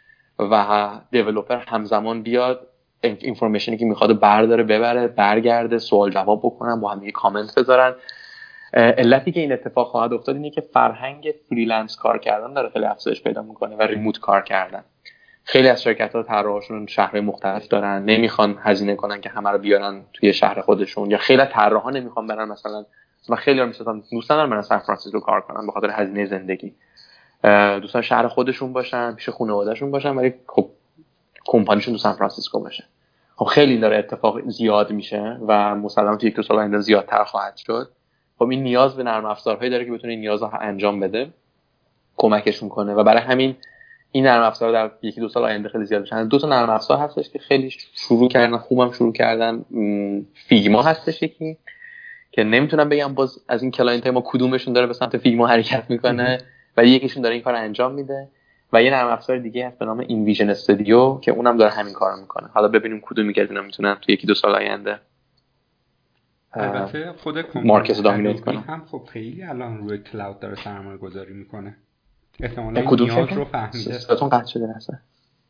و دیولپر همزمان بیاد اینفورمیشنی که میخواد برداره ببره، برگرده، سوال جواب بکنن، با هم دیگه کامنت بذارن. علتی که این اتفاق خواهد افتاد اینه که فرهنگ فریلنس کار کردن داره خیلی افزایش پیدا میکنه و ریموت کار کردن. خیلی از شرکت‌ها طراحاشون شهرهای مختلف دارن، نمیخوان هزینه کنن که همه رو بیارن توی شهر خودشون، یا خیلی طراحا نمیخوان برن مثلا و خیلی‌ها می‌سازن دوست ندارن برن سان فرانسیسکو کار کنن به خاطر هزینه زندگی، دوستان شهر خودشون باشن، پیش خانواده‌شون باشن، ولی خب کمپانیشون تو سان فرانسیسکو باشه. خب خیلی داره اتفاق زیاد میشه و مسلماً تو یک دو سال آینده زیادتر خواهد شد. خب این نیاز به نرم افزارهایی داره که بتونه این نیازها انجام بده، کمکشون کنه و برای همین این نرم افزار در یکی دو سال آینده خیلی زیاد میشن. دو تا نرم افزار هستش که خیلی شروع کردن، خوبم شروع کردن. فیگما هستش یکی که نمیتونم بگم باز از این کلاینت ما کدومشون داره به سمت فیگما حرکت میکنه، ولی یکیشون داره این کارو انجام میده و یه نرم افزار دیگه هست به نام اینویژن استودیو که اونم داره همین کارو میکنه. حالا ببینیم کدومی که اینا میتونن تو یکی دو سال آینده البته خود مارکت دامینیت کنه. هم خب خیلی الان روی کلاود داره سرمایه گذاری میکنه. احتمالاً این نیاز رو فهمیده. صداتون قطع شده هست.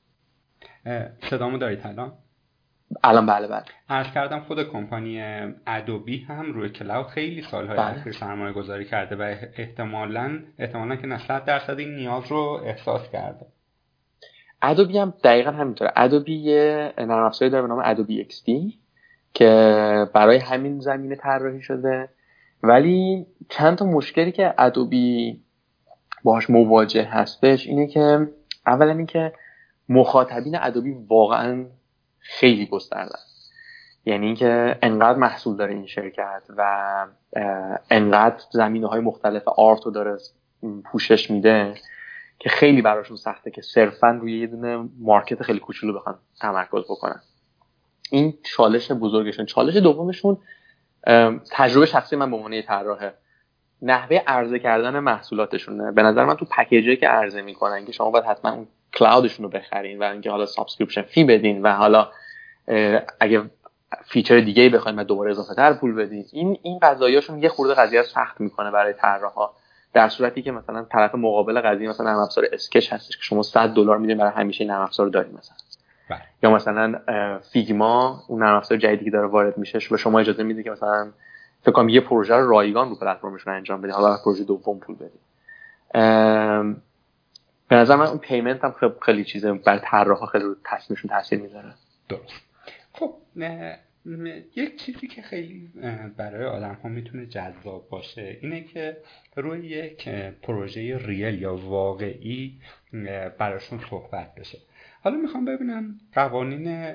صدامو دارید الان؟ الان بله. عرض کردم خود کمپانی ادوبی هم روی کلاود خیلی سالهای اخیر سرمایه گذاری کرده و احتمالاً که 100% این نیاز رو احساس کرده. ادوبی هم دقیقاً همینطوره. ادوبی یه نرم افزاری داره به نام ادوبی ایکس دی که برای همین زمینه طراحی شده، ولی چند تا مشکلی که ادوبی باهاش مواجه هستش اینه که اولا اینکه مخاطبین ادوبی واقعاً خیلی گسترده، یعنی اینکه انقدر محصول داره این شرکت و انقدر زمینه‌های مختلف آرتو داره پوشش میده که خیلی براشون سخته که صرفاً روی یه دونه مارکت خیلی کوچولو بخوان تمرکز بکنن. این چالش بزرگشون. چالش دومشون تجربه شخصی من به عنوان یه طراح، نحوه عرضه کردن محصولاتشونه. به نظر من تو پکیجی که عرضه میکنن که شما باید حتما اون کلاودشون رو بخرین و اینکه حالا سابسکریپشن فی بدین و حالا اگه فیچر دیگه‌ای بخواید دوباره اضافه تر پول بدین، این قضایاشون یه خورده قضیه سخت میکنه برای طراحا، در صورتی که مثلا طرف مقابل قضیه مثلا نرم افزار اسکچ هستش که شما $100 میدین برای همیشه نرم افزار رو دارین مثلا. یا مثلا فیگما اون نرم افزار جدیدی که داره وارد میشه به شما اجازه میده که مثلا فکر کنم یه پروژه رو رایگان رو پلتفرمشون انجام بدید، حالا پروژه دوم پول بدید. به نظر من اون پیمنت هم خیلی چیزه برای طراحا خیلی رو تصمیمشون تاثیر میذاره. درست. خب یک چیزی که خیلی برای آدم‌ها میتونه جذاب باشه اینه که روی یک پروژه ریل یا واقعی براشون صحبت بشه. حالا میخوام ببینم قوانین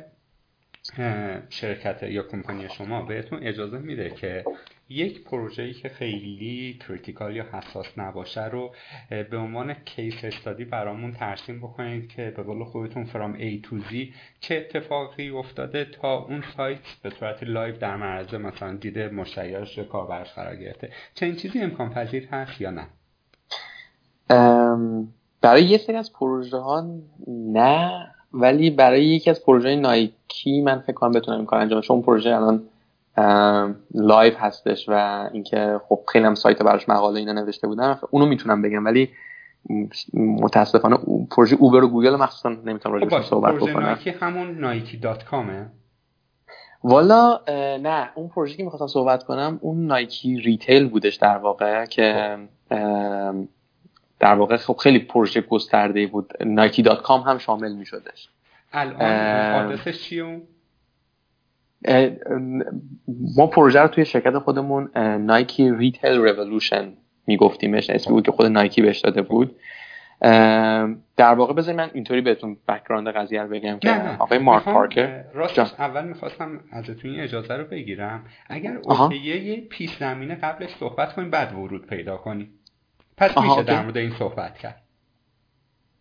شرکت یا کمپانی شما بهتون اجازه میده که یک پروژه‌ای که خیلی کریتیکال یا حساس نباشه رو به عنوان کیس استادی برامون ترسیم بکنید که به قول خودتون from A to Z چه اتفاقی افتاده تا اون سایت به صورت لایو در معرض مثلا دید مشتریاش کاربرش قرار گرفته. چه این چیزی امکان پذیر هست یا نه؟ برای یه سری از پروژه ها نه، ولی برای یکی از پروژه نایکی من فکر کنم بتونم این کار انجام بدم، چون پروژه الان لایو هستش و اینکه خب خیلی هم سایت براش مقاله اینا نوشته بودن اونو میتونم بگم، ولی متاسفانه پروژه اوبر و گوگل مخصوصا نمیتونم راجعش صحبت بکنم. پروژه نایکی همون nike.com والا نه، اون پروژه‌ای که می‌خواستم صحبت کنم اون نایکی ریتیل بودش در واقع که در واقع خب خیلی پروژه گسترده بود. nike.com هم شامل می‌شدش. الان آدرسش چیه؟ ما پروژه رو توی شرکت خودمون نایکی ریتیل رولوشن میگفتیمش، اسمی بود که خود نایکی بهش داده بود. در واقع بذارید من اینطوری بهتون بک‌گراند قضیه رو بگم که آقای مارک پارکر راستش اول می‌خواستم ازتون این اجازه رو بگیرم اگر اوکیه یه پیش زمینه قبلش صحبت کنیم بعد ورود پیدا کنیم، پس میشه در مورد این صحبت کرد.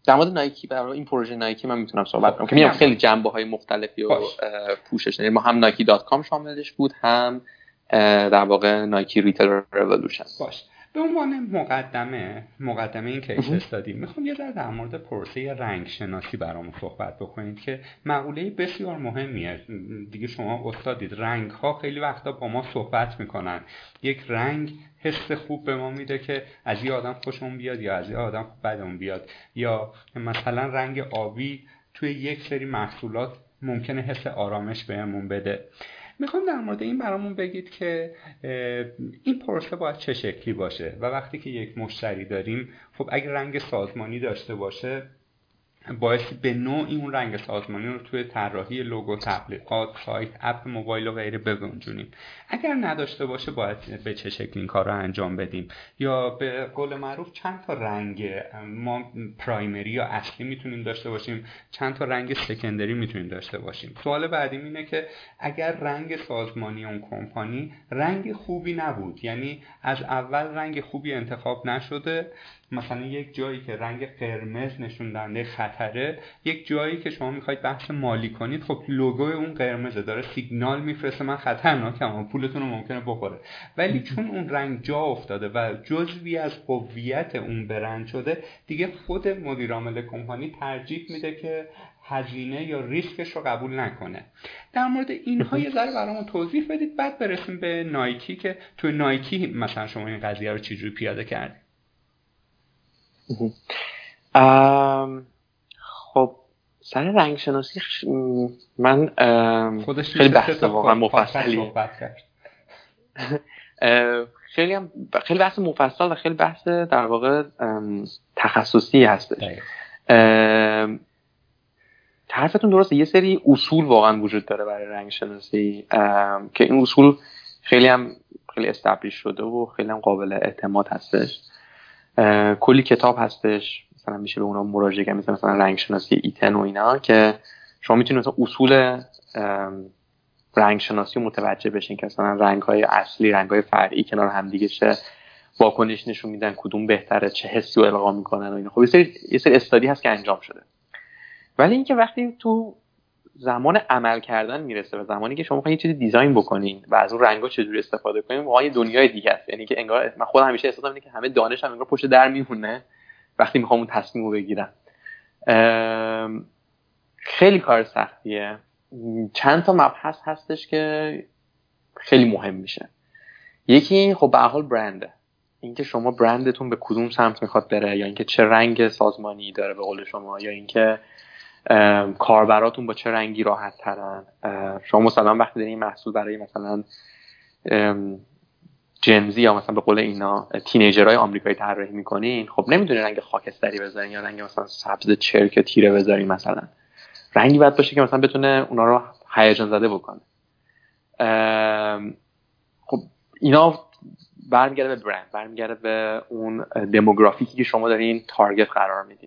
در مورد نایکی، برای این پروژه نایکی من میتونم صحبت کنم که میگم خیلی جنبه‌های مختلفی و پوشش داره. ما هم nike.com شاملش بود، هم در واقع نایکی ریتیل رولوشن. باش. به عنوان مقدمه این کیس استادی میخوام یه ذره در مورد پروسه رنگ شناسی برامون صحبت بکنید که مقوله بسیار مهمیه. دیگه شما استادید، رنگ ها خیلی وقتا با ما صحبت میکنن. یک رنگ حس خوب به ما میده که از یه آدم خوشمون بیاد یا از یه آدم بدمون بیاد، یا مثلا رنگ آبی توی یک سری محصولات ممکنه حس آرامش بهمون بده. میخوام در مورد این برامون بگید که این پروسه باید چه شکلی باشه و وقتی که یک مشتری داریم، خب اگه رنگ سازمانی داشته باشه باعث به نوعی اون رنگ سازمانی رو توی طراحی لوگو، تبلیغات، سایت، اپ موبایل و غیره بگنجونیم. اگر نداشته باشه باید به چه شکلی این کار رو انجام بدیم؟ یا به قول معروف چند تا رنگ ما پرایمری یا اصلی میتونیم داشته باشیم، چند تا رنگ سکندری میتونیم داشته باشیم؟ سوال بعدیم اینه که اگر رنگ سازمانی اون کمپانی رنگ خوبی نبود، یعنی از اول رنگ خوبی انتخاب نشده، مثلا یک جایی که رنگ قرمز نشون دهنده خطره، یک جایی که شما میخواید بحث مالی کنید، خب لوگو اون قرمزه داره سیگنال میفرسته من خطرناکم، پولتون رو ممکنه بخوره، ولی چون اون رنگ جا افتاده و جزوی از هویت اون برند شده، دیگه خود مدیر عامل کمپانی ترجیح میده که هزینه یا ریسکش رو قبول نکنه. در مورد اینها یه ذره برامون توضیح بدید، بعد برسیم به نایکی که تو نایکی مثلا شما این قضیه رو چجوری پیاده کردید. خب سر رنگ شناسی من خیلی بحث واقعا مفصلیه. خیلی بحث مفصل و خیلی بحث در واقع تخصصی هستش. حرفتون درسته، یه سری اصول واقعا وجود داره برای رنگ شناسی که این اصول خیلی استابلیش شده و خیلی هم قابل اعتماد هستش. کلی کتاب هستش، مثلا میشه به اونا مراجعه کرد، مثلا رنگ شناسی ایتن و اینا، که شما میتونید مثلا اصول رنگ شناسی رو متوجه بشین که مثلا رنگ‌های اصلی، رنگ‌های فرعی کنار هم دیگه چه واکنش نشون میدن، کدوم بهتره، چه حسی رو القا میکنن و اینا. خب یه سری استادی هست که انجام شده، ولی اینکه وقتی تو زمان عمل کردن میرسه و زمانی که شما میخواین یه چیزی دیزاین بکنین و از اون رنگا چجوری استفاده کنین، واقعا یه دنیای دیگه است. یعنی که انگار من خودم همیشه احساس می‌کنم که همه دانشم انگار پشت در میمونه وقتی میخوام اون تصمیمو بگیرم. خیلی کار سختیه. چند تا مبحث هستش که خیلی مهم میشه. یکی خب به هر حال برنده، اینکه شما برندتون به کدوم سمت میخواد بره، یا اینکه چه رنگ سازمانی داره به قول شما، یا اینکه کاربراتون با چه رنگی راحت ترن. شما مثلا وقتی دارین محصول برای مثلا جنزی یا مثلا به قول اینا تینیجرهای آمریکایی طراحی میکنین، خب نمیدونین رنگ خاکستری بذارین یا رنگ مثلا سبز چرک تیره بذارین. مثلا رنگی باید باشه که مثلا بتونه اونا رو هیجان زده بکنه. خب اینا برمیگرده به برند، برمیگرده به اون دموگرافیکی که شما دارین تارگت قرار میدین.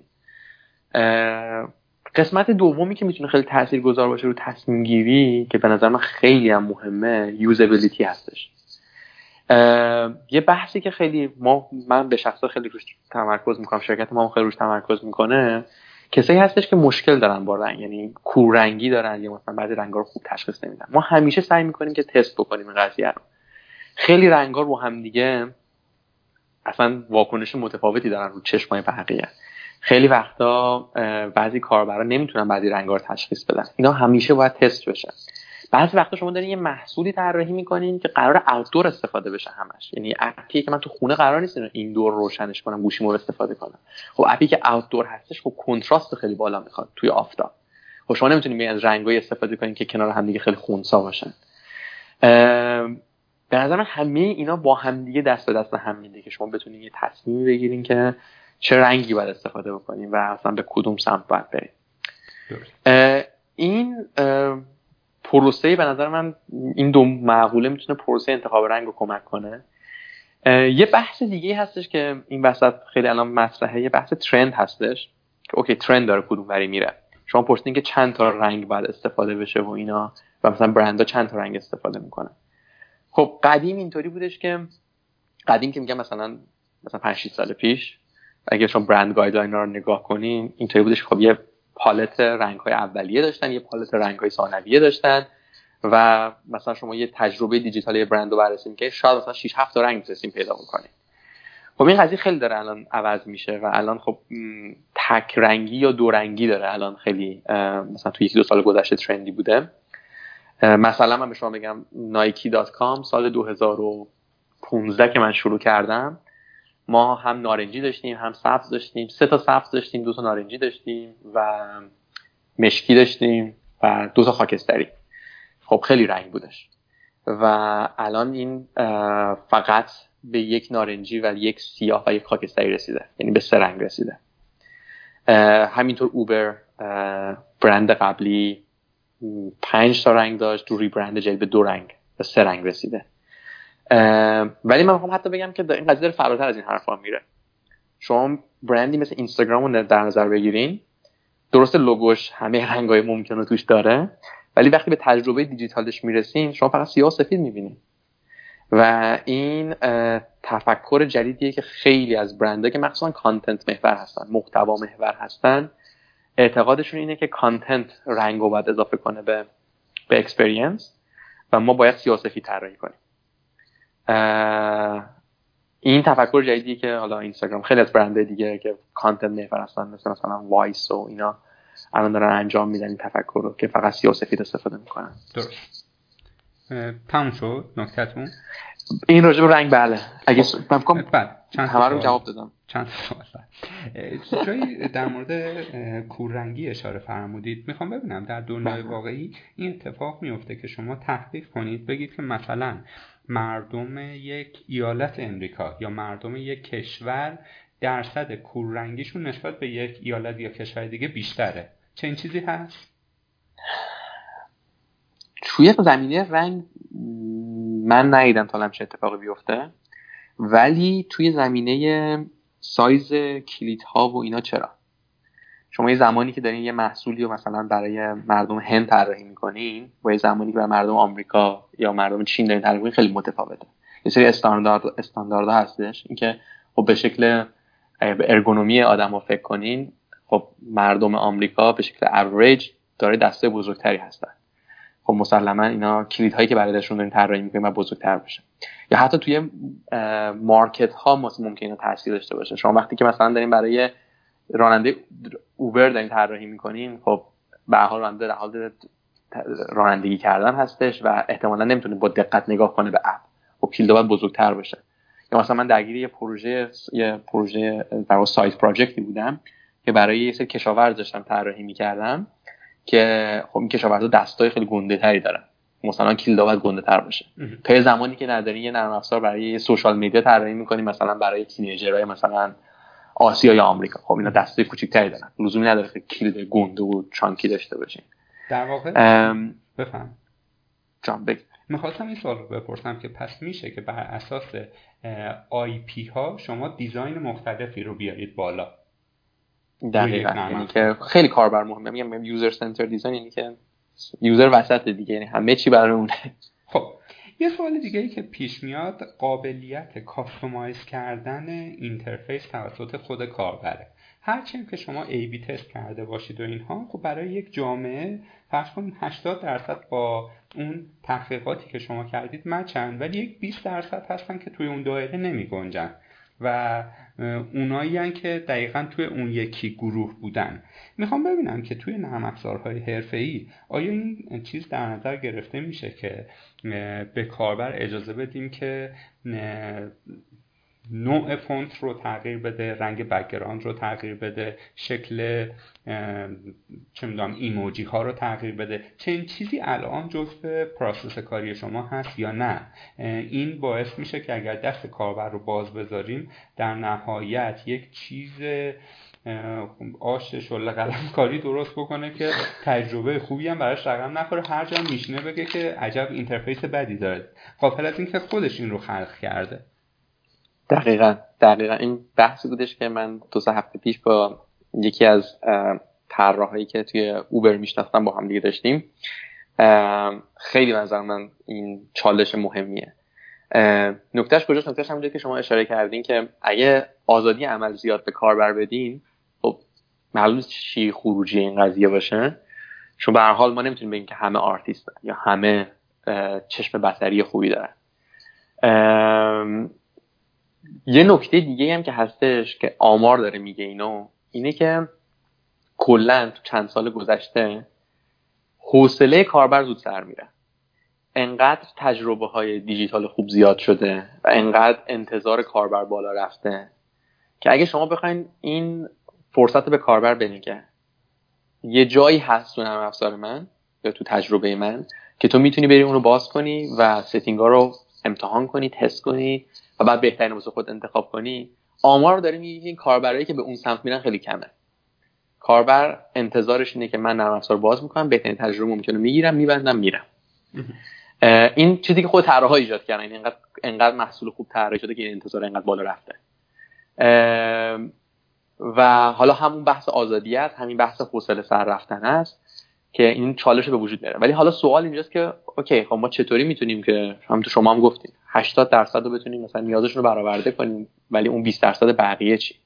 قسمت دومی که میتونه خیلی تاثیرگذار باشه رو تصمیم گیری، که به نظر من خیلی هم مهمه، یوزابیلیتی هستش. یه بحثی که خیلی من به شخصا خیلی روش تمرکز میکنم، شرکت ما خیلی روش تمرکز میکنه، کسایی هستش که مشکل دارن با رنگ، یعنی کوررنگی دارن یا مثلا بعضی رنگا رو خوب تشخیص نمیدن. ما همیشه سعی میکنیم که تست بکنیم این قضیه رو. خیلی رنگا رو هم دیگه اصلا واکنش متفاوتی دارن رو چشمای بقیه. خیلی وقتا بعضی کاربرا نمیتونن بعضی رنگا رو تشخیص بدن. اینا همیشه باید تست بشه. بعضی وقتا شما دارین یه محصولی طراحی میکنین که قراره آوتدور استفاده بشه همش، یعنی اپی که من تو خونه قرار نیست این دور روشنش کنم گوشیمو استفاده کنم. خب اپی که آوتدور هستش خب کنتراست خیلی بالا میخواد توی آفتاب. خب شما نمیتونین از رنگای استفاده کنین که کنار هم دیگه خیلی خنثی باشن. به نظر من همه اینا با هم دیگه دست به دست هم میده که شما بتونین یه تصمیم بگیرین که چه رنگی باید استفاده بکنین و اصلا به کدوم سمت باید برین. این پروسه به نظر من این دو معقوله میتونه پروسه انتخاب رنگ رو کمک کنه. یه بحث دیگه هستش که این وسط خیلی الان مطرحه، یه بحث ترند هستش که اوکی ترند داره کدوم وری میره. شما پرسیدین که چند تا رنگ باید استفاده بشه و اینا، و مثلا برندها چند تا رنگ استفاده میکنن. خب قدیم اینطوری بودش که قدیم که میگم مثلا 5-6 سال پیش اگه شما برند گایدلاین رو نگاه کنین اینطوری بودش. خب یه پالت رنگ‌های اولیه داشتن، یه پالت رنگ‌های ثانویه داشتن و مثلا شما یه تجربه دیجیتالی برند رو بررسی می‌کنید شاید مثلا 6 7 تا رنگ می‌تونید پیدا بکنید. خب این قضیه خیلی داره الان عوض میشه و الان خب تک رنگی یا دو رنگی داره الان خیلی مثلا تو 1-2 سال گذشته ترندی بوده. مثلا من به شما بگم nike.com سال 2015 که من شروع کردم ما هم نارنجی داشتیم هم سبز داشتیم، 3 تا سبز داشتیم، 2 تا نارنجی داشتیم و مشکی داشتیم و 2 تا خاکستری. خب خیلی رنگ بودش و الان این فقط به 1 نارنجی و 1 سیاه و 1 خاکستری رسیده، یعنی به 3 رنگ رسیده. همینطور اوبر برند قبلی 5 تا رنگ داشت، تو ریبرند جدید به 2 رنگ به 3 رنگ رسیده. ولی من میخوام حتی بگم که این قضیه داره فراتر از این حرفا میره. شما برندی مثل اینستاگرام رو در نظر بگیرین، درسته لوگوش همه رنگ‌های ممکنه توش داره ولی وقتی به تجربه دیجیتالش میرسین شما فقط سیاه و سفید میبینین و این تفکر جدیدیه که خیلی از برندها که مخصوصا کانتنت محور هستن، محتوا محور هستن، اعتقادشون اینه که کانتنت رنگو باید اضافه کنه به اکسپریانس و ما باید سیاه و سفید طراحی کنیم. این تفکر جدیدیه که حالا اینستاگرام خیلی از برندهای دیگه که کانتنت محور هستن مثلا وایس و اینا الان دارن انجام میدن این تفکر رو که فقط سیاه و سفید استفاده میکنن. درست. تموم شد نکته‌تون؟ این راجع به رنگ بله. اگه من فکر کنم همه رو جواب دادم. چند سوال جایی در مورد کوررنگی اشاره فرمودید. میخوام ببینم در دنیای واقعی این اتفاق میفته که شما تحقیق کنید بگید که مثلا مردم یک ایالت امریکا یا مردم یک کشور درصد کوررنگیشون نسبت به یک ایالت یا کشور دیگه بیشتره؟ چه این چیزی هست؟ توی زمینه رنگ من ندیدم تا چه اتفاقی بیفته، ولی توی زمینه سایز کلیدها و اینا چرا. شما یه زمانی که دارین یه محصولی رو مثلا برای مردم هند طراحی میکنین با یه زمانی که برای مردم آمریکا یا مردم چین دارین طراحی میکنین خیلی متفاوته. یه سری استانداردها هستش اینکه خب به شکل ارگونومی آدمو فکر کنین، خب مردم آمریکا به شکل اوریج داره دسته بزرگتری هستن. خب مسلما اینا کلیدهایی که برایشون دارین طراحی میکنین و بزرگتر بشه. یا حتی توی مارکت ها ممکنه تاثیر داشته باشه. شما وقتی که مثلا دارین برای راننده اوبر دارین طراحی میکنین، خب به هر حال راننده در حال رانندگی کردن هستش و احتمالاً نمیتونه با دقت نگاه کنه به اپ. خب کلیدها باید بزرگتر بشه. یا مثلا من درگیر یه پروژه در واقع سایت پروژکتی بودم که برای یه سری کشاورز داشتم طراحی میکردم که خب این کشاورزا دستای خیلی گنده تری دارن، مثلا کلیدها باید گنده تر باشه. تا زمانی که نداری یه نرم افزار برای سوشال میدیا طراحی می‌کنی مثلا برای تینیجرهای مثلا آسیا یا آمریکا، خب اینا دستای کوچیک‌تری دارن، لزومی نداره که کلید گنده و چانکی داشته باشین. در واقع بفهم جان بگید. می‌خواستم این سوال رو بپرسم که پس میشه که بر اساس آی پی ها شما دیزاین مختلفی رو بیارید بالا؟ دقیقاً، یعنی که خیلی کاربر مهمه. میگم یوزر سنتر دیزاین، یعنی که یوزر وسط دیگه، یعنی همه چی برای اونه. خب یه سوال دیگه ای که پیش میاد قابلیت کاستومایز کردن اینترفیس توسط خود کاربره. هرچند که شما ای بی تست کرده باشید و اینها، خب برای یک جامعه فرض کنید 80% با اون تحقیقاتی که شما کردید مچن، ولی یک 20% هستن که توی اون دایره نمی گنجن و اونایی هن که دقیقاً توی اون یکی گروه بودن. میخوام ببینم که توی نرم افزارهای حرفه‌ای آیا این چیز در نظر گرفته میشه که به کاربر اجازه بدیم که نوع فونت رو تغییر بده، رنگ بک‌گراند رو تغییر بده، شکل چه می‌دونم ایموجی ها رو تغییر بده؟ چنین چیزی الان جزء پروسس کاری شما هست یا نه؟ این باعث میشه که اگر دست کاربر رو باز بذاریم در نهایت یک چیز آش شله قلم کاری درست بکنه که تجربه خوبی هم براش رقم نخوره، هر جا میشینه بگه که عجب اینترفیس بدی داره، غافل از این که خودش این رو خلق کرده. دقیقاً این بحثی بودش که من 2 هفته پیش با یکی از طراحایی که توی اوبر میشناختم با هم دیگه داشتیم. خیلی نظر من این چالش مهمیه. نکتهش کجاست؟ نکتهش همونجایی که شما اشاره کردین که اگه آزادی عمل زیاد به کاربر بدین، خب معلومه چی خروجی این قضیه باشه. چون به هر حال ما نمیتونیم بگیم که همه آرتیستن یا همه چشم بصری خوبی دارن. یه نکته دیگه هم که هستش که آمار داره میگه اینه که کلا تو چند سال گذشته حوصله کاربر زود سر میره. انقدر تجربه های دیجیتال خوب زیاد شده و انقدر انتظار کاربر بالا رفته که اگه شما بخواین این فرصت به کاربر بدین که یه جایی هست تو نرم افزار من یا تو تجربه من که تو میتونی بری اونو باز کنی و ستینگا رو امتحان کنی، تست کنی و بعد بهترین واسه خود انتخاب کنی، آمار داره میگه این کاربرایی که به اون سمت میرن خیلی کمه. کاربر انتظارش اینه که من نرم افزار باز میکنم، بهترین تجربه ممکنه میگیرم، میبندم، میرم. این چیزی که خود طراحا ایجاد کردن، این انقدر محصول خوب طراحی شده که این انتظار انقدر بالا رفته. و حالا همون بحث آزادی است، همین بحث حوصله سر رفتن است که این چالش به وجود میاره. ولی حالا سوال اینجاست که اوکی، خب ما چطوری میتونیم که شما هم گفتین 80% رو بتونیم مثلا نیازشون رو برآورده کنیم، ولی اون 20% بقیه چی؟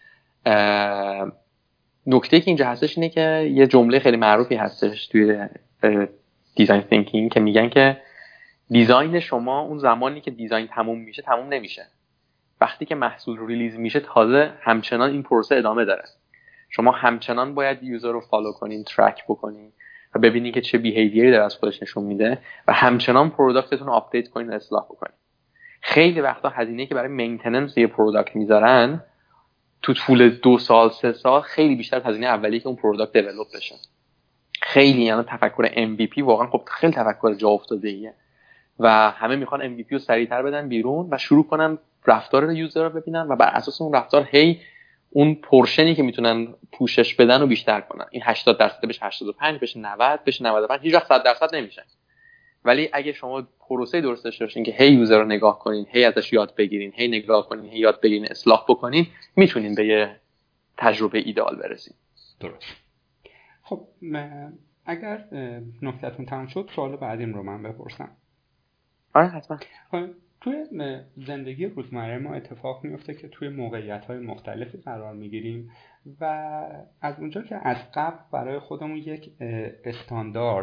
نکته که اینجا هستش اینه که یه جمله خیلی معروفی هستش توی دیزاین تینکینگ که میگن که دیزاین شما اون زمانی که دیزاین تموم میشه تموم نمیشه. وقتی که محصول ریلیز میشه تازه همچنان این پروسه ادامه داره. شما همچنان باید یوزر رو فالو کنین، ترک بکنین و ببینین که چه بیهیویری داره از خودش نشون میده و همچنان پروداکتتون رو آپدیت کنین و اصلاح بکنین. خیلی وقتا هزینه‌ای که برای مینتیننس یه پروداکت میذارن تو طول 2 سال 3 سال خیلی بیشتر از هزینه اولیه که اون پروداکت دیولپ بشه. خیلی یعنی تفکر MVP واقعا خب خیلی تفکر جا افتاده‌ایه و همه میخوان MVP رو سریعتر بدن بیرون و شروع کنن رفتار یوزر رو ببینن و بر اساس اون رفتار هی اون پورشنی که میتونن پوشش بدن رو بیشتر کنن. این 80% بشه 85 بشه 90 بشه 95 هیچ وقت 100% نمیشه. ولی اگه شما پروسه درست داشته باشین که هی یوزر رو نگاه کنین، هی ازش یاد بگیرین، هی نگاه کنین، هی یاد بگیرین، اصلاح بکنین، میتونین به یه تجربه ایدئال برسین. درست. خب اگر نکته‌تون تمام شد سوال بعدیم رو من بپرسم. آره حتما. توی زندگی روزمره ما اتفاق میفته که توی موقعیت‌های مختلفی قرار میگیریم و از اونجا که از قبل برای خودمون یک استاندارد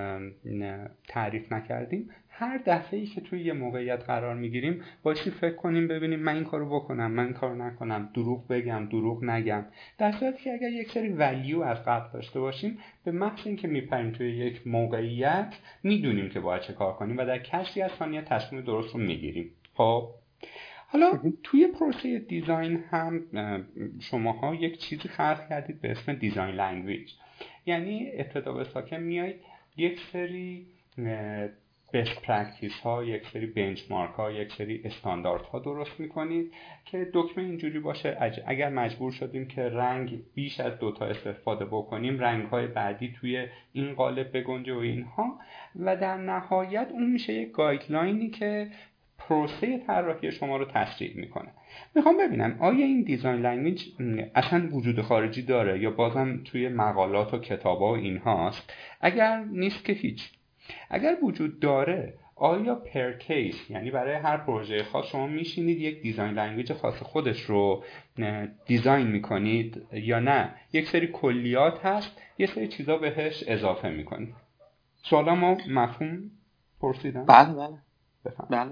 تعریف نکردیم، هر دفعه‌ای که توی یه موقعیت قرار میگیریم باشی فکر کنیم ببینیم من این کارو بکنم، من این کارو نکنم، دروغ بگم، دروغ نگم. در صورتی که اگر یک سری ولیو از قبل داشته باشیم، به محض اینکه میپریم توی یک موقعیت میدونیم که باید چه کار کنیم و در کشفی از ثانیه تصمیم درست رو میگیریم. خب حالا توی پروسه دیزاین هم شماها یک چیزی خلق کردید به اسم دیزاین لنگویج. یعنی ابتدا به ساکن میایید یک سری بست پرکتیس ها، یک سری بنچمارک ها، یک سری استاندارد ها درست میکنید که دکمه اینجوری باشه اگر مجبور شدیم که رنگ بیش از 2 تا استفاده بکنیم، رنگ های بعدی توی این قالب بگنجه و اینها، و در نهایت اون میشه یک گایدلاینی که پروسه طراحی شما رو تسریع میکنه. میخوام ببینم آیا این دیزاین لنگویج اصلا وجود خارجی داره یا بازم توی مقالات و کتابا و اینهاست؟ اگر نیست که هیچ. اگر وجود داره آیا پر کیس، یعنی برای هر پروژه خاص شما میشینید یک دیزاین لنگویج خاص خودش رو دیزاین میکنید یا نه یک سری کلیات هست یه سری چیزا بهش اضافه میکنید؟ سوالمو مفهوم پرسیدم؟ بله.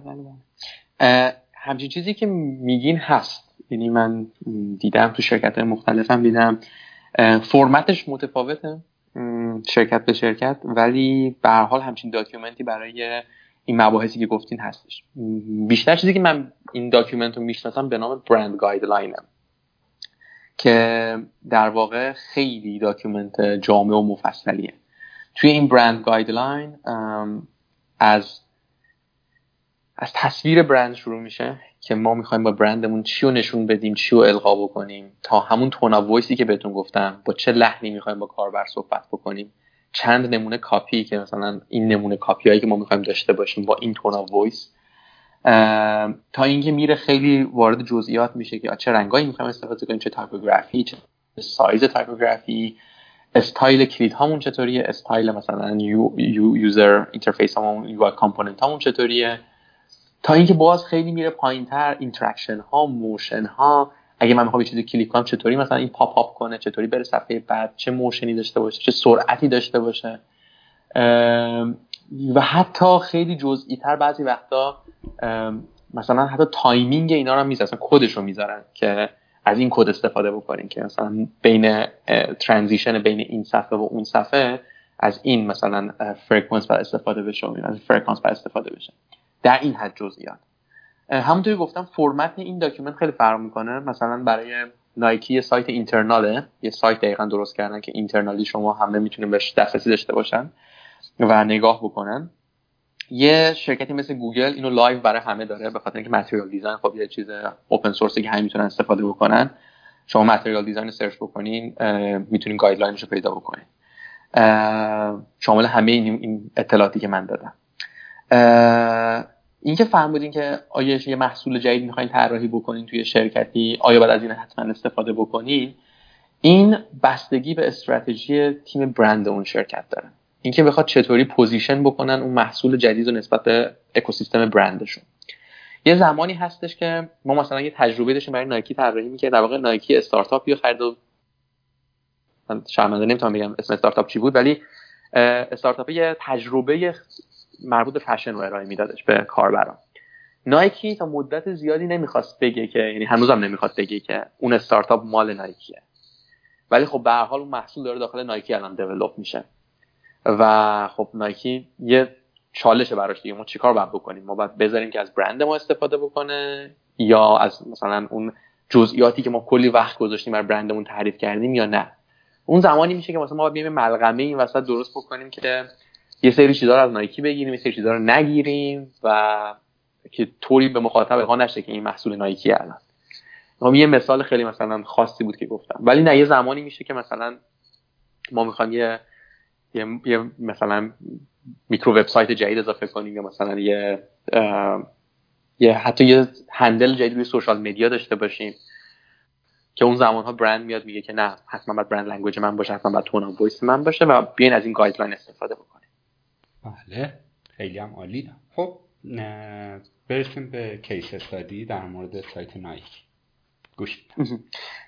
همچین چیزی که میگین هست. یعنی من دیدم تو شرکت‌های مختلفم دیدم فرمتش متفاوته شرکت به شرکت، ولی به هر حال همچین داکیومنتی برای این مباحثی که گفتین هستش. بیشتر چیزی که من این داکیومنت رو میشناسم به نام برند گایدلاینه که در واقع خیلی داکیومنت جامع و مفصلیه. توی این برند گایدلاین از تصویر برند شروع میشه که ما میخوایم با برندمون چی رو نشون بدیم، چی رو القا بکنیم، تا همون تون آف وایسی که بهتون گفتم با چه لحنی میخوایم با کاربر صحبت بکنیم، چند نمونه کاپی که مثلا این نمونه کاپی هایی که ما میخوایم داشته باشیم با این تون آف وایس، تا اینکه میره خیلی وارد جزئیات میشه که چه رنگایی میخوایم استفاده کنیم، چه تایپوگرافی، چه سایز تایپوگرافی، استایل کلید هامون چطوریه، استایل مثلا یوزر اینترفیس هامون، یو آی کامپوننت هامون چطوریه، تا اینکه باز خیلی میره پایینتر، اینتراکشن ها، موشن ها، اگه من میخوام یه چیزی کلیک کنم چطوری مثلا این پاپ آپ کنه، چطوری بره صفحه بعد، چه موشنی داشته باشه، چه سرعتی داشته باشه، و حتی خیلی جزئی تر بعضی وقتا مثلا حتی تایمینگ اینا رو هم میذارن، مثلا کدش رو میذارن که از این کد استفاده بکنین که مثلا بین ترانزیشن بین این صفحه و اون صفحه از این مثلا فرکانس بر استفاده بشه، از فرکانس بر استفاده بشه. در این حد جزئیات. همونطوری گفتم فرمت این داکیومنت خیلی فرق میکنه. مثلا برای نایکی سایت اینترناله، یه سایت دقیقاً درست کردن که اینترنالی شما همه میتونن بهش دسترسی داشته باشن و نگاه بکنن. یه شرکتی مثل گوگل اینو لایو برای همه داره، به خاطر اینکه متریال دیزاین خب یه چیز اوپن سورسی که همه میتونن استفاده بکنن. شما متریال دیزاین رو سرچ بکنین میتونین گایدلاینش رو پیدا بکنین، شامل همه این اطلاعاتی که من دادم. این که فهمیدین که آیا یه محصول جدید میخواین طراحی بکنین توی شرکتی، آیا باید از این حتما استفاده بکنین، این بستگی به استراتژی تیم برند اون شرکت داره. اینکه بخواد چطوری پوزیشن بکنن اون محصول جدید رو نسبت به اکوسیستم برندشون. یه زمانی هستش که ما مثلا یه تجربه داشتیم برای نایکی طراحی می‌کرد، در واقع نایکی استارتاپی خرید و من شرمنده نمیتونم بگم اسم استارتاپ چی بود، ولی استارتاپ یه تجربه مربوط به فشن رو ارائه میدادش به کاربران. نایکی تا مدت زیادی نمیخواست بگه که، یعنی هنوزم نمیخواد بگه که اون استارتاپ مال نایکیه، ولی خب به هر حال اون محصول داره داخل نایکی الان دیولپ میشه و خب نایکی یه چالشه براش دیگه، ما چیکار باید بکنیم؟ ما باید بذاریم که از برند ما استفاده بکنه یا از مثلا اون جزئیاتی که ما کلی وقت گذاشتیم بر برندمون تعریف کردیم یا نه؟ اون زمانی میشه که مثلا ما باید بیایم ملغمه این وسط درست بکنیم که یه سری چیزا رو از نایکی بگیریم، یه سری چیزا رو نگیریم و که طوری به مخاطب القا نشه که این محصول نایکی الان. یه مثال خیلی مثلا خاصی بود که گفتم، ولی نه یه زمانی میشه که مثلا ما میخوایم یه مثلا میکرو وبسایت جدید اضافه کنیم یا مثلا یه حتی یه هندل جدید روی سوشال مدیا داشته باشیم که اون زمانها برند میاد میگه که نه حتما باید برند لنگویج من باشه، حتما باید تون آف وایس من باشه و بیاین از این گایدلاین استفاده بکنیم. بله خیلی هم عالی. خب برسیم به کیس استادی در مورد سایت نایکی. گوش میدم.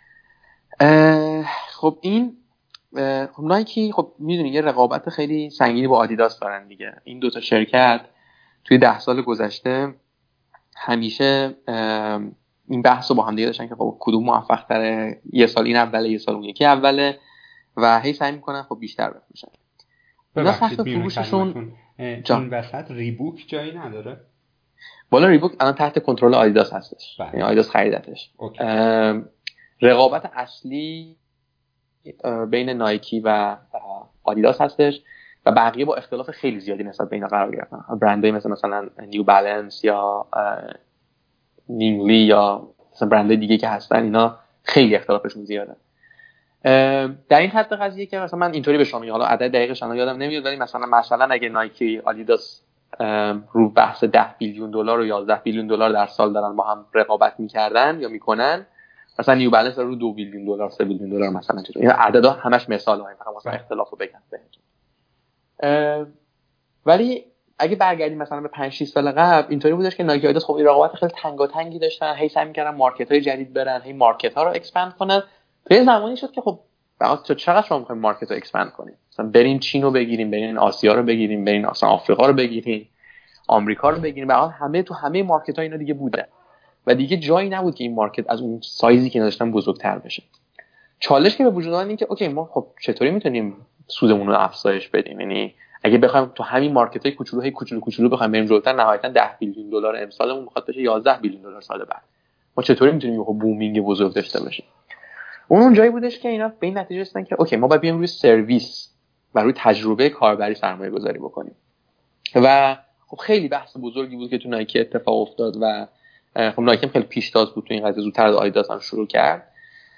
خب این نایکی خب میدونی یه رقابت خیلی سنگینی با آدیداس دارن دیگه. این دوتا شرکت توی 10 سال گذشته همیشه این بحث رو با هم دیگه داشتن که خب کدوم موفق تره، یه سال این اوله یه سال اون یکی اوله و هی سعی میکنن خب بیشتر بفروشن. اینا سخت فروششون این وسط ریبوک جایی نداره؟ بالا ریبوک الان تحت کنترل آدیداس هستش، یعنی آدیداس خریدتش. رقابت اصلی بین نایکی و آدیداس هستش و بقیه با اختلاف خیلی زیادی نسبت به اینا قرار گرفتن. برندهای مثلا نیو بالانس یا نینگلی یا مثلا برندهای دیگه که هستن اینا خیلی اختلافشون زیاده. در این حد قضیه که مثلا من اینطوری به شما میگم، حالا عدد دقیقش الان یادم نمیاد، ولی مثلا اگه نایکی آدیداس رو بحث 10 بیلیون دلار و 11 بیلیون دلار در سال دارن با هم رقابت میکردن یا میکنن، مثلا نیو بالانس رو 2 بیلیون دلار 3 بیلیون دلار مثلا چیزی. این عددا همش مثال‌های مثلا اختلافو بگم بهتون. ولی اگه برگردیم مثلا به 5 6 سال قبل اینطوری بودش که نایکی آدیداس خب این رقابت خیلی تنگاتنگی داشتن، هی سعی می‌کردن مارکت‌های جدید برن، هی مارکت‌ها رو اکسپاند کنن. یه زمانی شد که خب چقدر شما می‌خواید مارکت رو اکسپاند کنید؟ مثلا بریم چین رو بگیریم، بریم آسیا رو بگیریم، بریم مثلا آفریقا رو بگیریم، آمریکا رو بگیریم. بعد همه تو همه مارکت‌ها اینا دیگه بوده و دیگه جایی نبود که این مارکت از اون سایزی که داشتن بزرگتر بشه. چالش که به وجود اومد این که اوکی ما خب چطوری میتونیم سودمون رو افزایش بدیم؟ یعنی اگه بخوایم تو همین مارکت‌های کوچولو بخوایم بریم جلوتر، نهایتا 10 بیلیون دلار امسالمون میخواد بشه 11 بیلیون دلار سال بعد. ما چطوری میتونیم یه بومینگ بزرگ داشته باشیم؟ اون جایی بودش که اینا به این نتیجه رسیدن که اوکی ما باید بیایم روی سرویس و روی تجربه کاربری سرمایه گذاری بکنیم. و خب خیلی بحث بزرگی بود که تو نایکی اتفاق افتاد و خب نایکی خیلی پیشتاز بود تو این قضیه، زودتر از آدیداس هم شروع کرد.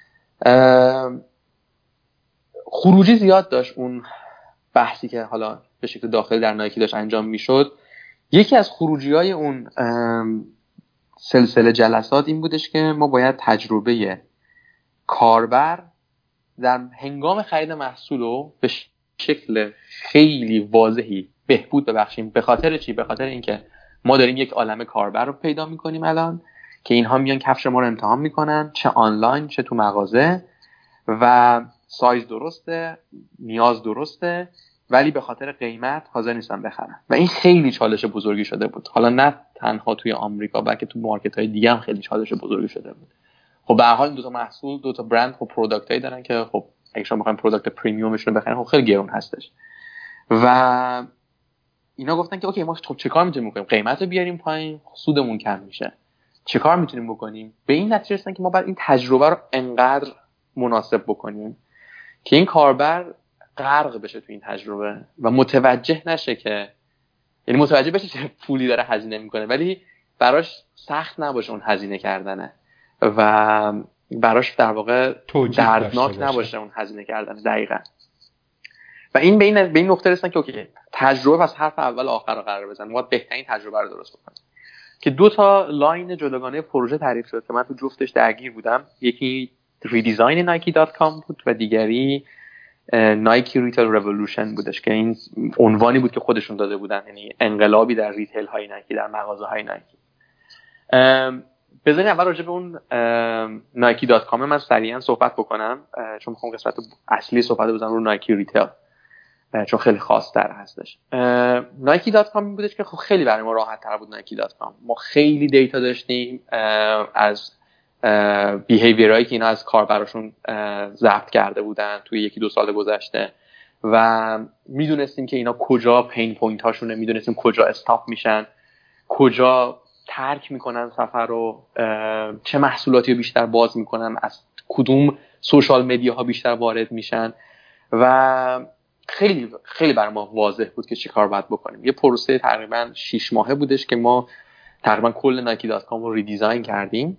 خروجی زیاد داشت اون بحثی که حالا به شکل داخلی در نایکی داشت انجام میشد. یکی از خروجی‌های اون سلسله جلسات این بودش که ما باید تجربه کاربر در هنگام خرید محصول رو به شکل خیلی واضحی بهبود ببخشیم. به خاطر چی؟ به خاطر اینکه ما داریم یک عالمه کاربر رو پیدا میکنیم الان که اینها میان کفش ما رو امتحان میکنن، چه آنلاین چه تو مغازه، و سایز درسته، نیاز درسته، ولی به خاطر قیمت حاضر نیستن بخرن. و این خیلی چالش بزرگی شده بود، حالا نه تنها توی آمریکا بلکه تو مارکت‌های دیگه هم خیلی چالش بزرگی شده بود. خب به هر حال دو تا محصول، دو تا برند، خب پروداکتایی دارن که خب اگه شما بخواید پروداکت پریمیومشون رو بخرید خب خیلی گرون هستش. و اینا گفتن که اوکی ما خب چه کار میتونیم بکنیم؟ قیمت رو بیاریم پایین، سودمون کم میشه. چه کار میتونیم بکنیم؟ به این نتیجه رسیدن که ما باید این تجربه رو انقدر مناسب بکنیم که این کاربر غرق بشه تو این تجربه و متوجه نشه که، یعنی متوجه بشه که پولی داره هزینه میکنه ولی براش سخت نباشه اون هزینه کردنه و براش در واقع دردناک نباشه اون هزینه کردن. دقیقاً. و این به این نقطه رسیدن که اوکی تجربه از حرف اول آخر رو قرار بزنیم، ما بهترین تجربه رو درست بکنیم. که دو تا لاین جداگانه پروژه تعریف شد که من تو جفتش درگیر بودم. یکی ریدیزاین nike.com بود و دیگری نایکی ریتیل رولوشن بودش که این عنوانی بود که خودشون داده بودن، یعنی انقلابی در ریتیل های نایکی، در مغازه های نایکی. بذارین اول راجع به اون nike.com من سریعا صحبت بکنم چون میخوام قسمت اصلی صحبت بزنم رو نایکی ریتیل چون خیلی خاص تر هستش. nike.com بودش که خب خیلی برای ما راحت تر بود. nike.com ما خیلی دیتا داشتیم از بیهیویرایی که اینا از کاربراشون ضبط کرده بودن توی یکی دو سال گذشته و میدونستیم که اینا کجا پین پوینت هاشونه، میدونستیم کجا استاپ میشن، کجا ترک میکنن سفر رو، چه محصولاتی رو بیشتر باز میکنن، از کدوم سوشال مدیا ها بیشتر وارد میشن و خیلی خیلی برای ما واضح بود که چی کار باید بکنیم. یه پروسه تقریبا 6 ماهه بودش که ما تقریبا کل nike.com رو ریدیزاین کردیم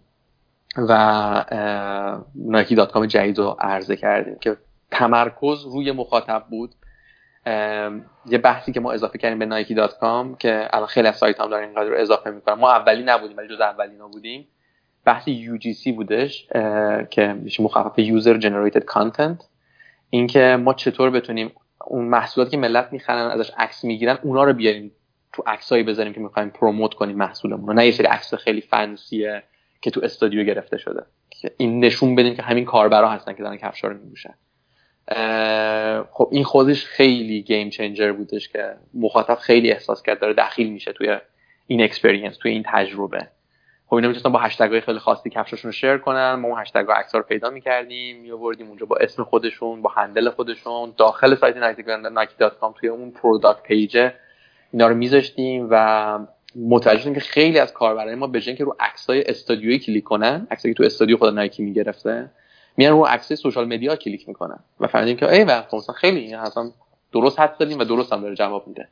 و nike.com جدید رو عرضه کردیم که تمرکز روی مخاطب بود. یه بحثی که ما اضافه کردیم به nike.com که الان خیلی از سایت هم دارن اینقدر رو اضافه میکنن، ما اولی نبودیم ولی جز اولینا بودیم، بحث UGC بودش که میشه مخفف User Generated Content. این که ما چطور بتونیم اون محصولاتی که ملت میخرن ازش عکس میگیرن اونا رو بیاریم تو عکسایی بذاریم که میخوایم پروموت کنیم محصولمون، نه یه سری عکس خیلی فنسیه که تو استودیو گرفته شده. این نشون بدیم که همین کاربرا هستن که دارن کفشا رو میپوشن. خب این خودش خیلی گیم چنجر بودش که مخاطب خیلی احساس کرد داره دخیل میشه توی این اکسپریانس، توی این تجربه. خب اینا میتونن با هشتگ‌های خیلی خاصی کفشاشون رو شیر کنن، ما اون هشتگ‌ها عکس‌ها رو پیدا می‌کردیم، می‌آوردیم اونجا با اسم خودشون، با هندل خودشون داخل سایت nike.com توی اون پروداکت پیج اینا رو می‌ذاشتیم و متوجه شدیم که خیلی از کاربرای ما به جای اینکه رو عکس‌های استودیویی کلیک کنن، عکسایی که تو استودیو خود نایکی می‌گرفته، میان رو عکسای سوشال مدیا کلیک می‌کنن و فهمیدیم که ای واقعا مثلا خیلی اصلا درست حد زدیم و درست هم داره جواب میده.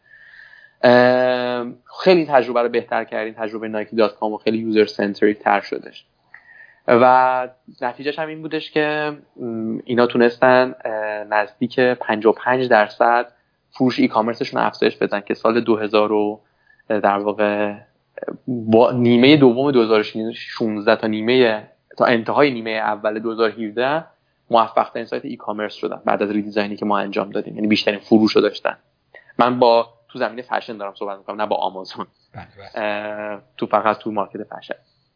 خیلی تجربه رو بهتر کردیم، تجربه nike.com و خیلی یوزر سنتریک تر شدش و نتیجهش هم این بودش که اینا تونستن نزدیک 55% فروش ای کامرسشون افزایش بدن که سال 2000 در واقع با نیمه دوم 2016 تا انتهای نیمه اول 2017 موفق ترین سایت ای کامرس شدن بعد از ریدیزاینی که ما انجام دادیم، یعنی بیشترین فروش رو داشتن. من با تو زمینه فشن دارم صحبت میکنم، نه با آمازون. تو فقط تو مارکت فشن.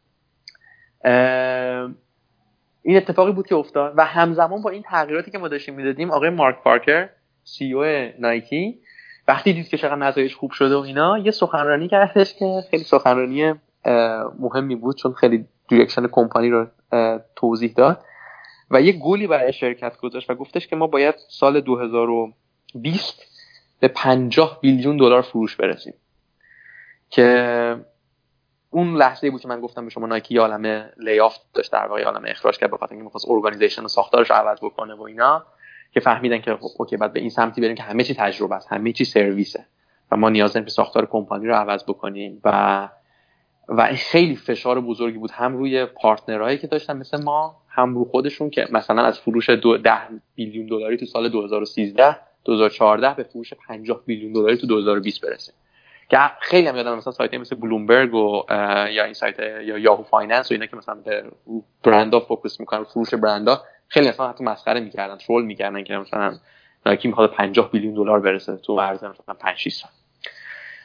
این اتفاقی بود که افتاد و همزمان با این تغییراتی که ما داشتیم میدادیم آقای مارک پارکر سی او نایکی وقتی دید که چقدر نتایج خوب شده و اینا یه سخنرانی کردش که خیلی سخنرانی مهمی بود چون خیلی دیرکشن کمپانی رو توضیح داد و یه گولی برای شرکت گذاشت و گفتش که ما باید سال 2020 به 50 بیلیون دلار فروش برسیم که اون لحظه‌ای بود که من گفتم به شما نایکی عالمه لی‌آف داشت، در واقع عالمه اخراج کرد به خاطر اینکه می‌خواست ارگانایزیشن و ساختارش رو عوض بکنه و اینا، که فهمیدن که خب اوکی بعد به این سمتی بریم که همه چی تجربه است، همه چی سرویسه و ما نیاز داریم که ساختار کمپانی رو عوض بکنیم و خیلی فشار بزرگی بود هم روی پارتنرایی که داشتن مثل ما، هم رو خودشون که مثلا از فروش 10 بیلیون دلاری تو سال 2014 به فروش 50 بیلیون دلاری تو 2020 برسیم. که خیلی هم یادم مثلا سایت‌های مثل بلومبرگ و یا این سایت یا یاهو فایننس و اینا که مثلا به برندها فوکس میکنن، فروش برندها، خیلی اصلا حتی مسخره میکردن، ترول میکردن که مثلا نایکی میخواد 50 بیلیون دلار برسه تو عرض مثلا 5 6 سال.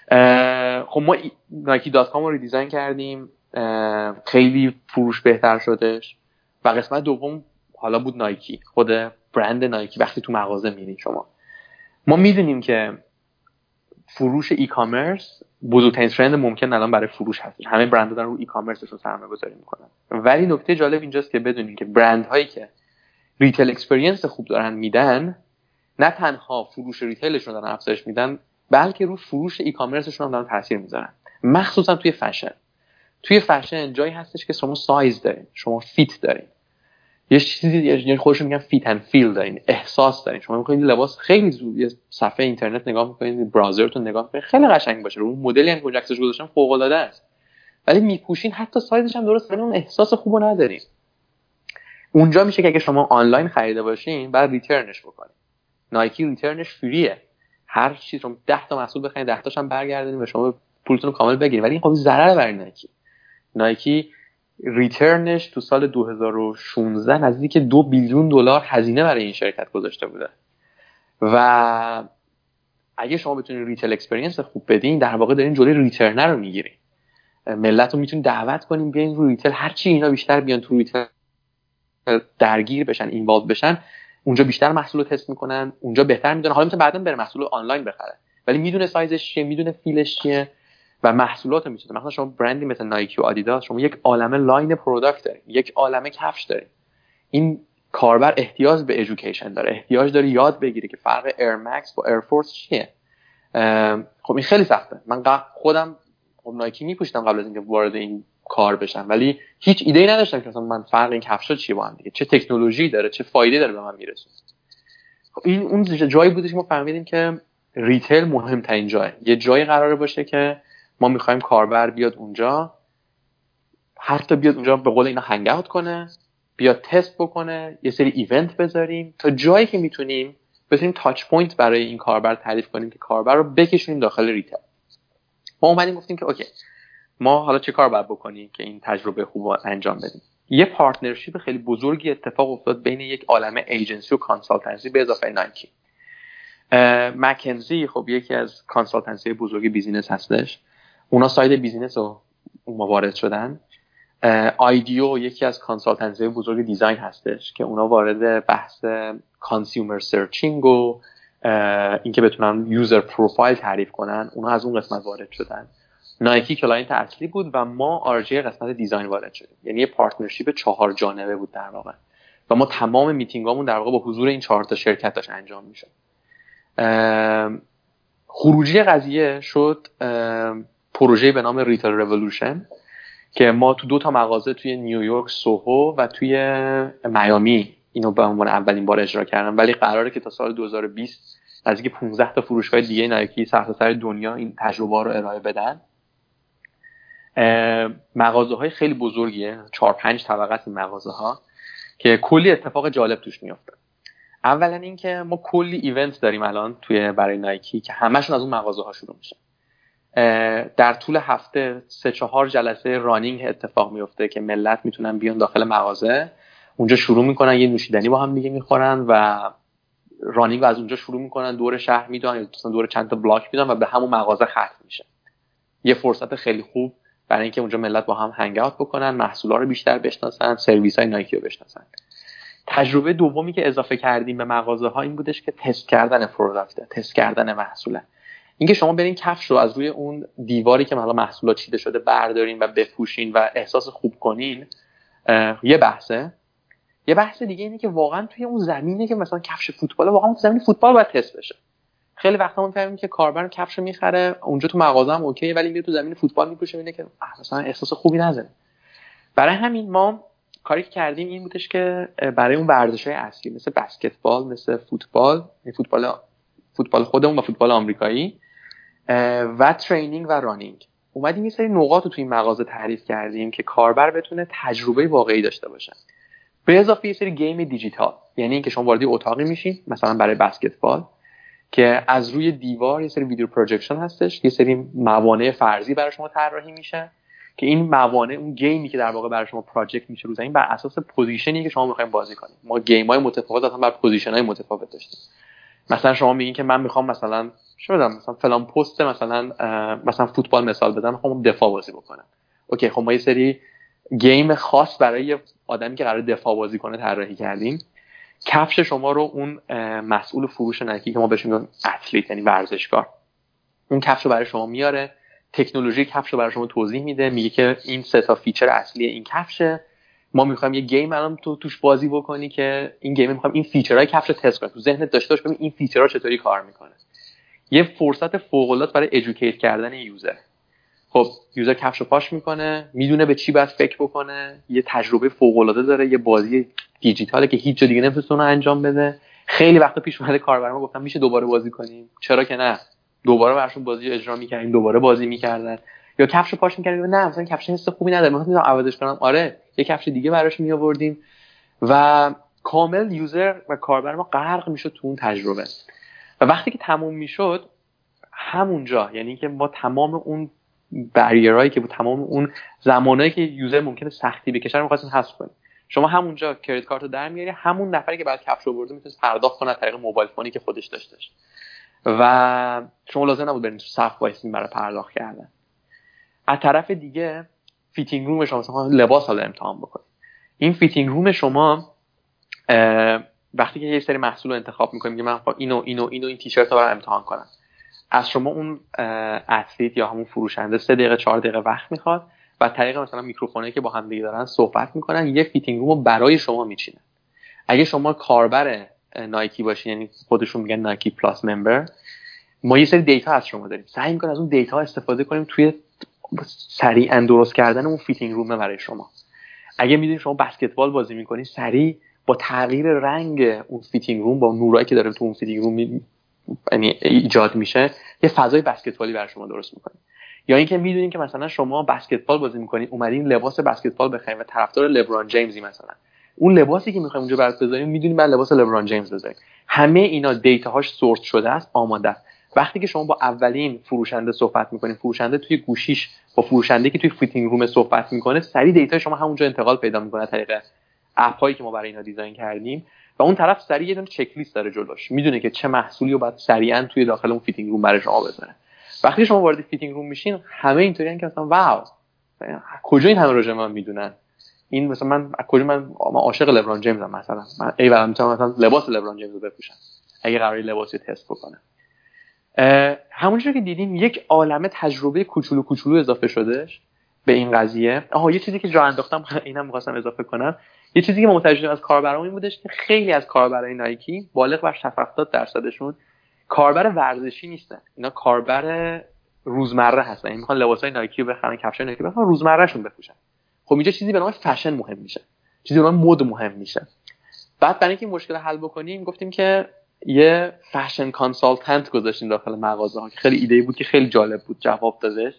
خب ما nike.com رو ریدیزاین کردیم، خیلی فروش بهتر شدش و قسمت دوم حالا بود نایکی، خود برند نایکی. وقتی تو مغازه میرین شما، ما میدونیم که فروش ای کامرس بزرگترین ترند ممکن الان برای فروش هست. همه برندها دارن رو ای کامرسشون سرمایه‌گذاری میکنن، ولی نکته جالب اینجاست که بدونین که برندهایی که ریتیل اکسپریانس خوب دارن میدن، نه تنها فروش ریتیلشون دارن افزایش میدن، بلکه رو فروش ای کامرسشون هم دارن تاثیر میذارن. مخصوصا توی فشن. توی فشن جایی هستش که شما سایز دارین، شما فیت دارین، یه چیزی یعنی خودشون میگن فیت اند فیل دارین، احساس دارین. شما میخواین لباس خیلی زود یه صفحه اینترنت نگاه میکنین، براوزرتون نگاه میکنین، خیلی قشنگ باشه، رو اون مدلی هم که عکسش گذاشتن فوق العاده است، ولی میپوشین حتی سایزش هم درست ولی اون احساس خوبو ندارین. اونجا میشه که اگه شما آنلاین خریده باشین بعد ریترنش بکنین. نایکی ریترنش فریه، هر چیز شما 10 تا محصول بخرید 10 تاش هم برگردونید و شما پولتون رو کامل بگیرید، ولی این خب ضرر برای نایکی ریترنش تو سال 2016 نزدیک 2 بیلیون دلار هزینه برای این شرکت گذاشته بوده. و اگه شما بتونید ریتیل اکسپریانس خوب بدین، در واقع دارین جلوی ریترنر رو میگیرین. ملت رو میتونید دعوت کنین بیاین رو ریتیل، هر چی اینا بیشتر بیان تو ریتیل درگیر بشن، اینوالو بشن، اونجا بیشتر محصول رو تست میکنن، اونجا بهتر میدونن. حالا میتونه بعداً بره محصول آنلاین بخره، ولی میدونه سایزش چیه، میدونه فیلش چیه و محصولات رو میتونه. مثلا شما برندی مثل نایکی و آدیداس، شما یک عالمه لاین پروداکت دارید، یک عالمه کفش دارید. این کاربر احتیاج به ادویکیشن داره، احتیاج داره یاد بگیره که فرق ایر مکس با ایر فورس چیه. خب این خیلی سخته. من خودم نایکی میپوشیدم قبل از اینکه وارد این کار بشم، ولی هیچ ایده‌ای نداشتم که مثلا من فرق این کفشا چیه با هم دیگه، چه تکنولوژی داره، چه فایده داره به من میرسونه. خب این اون جایی بودش که ما فهمیدیم که ریتیل مهمترین جایه. یه جایی قراره باشه که ما میخوایم کاربر بیاد اونجا، حتی بیاد اونجا به قول اینا هنگ اوت کنه، بیاد تست بکنه، یه سری ایونت بذاریم تا جایی که میتونیم بتونیم تاچ پوینت برای این کاربر تعریف کنیم که کاربر رو بکشونیم داخل ریتیل. ما اومدیم گفتیم که اوکی، ما حالا چه کار باید بکنیم که این تجربه خوب انجام بدیم. یه پارتنرشیپ خیلی بزرگی اتفاق افتاد بین یک عالمه ایجنسی و کانسالتنسی به اضافه نایکی. مکنزی خب یکی از کانسالتنسی بزرگ بیزینس هستش، اونا ساید بیزینس رو وارد شدن. آیدیو یکی از کانسالتنسی بزرگ دیزاین هستش که اونا وارد بحث کانسیومر سرچینگ و اینکه بتونن یوزر پروفایل تعریف کنن، اونا از اون قسمت وارد شدن. نایکی کلاینت اصلی بود و ما آرژی قسمت دیزاین وارد شدیم. یعنی یه پارتنرشیپ 4 جانبه بود در واقع و ما تمام میتینگامون در واقع با حضور این 4 تا شرکت داشت انجام میشد. خروجی قضیه شد پروژه به نام ریتیل رولوشن که ما تو 2 تا مغازه توی نیویورک سوهو و توی میامی اینو به عنوان اولین بار اجرا کردن، ولی قراره که تا سال 2020 نزدیک 15 تا فروشگاه دیگه نایکی سرتاسر دنیا این تجربه رو ارائه بدن. مغازه‌های خیلی بزرگیه، 4-5 طبقه است این مغازه‌ها که کلی اتفاق جالب توش میفته. اولا اینکه ما کلی ایونت داریم الان توی برای نایکی که همشون از اون مغازه‌ها شروع میشن. در طول هفته 3-4 جلسه رانینگ اتفاق میفته که ملت میتونن بیان داخل مغازه، اونجا شروع میکنن یه نوشیدنی با هم دیگه میخورن و رانینگ از اونجا شروع میکنن، دور شهر میدون یا مثلا دور چند تا بلاک میدون و به همون مغازه ختم میشه. یه فرصت خیلی خوب برای اینکه اونجا ملت با هم هنگ اوت بکنن، محصولا رو بیشتر بشناسن، سرویس‌های نایکی رو بشناسن. تجربه دومی که اضافه کردیم به مغازه‌ها این بودش که تست کردن پروداکت، تست کردن محصول. اینکه شما برین کفش رو از روی اون دیواری که مثلا محصولات چیده شده بردارین و بپوشین و احساس خوب کنین، یه بحثه. یه بحث دیگه اینه که واقعا توی اون زمینه که مثلا کفش فوتبال، واقعا تو زمین فوتبال باید تست بشه. خیلی وقتا ما می‌فهمیم که کاربر کفش می‌خره اونجا تو مغازه هم اوکی، ولی میره تو زمین فوتبال می‌پوشه می‌بینه که مثلا احساس خوبی نداره. برای همین ما کاری که کردیم این بودش که برای اون ورزش‌های اصلی مثل بسکتبال، مثل فوتبال خودمون و فوتبال آمریکایی و ترینینگ و رانینگ، اومدیم یه سری نقاط رو توی این مغازه تعریف کردیم که کاربر بتونه تجربه واقعی داشته باشه. به اضافه یه سری گیم دیجیتال، یعنی اینکه شما وارد اتاقی میشین مثلا برای بسکتبال که از روی دیوار یه سری ویدیو پروژکشن هستش، یه سری موانع فرضی برای شما طراحی میشه که این موانع اون گیمی که در واقع برای شما پروژکت میشه رو زمین بر اساس پوزیشنی که شما میخواین بازی کنید. ما گیم‌های متفاوت اصلا بر پوزیشن‌های متفاوت داشتیم. مثلا شما میگین که من میخوام مثلا چه بدم، مثلا فلان پست مثلا فوتبال مثال بزنم، میخوام دفاع بازی بکنم. اوکی، خب ما یه سری گیم خاص برای آدمی که قراره دفاع بازی کنه طراحی کردیم. کفش شما رو اون مسئول فروش نایکی که ما بهش میگیم اتلیت یعنی ورزشکار، اون کفش رو برای شما میاره، تکنولوژی کفش رو برای شما توضیح میده، میگه که این 3 تا فیچر اصلی این کفشه، ما میخوایم یه گیم الان تو توش بازی بکنی که این گیم میخوایم این فیچرهای کفش رو تست کنی، تو ذهنت داشته باش ببین این فیچرها چطوری کار میکنه. یه فرصت فوق العاده برای ادوکییت کردن یوزر. خب یوزر کفشو پاش میکنه، میدونه به چی باید فکر بکنه، یه تجربه فوق العاده داره، یه بازی دیجیتاله که هیچ جا دیگه نمیتونه انجام بده. خیلی وقتا پیش اومده کاربرا گفتن میشه دوباره بازی کنیم، چرا که نه، دوباره براشون بازی اجرا می‌کردیم، دوباره بازی می‌کردن. یا کفشو پاش می‌کردیم، نه مثلا کفش حس خوبی نداره، مثلا میذارم عوضش کنم، آره یه کفش دیگه براش میآوردیم و کامل یوزر و کاربر ما غرق میشد تو اون تجربه. و وقتی که تموم میشد همونجا، یعنی که ما تمام اون بریرایی که بود، تمام اون زمانایی که یوزر ممکنه سختی بکشه رو می‌خواستیم حذف کنیم. شما همونجا کریدیت کارت رو در میاری، همون نفری که بعد کفش آورده میتونه پرداخت کنه از طریق موبایل فونی که خودش داشتش و شما لازم نبود برید تو صف وایسین برای پرداخت کردن. از طرف دیگه فیتینگ روم شما مثلا لباس حالا امتحان بکنید. این فیتینگ روم شما وقتی که یه سری محصول رو انتخاب می‌کنید، میگه من این تیشرت رو برای امتحان کنم، از شما اون اتلیت یا همون فروشنده 3 دقیقه 4 دقیقه وقت میخواد و طریق مثلا میکروفونایی که با هم دیگه دارن صحبت میکنن یه فیتینگ روم رو برای شما میچینن. اگه شما کاربر نایکی باشین، یعنی خودشون میگن نایکی پلاس ممبر، ما یه سری دیتا از شما داریم، سعی میکنیم از اون دیتا استفاده کنیم توی سریعا درست کردن اون فیتینگ روم برای شما. اگه میدونید شما بسکتبال بازی میکنید، سریع با تغییر رنگ اون فیتینگ روم، با نورایی که داره تو اون فیتینگ روم یعنی ایجاد میشه، یه فضای بسکتبالی برای شما درست میکنه. یا اینکه میدونین که مثلا شما بسکتبال بازی میکنید، اومدین لباس بسکتبال بخرید و طرفدار لبران جیمزی، مثلا اون لباسی که میخوایم اونجا برات بذاریم میدونیم بعد لباس لبران جیمز بذاریم. همه اینا دیتاهاش سورت شده است، آماده است. وقتی که شما با اولین فروشنده صحبت میکنید، فروشنده توی گوشیش با فروشنده که توی فیتینگ روم صحبت میکنه، سریع دیتا شما همونجا انتقال پیدا میکنه از طریق اپ‌هایی که ما برای اینا دیزاین کردیم و اون طرف سریع یه دونه چک لیست داره جلوش، میدونه که چه محصولی رو باید سریعا توی داخل اون فیتینگ روم برای شما بذاره. وقتی شما وارد فیتینگ روم میشین، همه اینطوریان که مثلا واو، کجا این همه راجع من میدونن، این مثلا من عاشق لبران جیمزم، مثلا من ایول میتونم مثلا لباس لبران جیمز رو بپوشم اگه قراره لباسی تست بکنم. همونجوری که دیدیم یک عالمه تجربه کوچولو اضافه شدهش به این قضیه. یه چیزی که جا انداختم اینم می‌خواستم اضافه کنم، یه چیزی که ما متوجه شدیم از کاربرامون این بودش که خیلی از کاربرای نایکی بالغ بر 70% کاربر ورزشی نیستن، اینا کاربر روزمره هستن، این میخوان لباسای نایکی رو بخرن، کفشای نایکی بخرن، روزمرهشون بپوشن. خب اینجا چیزی به نام فشن مهم میشه، چیزی به نام مد مهم میشه. بعد برای اینکه این مشکل حل بکنیم گفتیم که یه فشن کانسالتنت گذاشتیم داخل مغازه ها که خیلی ایده بود که خیلی جالب بود جواب دادش.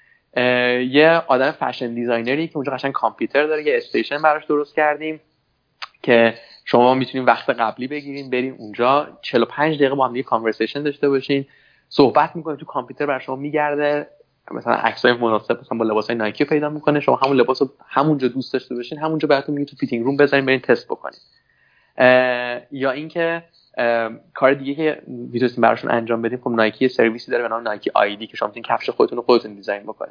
یه آدم فشن دیزاینری که اونجا قشنگ کامپیوتر داره، یه استیشن براش درست کردیم که شما میتونین وقت قبلی بگیرین برین اونجا 45 دقیقه با هم دیگه کانورسیشن داشته باشین، صحبت میکنین، تو کامپیوتر برای شما میگرده مثلا عکسای مناسب مثلا با لباسای نایکی پیدا میکنه، شما همون لباس رو همونجا دوست داشته باشین همونجا براتون میگه تو فیتینگ روم بزنین برین تست بکنین. یا اینکه کار دیگه که میتونستیم براشون انجام بدیم، خب نایکی سرویسی داره به نام نایکی آیدی که شما میتونین کفش خودتون دیزاین بکنین.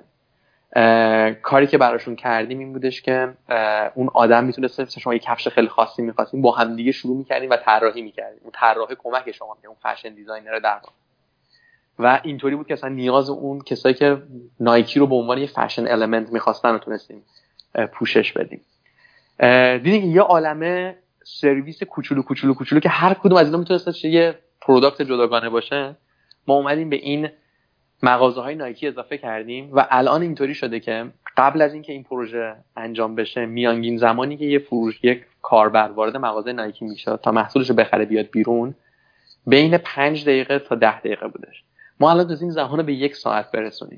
کاری که براشون کردیم این بودش که اون آدم میتونست شما یه کفش خیلی خاصی می‌خواستین با هم دیگه شروع می‌کردین و طراحی می‌کردین، اون طراح کمک شما می‌کنه، اون فشن دیزاینر در واقع. و اینطوری بود که اصلا نیاز اون کسایی که نایکی رو به عنوان یه فشن المنت می‌خواستن رو تونستیم پوشش بدیم. دیدین که یه عالمه سرویس کوچولو که هر کدوم از اینا میتونست یه پروداکت جداگانه باشه، ما اومدیم به این مغازه‌های نایکی اضافه کردیم و الان اینطوری شده که قبل از اینکه این پروژه انجام بشه، میانگین زمانی که یک کاربر وارد مغازه نایکی میشه تا محصولش رو بخره بیاد بیرون بین 5 دقیقه تا 10 دقیقه بودش. ما الان از این زمان رو به 1 ساعت برسونیم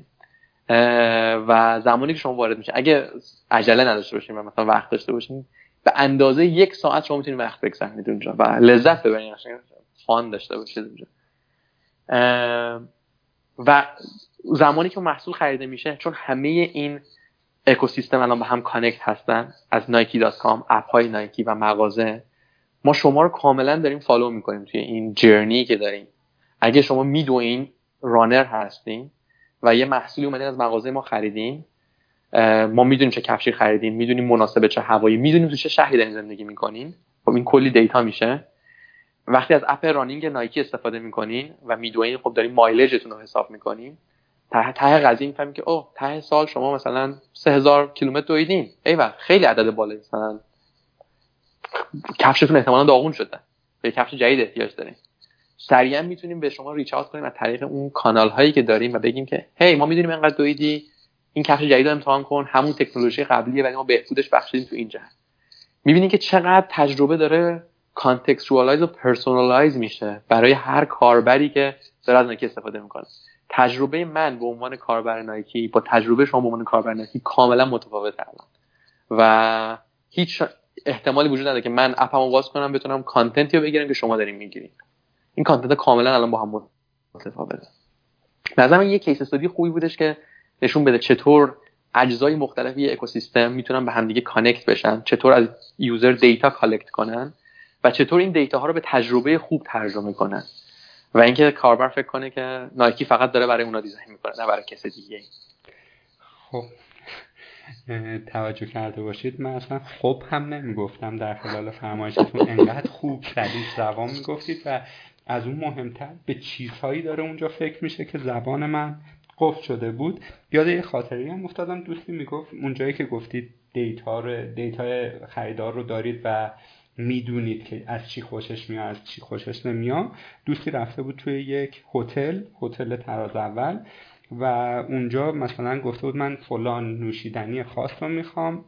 و زمانی که شما وارد میشه اگه عجله نداشته باشین و مثلا وقت داشته باشین به اندازه 1 ساعت شما میتونید وقت بگذرونید اونجا و لذت ببرید، فان داشته باشید اونجا. و زمانی که محصول خریده میشه، چون همه این اکوسیستم الان با هم کانکت هستن از nike.com، اپ های نایکی و مغازه، ما شما رو کاملا داریم فالو میکنیم توی این جرنی که داریم. اگه شما میدونین رانر هستین و یه محصولی اومدین از مغازه ما خریدین، ما میدونیم چه کفشی خریدین، میدونیم مناسب چه هوایی، میدونیم تو چه شهری دارین زندگی میکنین. خب این کلی دیتا میشه. وقتی از اپ رانینگ نایکی استفاده میکنین و میدونین خب دارین مایلجتون رو حساب میکنین، ته قضیه میفهمین که اوه ته سال شما مثلا 3000 کیلومتر دویدین، ایول خیلی عدد بالایی، مثلا کفشتون احتمالاً داغون شده، به کفش جدید احتیاج دارین. سریعا میتونیم به شما ریچ اوت کنیم از طریق اون کانال هایی که داریم و بگیم که هی ما میدونیم اینقدر دویدی، این کفش جدید رو امتحان کن، همون تکنولوژی قبلیه ولی ما بهبودش بخشیدیم تو این جهت. میبینین که چقدر تجربه داره کانتکستوالایز و پرسونالایز میشه برای هر کاربری که داره از نایکی استفاده میکنه. تجربه من به عنوان کاربر نایکی با تجربه شما به عنوان کاربر نایکی کاملا متفاوته الان و هیچ احتمالی وجود نداره که من اپمو باز کنم بتونم کانتنتی رو بگیرم که شما دارین میگیرین. این کانتنت کاملا الان با هم متفاوته. مثلا یه کیس استادی خوبی بودش که نشون بده چطور اجزای مختلف یه اکوسیستم میتونن به هم دیگه کانکت بشن، چطور از یوزر دیتا کالکت کنن و چطور این دیتا ها رو به تجربه خوب ترجمه کنن و اینکه کاربر فکر کنه که نایکی فقط داره برای اونا دیزاین میکنه نه برای کس دیگه. خب توجه کرده باشید من اصلا خب هم نمیگفتم در خلال فرمایشتون، انقدر خوب سلیس زبان میگفتید و از اون مهمتر به چیزهایی داره اونجا فکر میشه که زبان من قفل شده بود. یاد یه خاطری هم افتادم، دوستی میگفت اونجایی که گفتید دیتای خریدار رو دارید و میدونید که از چی خوشش میاد از چی خوشش نمیاد، دوستی رفته بود توی یک هتل طراز اول و اونجا مثلا گفته بود من فلان نوشیدنی خاص رو میخوام،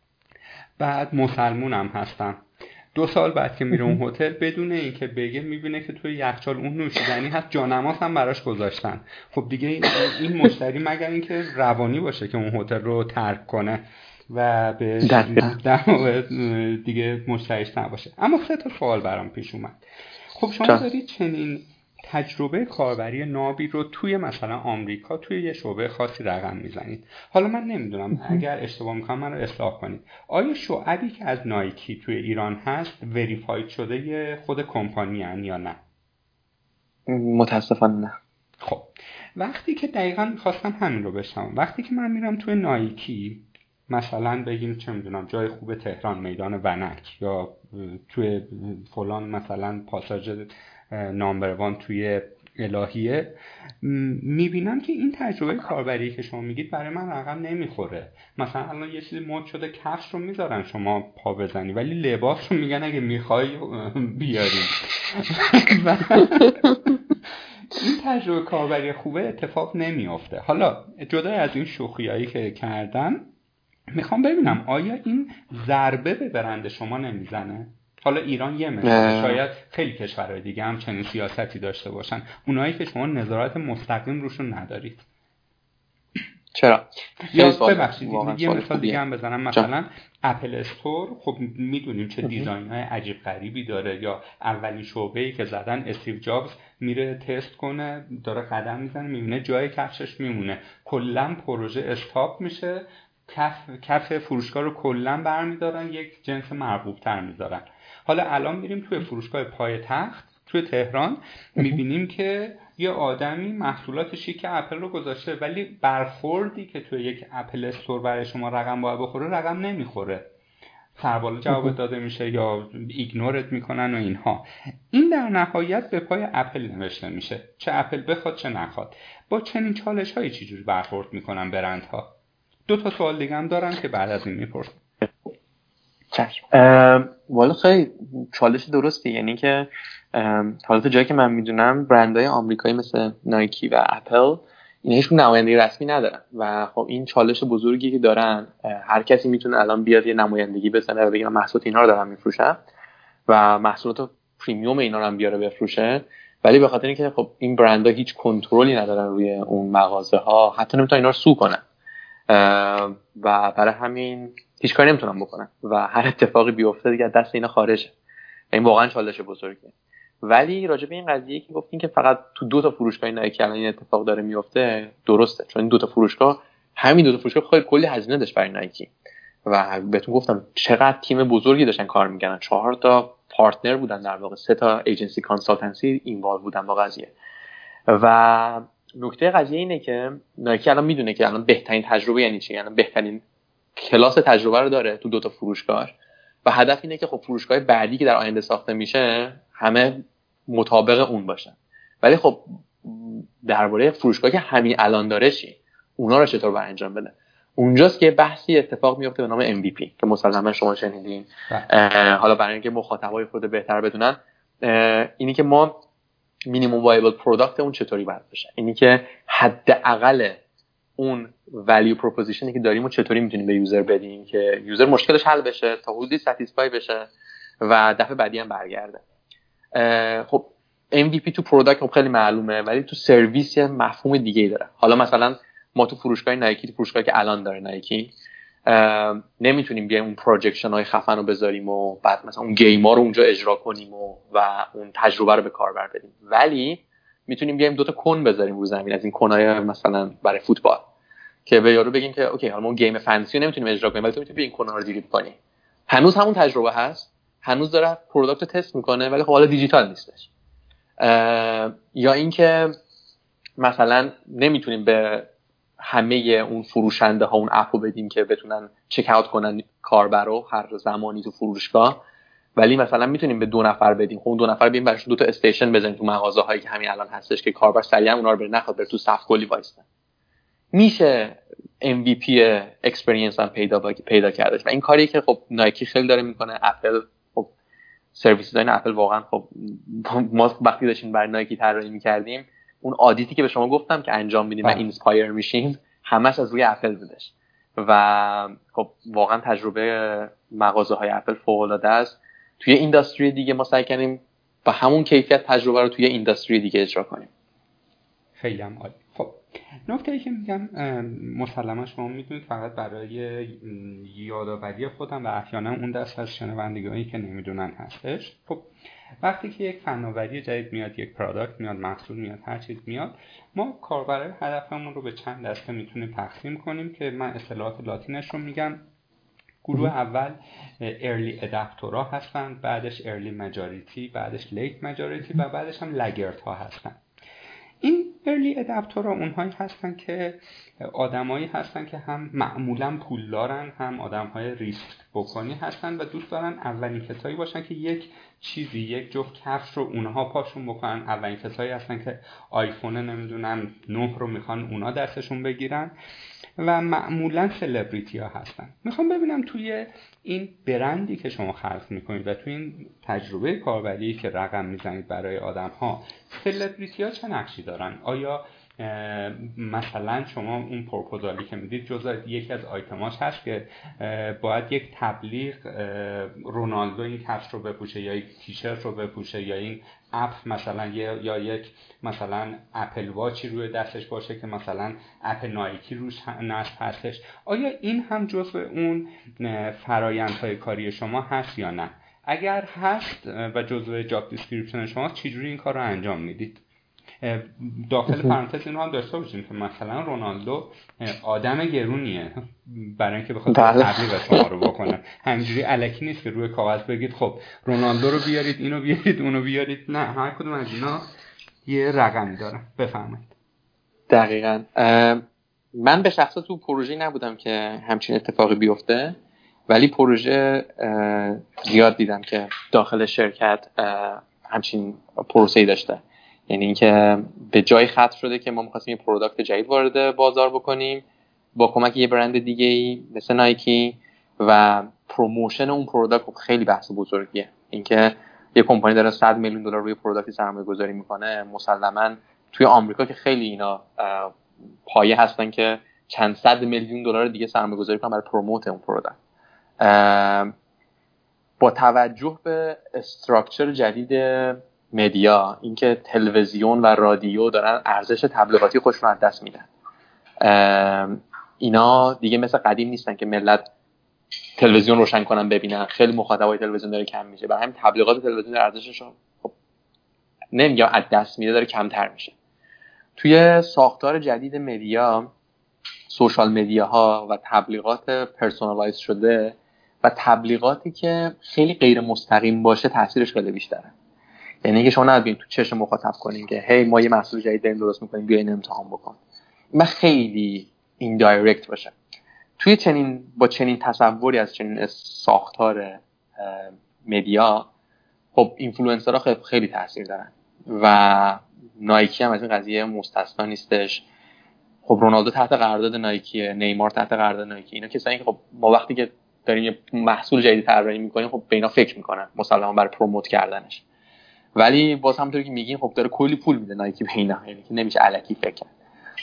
بعد مسلمونم هستم. 2 سال بعد که میره اون هتل بدون اینکه بگه میبینه که توی یخچال اون نوشیدنی هست، جانماز هم براش گذاشتن. خب دیگه این مشتری مگر اینکه روانی باشه که اون هتل رو ترک کنه و به در دیگه مشتریش نباشه. اما 3 تا سوال برام پیش اومد. خب شما دارید چنین تجربه کاربری نابی رو توی مثلا آمریکا توی یه شعبه خاصی رقم میزنید. حالا من نمیدونم اگر اشتباه میکنم من رو اصلاح کنید. آیا شعبی که از نایکی توی ایران هست وریفاید شده ی خود کمپانی هن یا نه؟ متاسفانه نه. خب وقتی که دقیقاً میخواستم همین رو بشنوم، وقتی که من میرم توی نایکی مثلا بگیم چه میدونم جای خوب تهران میدان ونک یا توی فلان مثلا پاساژ نامبر 1 توی الهیه، میبینم که این تجربه کاربری که شما میگید برای من رقم نمیخوره. مثلا الان یه چیزی مد شده کفش رو میذارن شما پا بزنی ولی لباس رو میگن اگه میخوای بیاریم. این تجربه کاربری خوبه اتفاق نمیافته. حالا جدای از این شوخیایی که کردن میخوام ببینم آیا این ضربه به برند شما نمیزنه؟ حالا ایران یه مثال، شاید خیلی کشورهای دیگه هم چنین سیاستی داشته باشن، اونایی که شما نظارت مستقیم روشون ندارید. چرا؟ یا ببخشید یه مثال دیگه هم بزنم، مثلا اپل استور خب میدونیم چه دیزاین‌های عجیب غریبی داره، یا اولین شعبه‌ای که زدن استیو جابز میره تست کنه داره قدم میزنه میبینه جای کفشش میمونه، کلا پروژه استاپ میشه، کف فروشگاه رو کلا برمیدارن یک جنس مرغوب‌تر میذارن. حالا الان میریم توی فروشگاه پایتخت توی تهران میبینیم که یه آدمی محصولات شیک اپل رو گذاشته ولی برخوردی که توی یک اپل استور برای شما رقم باید بخوره رقم نمیخوره، سربالا جواب داده میشه یا ایگنورت میکنن و اینها. این در نهایت به پای اپل نوشته میشه، چه اپل بخواد چه نخواد. با چنین چالش هایی چجوری برخورد میکنن برندها؟ 2 تا سوال دیگه هم دارم که بعد از این میپرسم. والا خیلی چالش درستی، یعنی که حالت جایی که من میدونم برندهای آمریکایی مثل نایکی و اپل اینا هیچ نمایندگی رسمی ندارن و خب این چالش بزرگی که دارن. هر کسی میتونه الان بیاد یه نمایندگی بزنه و بگه من محصولات اینا رو دارم میفروشم و محصولات پریمیوم اینا رو هم بیاره بفروشه، ولی به خاطر اینکه خب این برندها هیچ کنترلی ندارن روی اون مغازه ها، حتی نمیتونن اینا رو سو کنن و برای همین هیچ کاری نمیتونن بکنن و هر اتفاقی بیفته دیگه دست اینا خارجه. این واقعا چالش بزرگیه. ولی راجع به این قضیه که گفتین که فقط تو 2 تا فروشگاه نایکی الان این اتفاق داره میفته، درسته، چون این 2 تا فروشگاه همین 2 تا فروشگاه خیلی کلی هزینه داشت برای نایکی و بهتون گفتم چقدر تیم بزرگی داشتن کار می‌کردن، 4 تا پارتنر بودن، در واقع 3 تا ایجنسی کانسالتنسی اینوالو بودن با قضیه. و نکته قضیه اینه که نایکی الان میدونه که الان بهترین تجربه یعنی چی، یعنی بهترین کلاس تجربه رو داره تو 2 تا فروشگاه و هدف اینه که خب فروشگاه بعدی که در آینده ساخته میشه همه مطابق اون باشن. ولی خب درباره فروشگاهی که همین الان داره چی، اونا رو چطور باید انجام بده؟ اونجاست که بحثی اتفاق میفته به نام MVP که مسلما شما شنیدین. حالا برای اینکه مخاطبای خود بهتر بدونن، اینی که ما مینیمم وایبل پروداکت اون چطوری باید باشه، اینی که حداقل اون ولیو پروپوزیشنی که داریم و چطوری میتونیم به یوزر بدیم که یوزر مشکلش حل بشه، تا حدودی ساتیسفای بشه و دفعه بعدی هم برگرده. خب MVP تو پروداکت خب خیلی معلومه، ولی تو سرویس یه مفهوم دیگه‌ای داره. حالا مثلا ما تو فروشگاه نایکی، تو فروشگاهی که الان داره نایکی، نمیتونیم بیایم اون پروجکشن های خفن رو بذاریم و بعد مثلا اون گیما رو اونجا اجرا کنیم و اون تجربه رو به کاربر بدیم، ولی میتونیم بیایم 2 تا کن بذاریم رو زمین، از این کنای مثلا برای فوتبال، که به یارو بگیم که اوکی حالا ما گیم فنسی رو نمیتونیم اجرا کنیم، ولی تو میتونی بیا این کنا رو دیلیت کنی. هنوز همون تجربه هست، هنوز داره پروداکت رو تست میکنه، ولی خب حالا دیجیتال نیستش. یا اینکه مثلا نمیتونیم به همه اون فروشنده ها اون اپو بدیم که بتونن چک اوت کنن کاربر رو هر زمانی تو فروشگاه، ولی مثلا میتونیم به 2 نفر بدیم. خب اون 2 نفر بدیم براشون 2 تا استیشن بزنیم تو مغازه هایی که همین الان هستش که کاربر سریعا اونا رو بره، نخواد بره تو صف کلی وایسن. میشه MVP اکسپریانس هم پیدا کردش و این کاریه که خب نایکی خیلی داره میکنه. اپل خب سرویس دیزاین اپل واقعا خب ما وقتی داشتیم برای نایکی طراحی میکردیم، اون آدیتی که به شما گفتم که انجام میدیم و اینسپایر میشیم، همش از روی اپل بودش و خب واقعا تجربه مغازه های اپل فوق العاده است. توی اینداستری دیگه ما سعی کردیم با همون کیفیت تجربه رو توی اینداستری دیگه اجرا کنیم. خیلی هم عالی. خب نکته‌ای که میگم مسلما شما میدونید، فقط برای یادآوری خودم و احیانا اون دست از شنوندگانی که نمیدونن هستش. خب وقتی که یک فناوری جدید میاد، یک پروداکت میاد، محصول میاد، هر چیز میاد، ما کاربرای هدفمون رو به چند دسته میتونیم تقسیم کنیم که من اصطلاحات لاتینش رو میگم. گروه اول ارلی ادپتورها هستن، بعدش ارلی ماجوریتی، بعدش لیت ماجوریتی و بعدش هم لگرت ها هستن. این ارلی ادپتورها اونهایی هستن که آدمایی هستن که هم معمولا پول دارن، هم آدمهای ریسک بکنی هستن و دوست دارن اولین کسایی باشن که یک چیزی، یک جفت کفش رو اونها پاشون بکنن. اولین کسایی هستن که آیفون نمیدونن 9 رو میخوان اونا دستشون بگیرن و معمولا سلبریتی ها هستن. میخوام ببینم توی این برندی که شما خلق میکنید و توی این تجربه کاربری که رقم میزنید برای آدم ها، سلبریتی ها چه نقشی دارن؟ آیا مثلا شما اون پروپوزالی که میدید جزء یکی از آیتماش هست که باید یک تبلیغ رونالدو این کفش رو بپوشه یا یک تیشرت رو بپوشه یا این اپ مثلا یا یک مثلا اپل واچی روی دستش باشه که مثلا اپ نایکی روش نصب هستش؟ آیا این هم جزء اون فرآیندهای کاری شما هست یا نه؟ اگر هست و جزء جاب دیسکریپشن شما، چجوری این کار رو انجام میدید؟ داخل پرانتز این رو هم داشته باشیم که مثلا رونالدو آدم گرونیه برای اینکه بخواد تبلیغ شما رو بکنه. همینجوری الکی نیست که روی کاغذ بگید خب رونالدو رو بیارید، اینو بیارید، اونو بیارید. نه، هر کدوم از اینا یه رقمی داره. بفرمایید. دقیقاً. من به شخصه تو پروژه نبودم که همچین اتفاقی بیفته، ولی پروژه زیاد دیدم که داخل شرکت همچین پروسه‌ای داشته. یعنی اینکه به جای ختم شده که ما می‌خواستیم یه پروداکت جدید وارد بازار بکنیم با کمک یه برند دیگه‌ای مثل نایکی و پروموشن اون پروداکت خیلی بحث بزرگیه. اینکه یه کمپانی داره 100 میلیون دلار روی پروداکتی سرمایه‌گذاری میکنه، مسلماً توی آمریکا که خیلی اینا پایه هستن که چند صد میلیون دلار دیگه سرمایه‌گذاری کنن برای پروموت اون پروداکت. با توجه به استراکچر جدید مدیا، اینکه تلویزیون و رادیو دارن ارزش تبلیغاتی خودشون رو از دست میدن، اینا دیگه مثل قدیم نیستن که ملت تلویزیون روشن کنن ببینن. خیلی مخاطبای تلویزیون داره کم میشه، برای همین تبلیغات تلویزیون ارزشش خب نمیگم از دست میده، داره کمتر میشه. توی ساختار جدید مدیا، سوشال مدیاها و تبلیغات پرسونالایز شده و تبلیغاتی که خیلی غیر مستقیم باشه تاثیرش خیلی بیشتره. یعنی اینکه شما نباید تو چشم مخاطب کنین که هی ما یه محصول جدید داریم درست می‌کنیم بیا این امتحان بکن. این خیلی ایندایرکت باشه. توی با چنین تصوری از چنین ساختار مدیا، خب اینفلوئنسرها خیلی تاثیر دارن و نایکی هم از این قضیه مستثنا نیستش. خب رونالدو تحت قرارداد نایکیه، نیمار تحت قرارداد نایکی. اینا کسایی که خب ما وقتی که داریم یه محصول جدید طراحی می‌کنیم خب به اینا فکر می‌کنن مسلماً برای پروموت کردنش. ولی باز همونطوری که میگین خب داره کلی پول میده نایکی به اینا، یعنی که نمیشه الکی فکر کرد.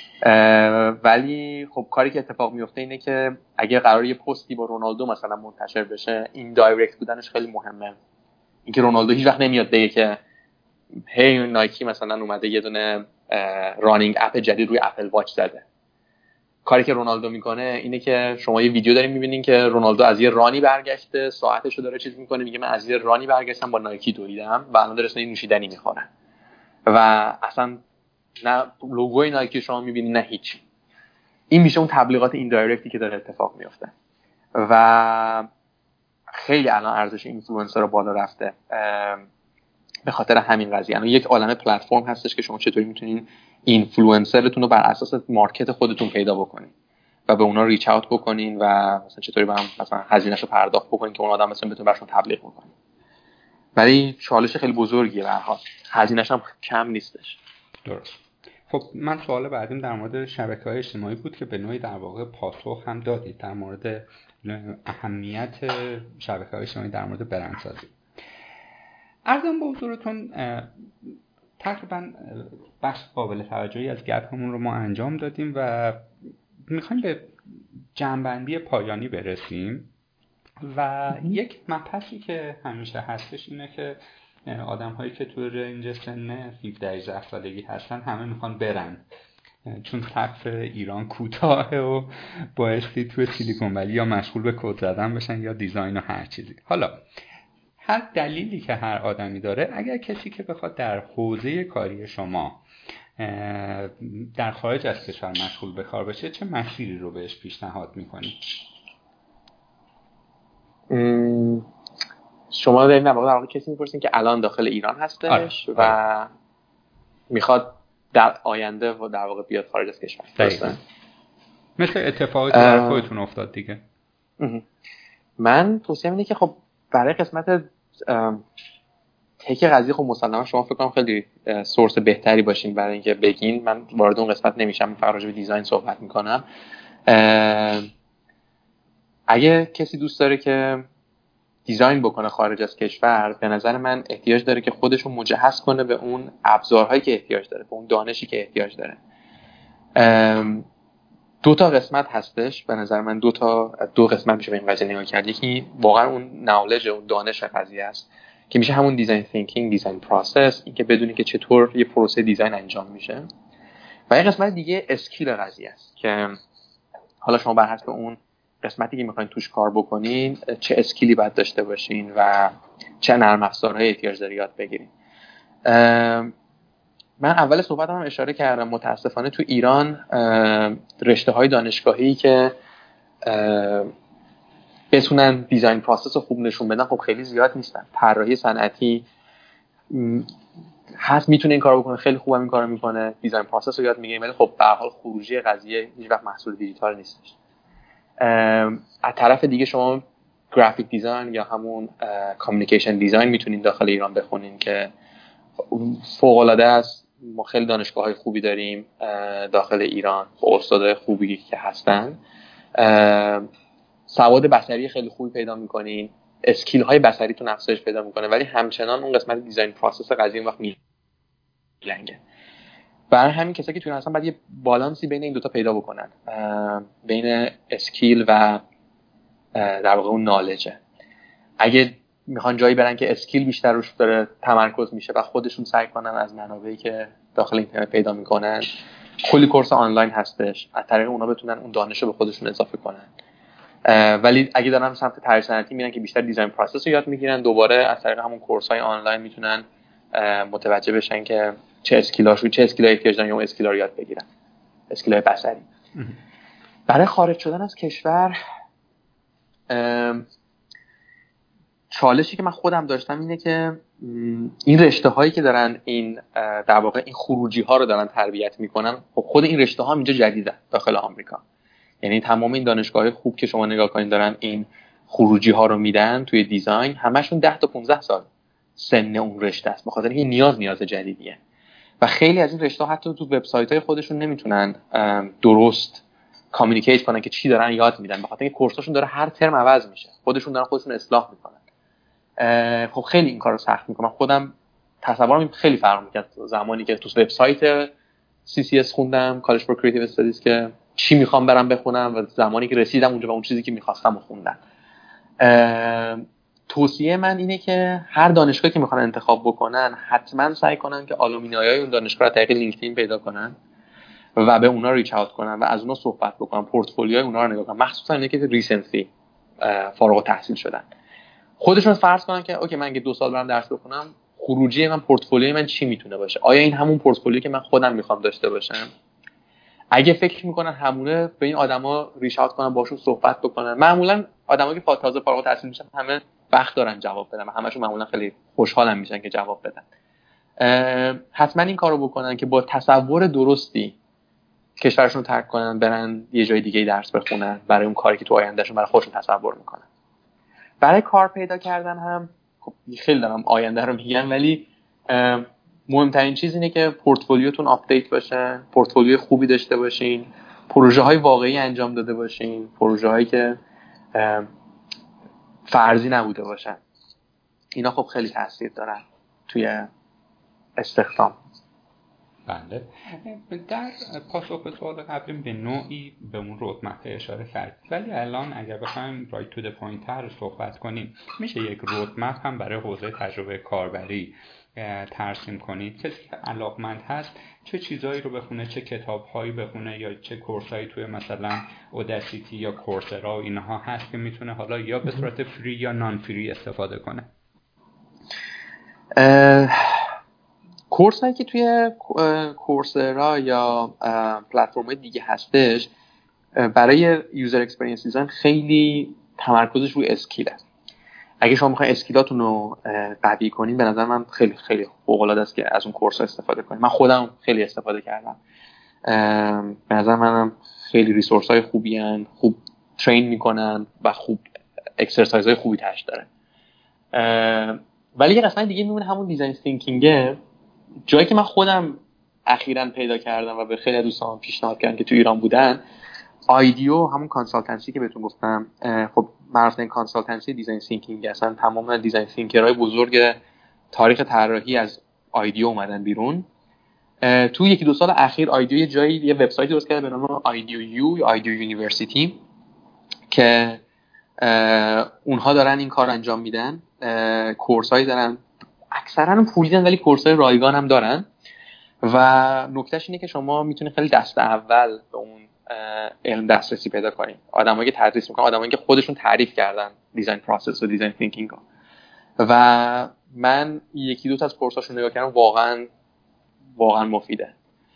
ولی خب کاری که اتفاق میفته اینه که اگه قرار یه پستی با رونالدو مثلا منتشر بشه، این دایرکت بودنش خیلی مهمه. اینکه رونالدو هیچ وقت نمیاد بگه که هی نایکی مثلا اومده یه دونه رانینگ اپ جدید روی اپل واچ زده. کاری که رونالدو میکنه اینه که شما یه ویدیو دارین میبینین که رونالدو از یه رانی برگشته، ساعتشو داره چیز میکنه، میگه من از یه رانی برگشتم با نایکی دویدم و الان داره نوشیدنی میخوره و اصلا نه لوگوی نایکی شما میبینین نه هیچ. این میشه اون تبلیغات ایندایرکتی که داره اتفاق میفته و خیلی الان ارزش اینفلوئنسر رو بالا رفته به خاطر همین قضیه. الان یک عالمه پلتفرم هستش که شما چطوری میتونین اینفلوئنسرتون رو بر اساس مارکت خودتون پیدا بکنین و به اونا ریچ اوت بکنین و مثلا چطوری با هم مثلا هزینه‌شو پرداخت بکنین که اون آدم مثلا بتونه براشون تبلیغ بکنه. ولی چالش خیلی بزرگیه به هر حال، هزینه‌ش هم کم نیستش. درست. خب من سوال بعدیم در مورد شبکه‌های اجتماعی بود که به نوعی در واقع پاسخ هم دادید در مورد اهمیت شبکه‌های اجتماعی در مورد برندسازی. عرضم به حضورتون تقریبا بخش قابل توجهی از گپمون رو ما انجام دادیم و میخوایم به جمع‌بندی پایانی برسیم و یک مبحثی که همیشه هستش اینه که آدم هایی که تو رنج سن 17-18 سالگی هستن همه میخوان برن، چون سقف ایران کوتاهه و بایستی تو سیلیکون ولی یا مشغول به کد زدن بشن یا دیزاین و هر چیزی. حالا هر دلیلی که هر آدمی داره، اگر کسی که بخواد در حوزه کاری شما در خارج از کشور مشغول به کار بشه، چه مسیری رو بهش پیشنهاد میکنی؟ شما در واقع کسی میپرسین که الان داخل ایران هستش و میخواد در آینده و در واقع بیاد خارج از کشور. مثل اتفاقی که در خودتون افتاد دیگه. من توصیه اینه که خب برای قسمت تک قضیه خب مسلما شما فکر کنم خیلی سورس بهتری باشین برای اینکه بگین. من وارد اون قسمت نمیشم، فقط راجع به دیزاین صحبت میکنم. اگه کسی دوست داره که دیزاین بکنه خارج از کشور، به نظر من احتیاج داره که خودشو مجهز کنه به اون ابزارهایی که احتیاج داره، به اون دانشی که احتیاج داره. دو تا قسمت هستش به نظر من، دو قسمت میشه به این قضیه نگاه کرد. یکی واقعا اون نالج، اون دانش قضیه است که میشه همون دیزاین تینکینگ، دیزاین پروسس، این که بدونی که چطور یه پروسه دیزاین انجام میشه. و یه قسمت دیگه اسکیل قضیه است که حالا شما بر حسب اون قسمتی که میخواین توش کار بکنین چه اسکیلی باید داشته باشین و چه نرم افزارهایی احتیاج داره یاد بگیرین. من اول صحبتم هم اشاره کردم متاسفانه تو ایران رشته‌های دانشگاهی که بتونن دیزاین پروسس رو خوب نشون بدن خب خیلی زیاد نیستن. طراحی صنعتی هست میتونه این کارو بکنه، خیلی خوبم این کارو میکنه، دیزاین پروسس رو یاد میگیره، ولی خب به هر حال خروجی قضیه هیچ وقت محصول دیجیتال نیستش. از طرف دیگه شما گرافیک دیزاین یا همون کامیونیکیشن دیزاین میتونین داخل ایران بخونین که فوق العاده است. ما خیلی دانشگاه‌های خوبی داریم داخل ایران با استادای خوبی که هستن. سواد بصری خیلی خوبی پیدا میکنین، اسکیل های بصریتون افزایش پیدا میکنه، ولی همچنان اون قسمت دیزاین پروسس قضیه وقت میلنگه. برای همین کسایی که توی هستن باید یه بالانسی بین این دوتا پیدا بکنن، بین اسکیل و در واقع اون نالجه. اگه میخوان جایی برن که اسکیل بیشتر روش داره تمرکز میشه و خودشون سعی کنن از منابعی که داخل اینترنت پیدا میکنن، کلی کورس آنلاین هستش، از طریق اونا بتونن اون دانش رو به خودشون اضافه کنن. ولی اگه دارن سمت طراحی صنعتی میرن که بیشتر دیزاین پروسس رو یاد میگیرن، دوباره از طریق همون کورس‌های آنلاین میتونن متوجه بشن که چه اسکیلاشو، چه اسکیلای احتیاج دارن یا اون اسکیلا رو یاد بگیرن، اسکیلای بصری. برای خارج شدن از کشور چالشی که من خودم داشتم اینه که این رشته هایی که دارن این در واقع این خروجی ها رو دارن تربیت میکنن، خب خود این رشته ها اینجا جدیدن داخل آمریکا. یعنی تمام این دانشگاه خوب که شما نگاه کنید دارن این خروجی ها رو میدن توی دیزاین، همشون 10 تا 15 سال سن اون رشته است، بخاطر اینکه نیاز جدیدیه و خیلی از این رشته ها حتی تو وبسایت های خودشون نمیتونن درست کامیونیکیت کنن که چی دارن یاد میدن، بخاطر اینکه کورساشون داره هر ترم عوض میشه، خودشون دارن خودشون اصلاح میکنن. خب خیلی این کارو سخت میکنه. خودم تصورم خیلی فرق میکرد زمانی که تو وبسایت CCS خوندم، کالج فور کریتیو استادیز، که چی میخوام برام بخونم و زمانی که رسیدم اونجا و اون چیزی که میخواستم خوندم. توصیه من اینه که هر دانشگاهی که میخوان انتخاب بکنن حتما سعی کنن که آلومینیای اون دانشگاه رو طریق لینکدین پیدا کنن و به اونا ریچ اوت کنن و از اونا صحبت بکنن، پورتفولیوی اونا رو نگاه کنن، مخصوصا اینه که ریسنتلی فارغ التحصیل شدن. خودشون فرض کنن که اوکی من اگه 2 سال برام درس بخونم، خروجی من، پورتفولیوی من چی میتونه باشه؟ آیا این همون پورتفولیویی که من خودم میخوام داشته باشم؟ اگه فکر میکنن همونه، به این آدما ریچ اوت کنن، باشون صحبت بکنن. معمولا آدمایی که تازه فارغ التحصیل میشن همه وقت دارن جواب بدن و همشون معمولا خیلی خوشحالن میشن که جواب بدن. حتما این کارو بکنن که با تصور درستی کشورشون رو ترک کنن، برن یه جای دیگه درس بخونن برای اون کاری که تو آیندهشون برای خودشون تصور میکنن. برای کار پیدا کردن هم خب خیلی دارم آینده رو میگم، ولی مهمترین چیز اینه که پورتفولیوتون آپدیت باشه، پورتفولیوی خوبی داشته باشین، پروژه های واقعی انجام داده باشین، پروژه هایی که فرضی نبوده باشن. اینا خب خیلی تاثیر دارن توی استخدام. بله، در پاسخ به سوال قبلیم به نوعی به اون رودمپ اشاره کرد، ولی الان اگر بخوایم رایت تو د پوینت تر صحبت کنیم، میشه یک رودمپ هم برای حوزه تجربه کاربری ترسیم کنید؟ کسی که علاقمند هست چه چیزایی رو بخونه، چه کتاب‌هایی بخونه یا چه کورسایی توی مثلا اوداسیتی یا کورسرا و اینها هست که میتونه حالا یا به صورت فری یا نان فری استفاده کنه؟ کورسایی که توی کورسرا یا پلتفرم‌های دیگه هستش برای یوزر اکسپریانس دیزاین خیلی تمرکزش روی اسکیله. اگه شما میخواین اسکیلاتون رو قوی کنین، به نظر من خیلی خیلی فوق‌العاده است که از اون کورس‌ها استفاده کنین. من خودم خیلی استفاده کردم. به نظر منم خیلی ریسورس‌های خوبی هستن، خوب ترین میکنن و خوب اکسرسایزهای خوبی تاش داره. ولی یه قسمت دیگه میمونه همون دیزاین تینکینگه، جایی که من خودم اخیراً پیدا کردم و به خیلی دوستان پیشنهاد کردم که تو ایران بودن. آیدیو، همون کانسالتنسی که بهتون گفتم، خب معروف‌ترین کانسالتنسی دیزاین تینکینگ هستن. تمام دیزاین تینکرهای بزرگ تاریخ طراحی از آیدیو اومدن بیرون. تو 1-2 سال اخیر آیدیو یه جایی یه وبسایت درست کرده به نام آیدیو یو یا آیدیو یونیورسیتی که اونها دارن این کار انجام میدن. کورسایی دارن، اکثرا پولیدن ولی کورسای رایگان هم دارن و نکتهش اینه که شما میتونید خیلی دست اول به اون علم دسترسی پیدا کنید. آدمایی که تدریس میکنن، آدمایی که خودشون تعریف کردن دیزاین پروسس و دیزاین تینکینگ ها. و من 1-2 تا از کورساشون نگاه کردم، واقعا مفیده.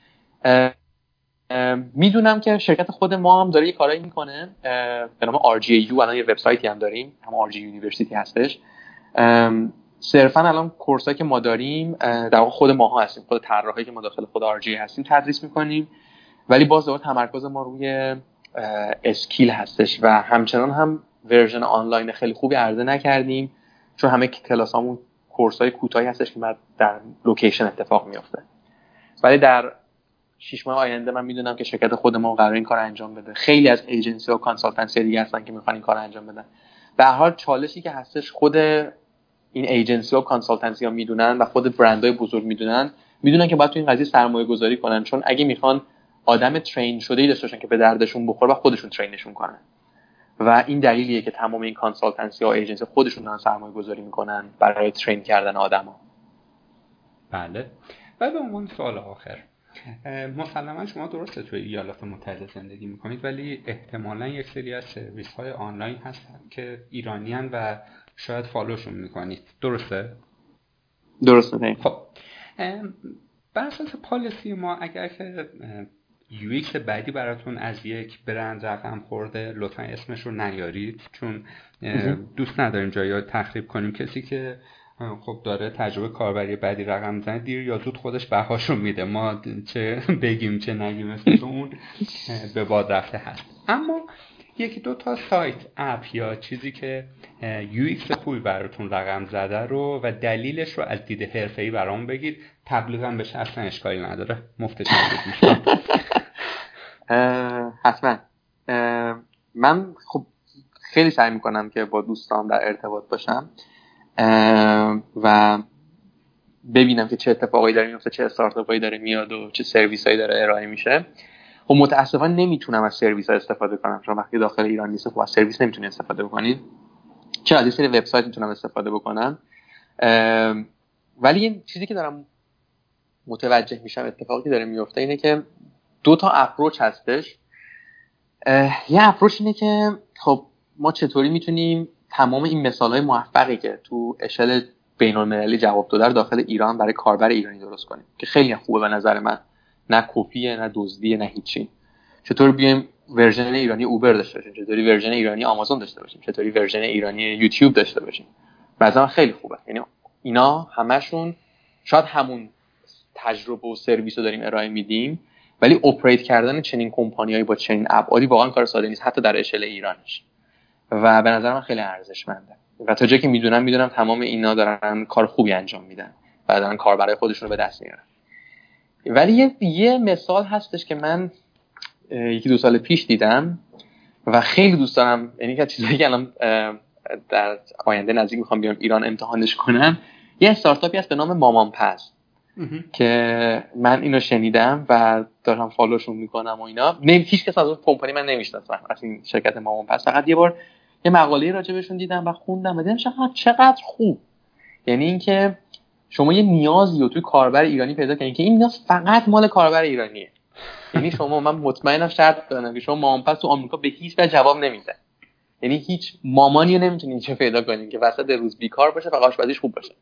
میدونم که شرکت خود ما هم داره یه کارایی میکنه به نام RGU. الان یه وبسایتی هم داریم، هم RGU یونیورسیتی هستش. صرفا الان کورسایی که ما داریم در واقع خود ماها هستیم، خود طراحایی که ما داخل خود RGU هستیم تدریس میکنیم، ولی باز دوباره تمرکز ما روی اسکیل هستش و همچنان هم ورژن آنلاین خیلی خوبی عرضه نکردیم، چون همه کلاسامون کورسای کوتاهی هستش که در لوکیشن اتفاق میفته. ولی در 6 ماه آینده من میدونم که شرکت خود ما قراره این کار انجام بده. خیلی از ایجنسی و کانسالتنسی دیگه هستن که میخوان این کار انجام بدن. به هر حال چالشی که هستش، خود این ایجنسی و کانسالتنسی ها میدونن و خود برندهای بزرگ میدونن که باید تو این قضیه سرمایه گذاری کنن، چون اگه میخوان آدم ترین شده‌ای داشته باشن که به دردشون بخوره و خودشون ترینشون کنن. و این دلیلیه که تمام این کانسالتنسی ها و ایجنسی خودشون دارن سرمایه گذاری میکنن برای ترین کردن آدما. بله. و به عنوان سوال آخر، مسلما شما درسته توی ایالات متحده زندگی میکنید، ولی احتمالاً یک سری از سرویس های آنلاین هستن که ایرانیان و شاید فالوشون میکنید، درسته؟ درسته. خب بر اساس پالیسی ما اگر که UX بعدی براتون از یک برند رقم خورده لطفا اسمش رو نیارید، چون دوست نداریم جایی تخریب کنیم. کسی که خب داره تجربه کاربری بعدی رقم میزنه دیر یا زود خودش بهاشو میده، ما چه بگیم چه نگیم اسمش اون به باد رفته هست. اما یکی دو تا سایت، اپ یا چیزی که UX خوبی براتون رقم زده رو و دلیلش رو از دید حرفه‌ای برامون بگید. تبلیغم بشه اصلا اشکالی نداره، مفتش میدید. حتما. من خب خیلی سعی میکنم که با دوستام در ارتباط باشم و ببینم که چه اتفاقایی داره میفته، چه استارتاپایی داره میاد و چه سرویسایی داره ارائه میشه. خب متاسفانه نمیتونم از سرویس ها استفاده کنم، چون وقتی داخل ایران نیست خب از سرویس نمیتونی استفاده بکنید. چرا از یه سری وبسایت میتونم استفاده بکنم. ولی یه چیزی که دارم متوجه میشم اتفاقی داره میفته اینه که دو تا اپروچ هستش. یه اپروچ اینه که خب ما چطوری میتونیم تمام این مثالهای موفقی که تو اشل بین‌المللی جواب داده رو داخل ایران برای کاربر ایرانی درست کنیم، که خیلی خوبه به نظر من، نه کپیه نه دزدیه نه هیچی. چطور بیایم ورژن ایرانی اوبر داشته باشیم، چطوری ورژن ایرانی آمازون داشته باشیم، چطوری ورژن ایرانی یوتیوب داشته باشیم. مثلا خیلی خوبه. یعنی اینا همشون شاید همون تجربه و سرویس رو داریم ارائه میدیم، ولی اپریت کردن چنین کمپانیایی با چنین ابعادی واقعا کار ساده نیست، حتی در اشل ایرانش. و به نظر من خیلی ارزشمنده و تا جایی که میدونم تمام اینا دارن کار خوبی انجام میدن و دارن کاربرای خودشون رو به دست میارن. ولی یه مثال هستش که من یکی دو سال پیش دیدم و خیلی دوست دارم، یعنی که چیزایی که الان در آینده نزدیک میخوام بیام ایران امتحانش کنم. یه استارتاپی هست به نام مامان پس که من اینو شنیدم و دارم فالوشون میکنم و اینا. هیچ کس از اون کمپانی من نمیشناسم، از این شرکت مامان پس. فقط یه بار یه مقاله راجبشون دیدم و خوندم و دیدم چقدر خوب. یعنی اینکه شما یه نیازی رو توی کاربر ایرانی پیدا کنید که این نیاز فقط مال کاربر ایرانیه. یعنی شما، من مطمئنم شرط دارم که شما مامان پس تو آمریکا به هیچ وجه جواب نمیده. یعنی هیچ مامانی رو نمیتونید اینجا پیدا کنید که وسط روز بیکار باشه فقط آشپزیش خوب باشه.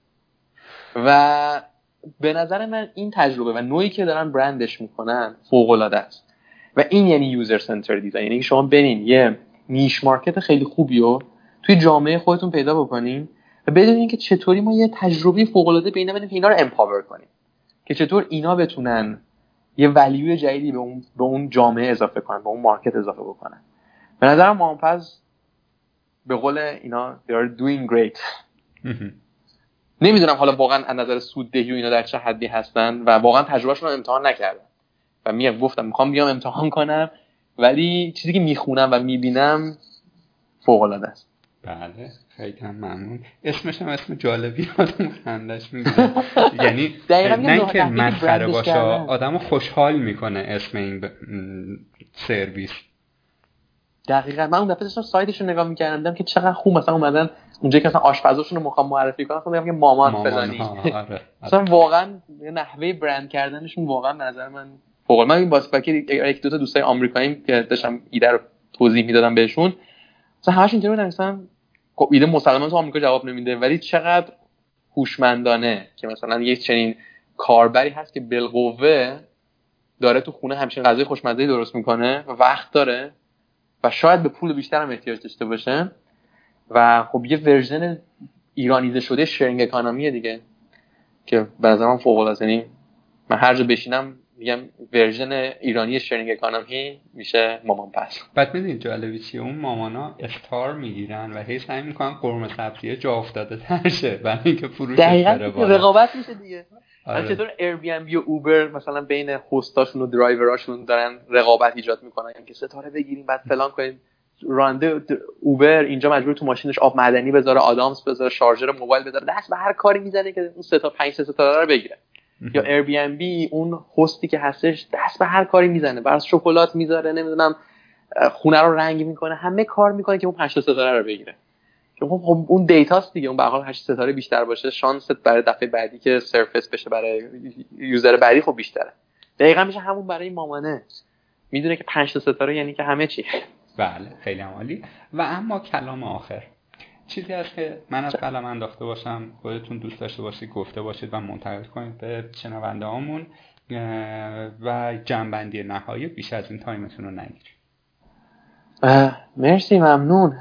و به نظر من این تجربه و نوعی که دارن برندش میکنن فوق العاده است و این یعنی یوزر سنتر دیزاین. یعنی شما برین یه نیش مارکت خیلی خوبی رو توی جامعه خودتون پیدا بکنین و بدونین که چطوری ما یه تجربه فوق العاده به اینا بدیم که اینا رو امپاور کنیم، که چطور اینا بتونن یه ولیو جدیدی به اون جامعه اضافه کنن، به اون مارکت اضافه بکنن. به نظرم مامپز به قول اینا they are doing great. نمیدونم حالا واقعا از نظر سوددهی و اینا در چه حدی هستن و واقعا تجربهشون رو امتحان نکردم و گفتم میخوام بیام امتحان کنم، ولی چیزی که میخونم و میبینم فوق العاده است. بله خیلی ممنون. اسمش هم اسم جالبی آدم خندش میگیره. یعنی نه که مسخره باشه، آدمو خوشحال میکنه اسم این سرویس. دقیقاً من اون دفعه داشتم سایتش رو نگاه می‌کردم دیدم که چقدر خوب مثلا اومدن اونجا که مثلا آشپزاشون رو می‌خوام معرفی کنم، خب میگم که مامان فلانی. آره. مثلا واقعا نحوه برند کردنشون واقعا به نظر من فوق العاده. من این واسه یک دو تا دوستای آمریکاییم که داشتم ایده رو توضیح میدادم بهشون، مثلا همش اینطوری بودن مثلا ایده مسلماً تو آمریکا جواب نمیده، ولی چقدر هوشمندانه که مثلا یک چنین کاربری هست که بالقوه داره تو خونه همچین غذای خوشمزه‌ای درست میکنه و وقت داره و شاید به پول بیشتر هم احتیاج داشته باشه و خب یه ورژن ایرانیزه شده شیرینگ اکانومی دیگه که به نظر من فوق العاده است. یعنی من هر جا بشینم میگم ورژن ایرانی شیرینگ اکانومی میشه مامان پس. بعد میدونید جالبی چیه؟ اون مامانا اختار میگیرن و هی سعی میکنن قرمه سبزی جا افتاده تر شه برای اینکه فروشش بره بالا. رقابت میشه دیگه. چطور ایر بی ام بی و اوبر مثلا بین هاستاشون و درایوراشون دارن رقابت ایجاد میکنن که ستاره بگیریم بعد فلان کنیم. راننده اوبر اینجا مجبور تو ماشینش آب معدنی بذاره، آدامس بذاره، شارژر موبایل بذاره، دست به هر کاری میزنه که اون 3 تا 5 ستاره رو بگیره. یا ایر بی ام بی اون هستی که هستش دست به هر کاری میزنه، براش شکلات میذاره، نمیدونم خونه رو رنگ میکنه، همه کار میکنه که اون 5 تا ستاره رو بگیره. خب اون دیتاست دیگه، اون به هر حال 8 ستاره بیشتر باشه، شانست برای دفعه بعدی که سرفیس بشه برای یوزر بعدی خب بیشتره. دقیقاً میشه همون برای مامانه، میدونه که 5 تا ستاره یعنی که همه چی. بله خیلی عالی. و اما کلام آخر چیزی هست که من از قلم انداخته باشم، خودتون دوست داشته باشید گفته باشید و منتقل کنید به شنونده هامون و جنبندی نهایی بیش از این تایمتون رو نگیریم. مرسی، ممنون.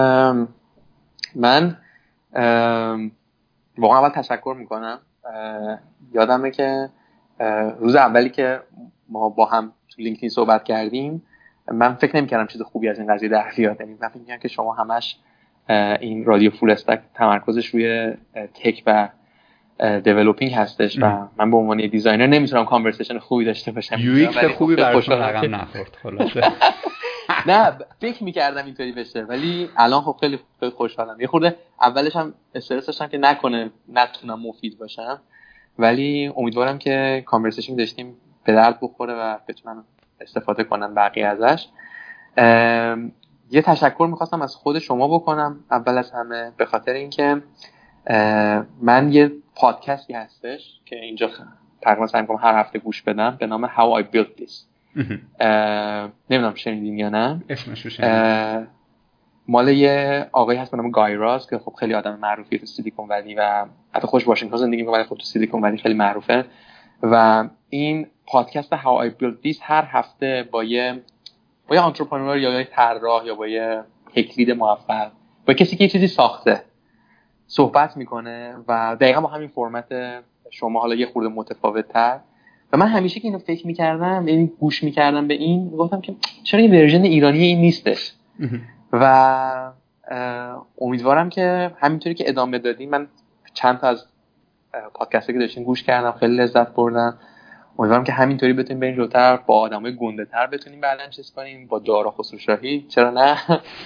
من واقعا اول تشکر میکنم. یادمه که روز اولی که ما با هم تو لینکدین صحبت کردیم من فکر نمی‌کردم چیز خوبی از این قضیه در بیاد. یعنی من فکر می‌کردم که شما همش این رادیو فول استک تمرکزش روی تک و دیولپینگ هستش و من به عنوان دیزاینر نمیتونم کانورسیشن خوبی داشته باشم. UX خوبی براشون رقم نخورد خلاصه. نه فکر می‌کردم اینطوری بشه، ولی الان خب خیلی خوشحالم. یه خورده اولش هم استرس داشتم که نتونم مفید باشم، ولی امیدوارم که کانورسیشن داشتیم به درد بخوره و بتونم استفاده کنم بقیه ازش. یه تشکر می‌خواستم از خود شما بکنم اول از همه، به خاطر اینکه من یه پادکستی هستش که اینجا تقریبا سعی می‌کنم هر هفته گوش بدم به نام How I Built This. نمیدونم شنیدین یا نه. اسمشو شنیدم. مال یه آقایی هست به نام گای راس که خب خیلی آدم معروفیه تو سیلیکون ولی و حتی خوش واشنگتن زندگی می‌کنه، ولی خب تو سیلیکون ولی خیلی معروفه. و این پادکست How I Built This هر هفته با یه انترپرنور یا یه طراح یا با یه تکلید موفق، با کسی که یه چیزی ساخته صحبت میکنه و دقیقا با همین فرمت شما، حالا یه خورده متفاوت‌تر. و من همیشه که اینو فکر میکردم، یعنی گوش میکردم به این، گفتم که چرا این ورژن ایرانی این نیستش. و امیدوارم که همینطوری که ادامه دادیم، من چند تا از پادکست‌ها که داشتیم گوش کردم، خیلی لذت بردم. امیدوارم که همینطوری بتونیم بریم جلوتر، با آدمای گنده‌تر بتونیم بعداً چیز کنیم، با دارا خسروشاهی چرا نه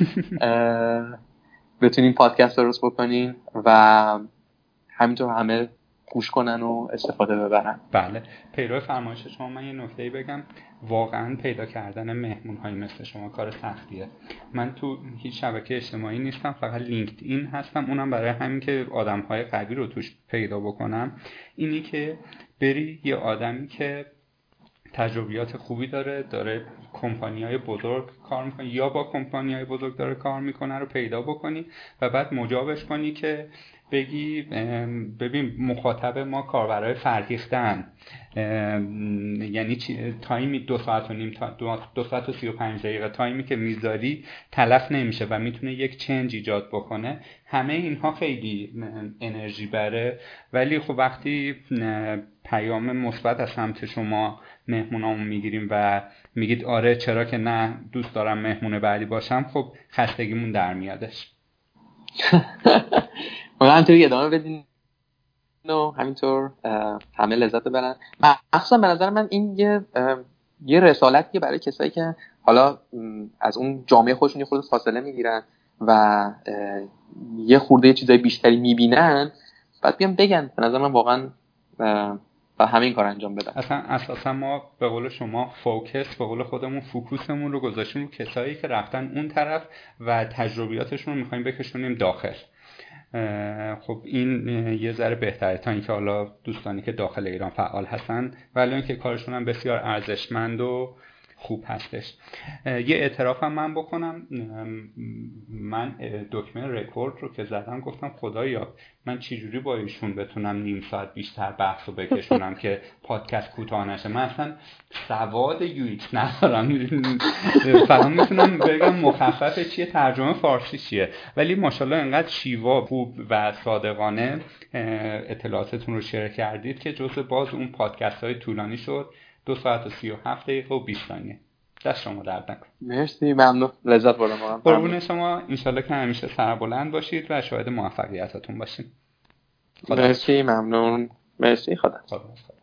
بتونیم پادکست درست بکنیم و همینطور همه گوش کنن و استفاده ببرن. بله، پیرو فرمایش شما من یه نکته‌ای بگم. واقعا پیدا کردن مهمون‌های مثل شما کار سختیه. من تو هیچ شبکه اجتماعی نیستم، فقط لینکدین هستم، اونم برای همین که آدم‌های قوی رو توش پیدا بکنم. اینی که بری یه آدمی که تجربیات خوبی داره کمپانی‌های بزرگ کار میکنه یا با کمپانی‌های بزرگ داره کار میکنه رو پیدا بکنی و بعد مجابش کنی که بگی ببین مخاطب ما کاربرای فرهیختن، یعنی تایمی 2 ساعت و نیم تا 2 ساعت و 35 دقیقه تایمی که میذاری تلف نمیشه و میتونه یک چنج ایجاد بکنه. همه اینها خیلی انرژی بره، ولی خب وقتی پیام مثبت از سمت شما مهمونامون میگیریم و میگید آره چرا که نه دوست دارم مهمون بعدی باشم، خب خستگیمون در میادش. واقعا همینطوری ادامه بدین و همینطور همه لذت ببرن. مخصوصا به نظر من این یه رسالتیه برای کسایی که حالا از اون جامعه خودشون یه خورده فاصله میگیرن و یه خورده یه چیزای بیشتری میبینن، بعد بیان بگن. به نظر من واقعا و همین کار انجام بدن. اساسا ما به قول شما فوکس، به قول خودمون فوکوسمون رو گذاشتیم رو کسایی که رفتن اون طرف و تجربیاتشون رو میخوایم بکشونیم داخل. خب این یه ذره بهتره تا اینکه حالا دوستانی که داخل ایران فعال هستن ولی اینکه کارشون هم بسیار ارزشمند و خوب هستش. یه اعتراف هم من بکنم، من دکمه رکورد رو که زدم گفتم خدایا من چجوری با ایشون بتونم نیم ساعت بیشتر بحث رو بکشونم که پادکست کوتاه نشه. من اصلا سواد UX ندارم، فقط میتونم بگم مخفف چیه، ترجمه فارسی چیه، ولی ماشاءالله انقدر شیوا خوب و صادقانه اطلاعاتتون رو شیر کردید که جزء باز اون پادکست های طولانی شد. 2 ساعت و 37 دقیقه و 20 ثانیه. دست شما درد نکنه. مرسی، ممنون، لذت بردم. قربون شما، انشالله که همیشه سربلند باشید و شاهد موفقیتاتون باشید. مرسی، ممنون، مرسی، خدا.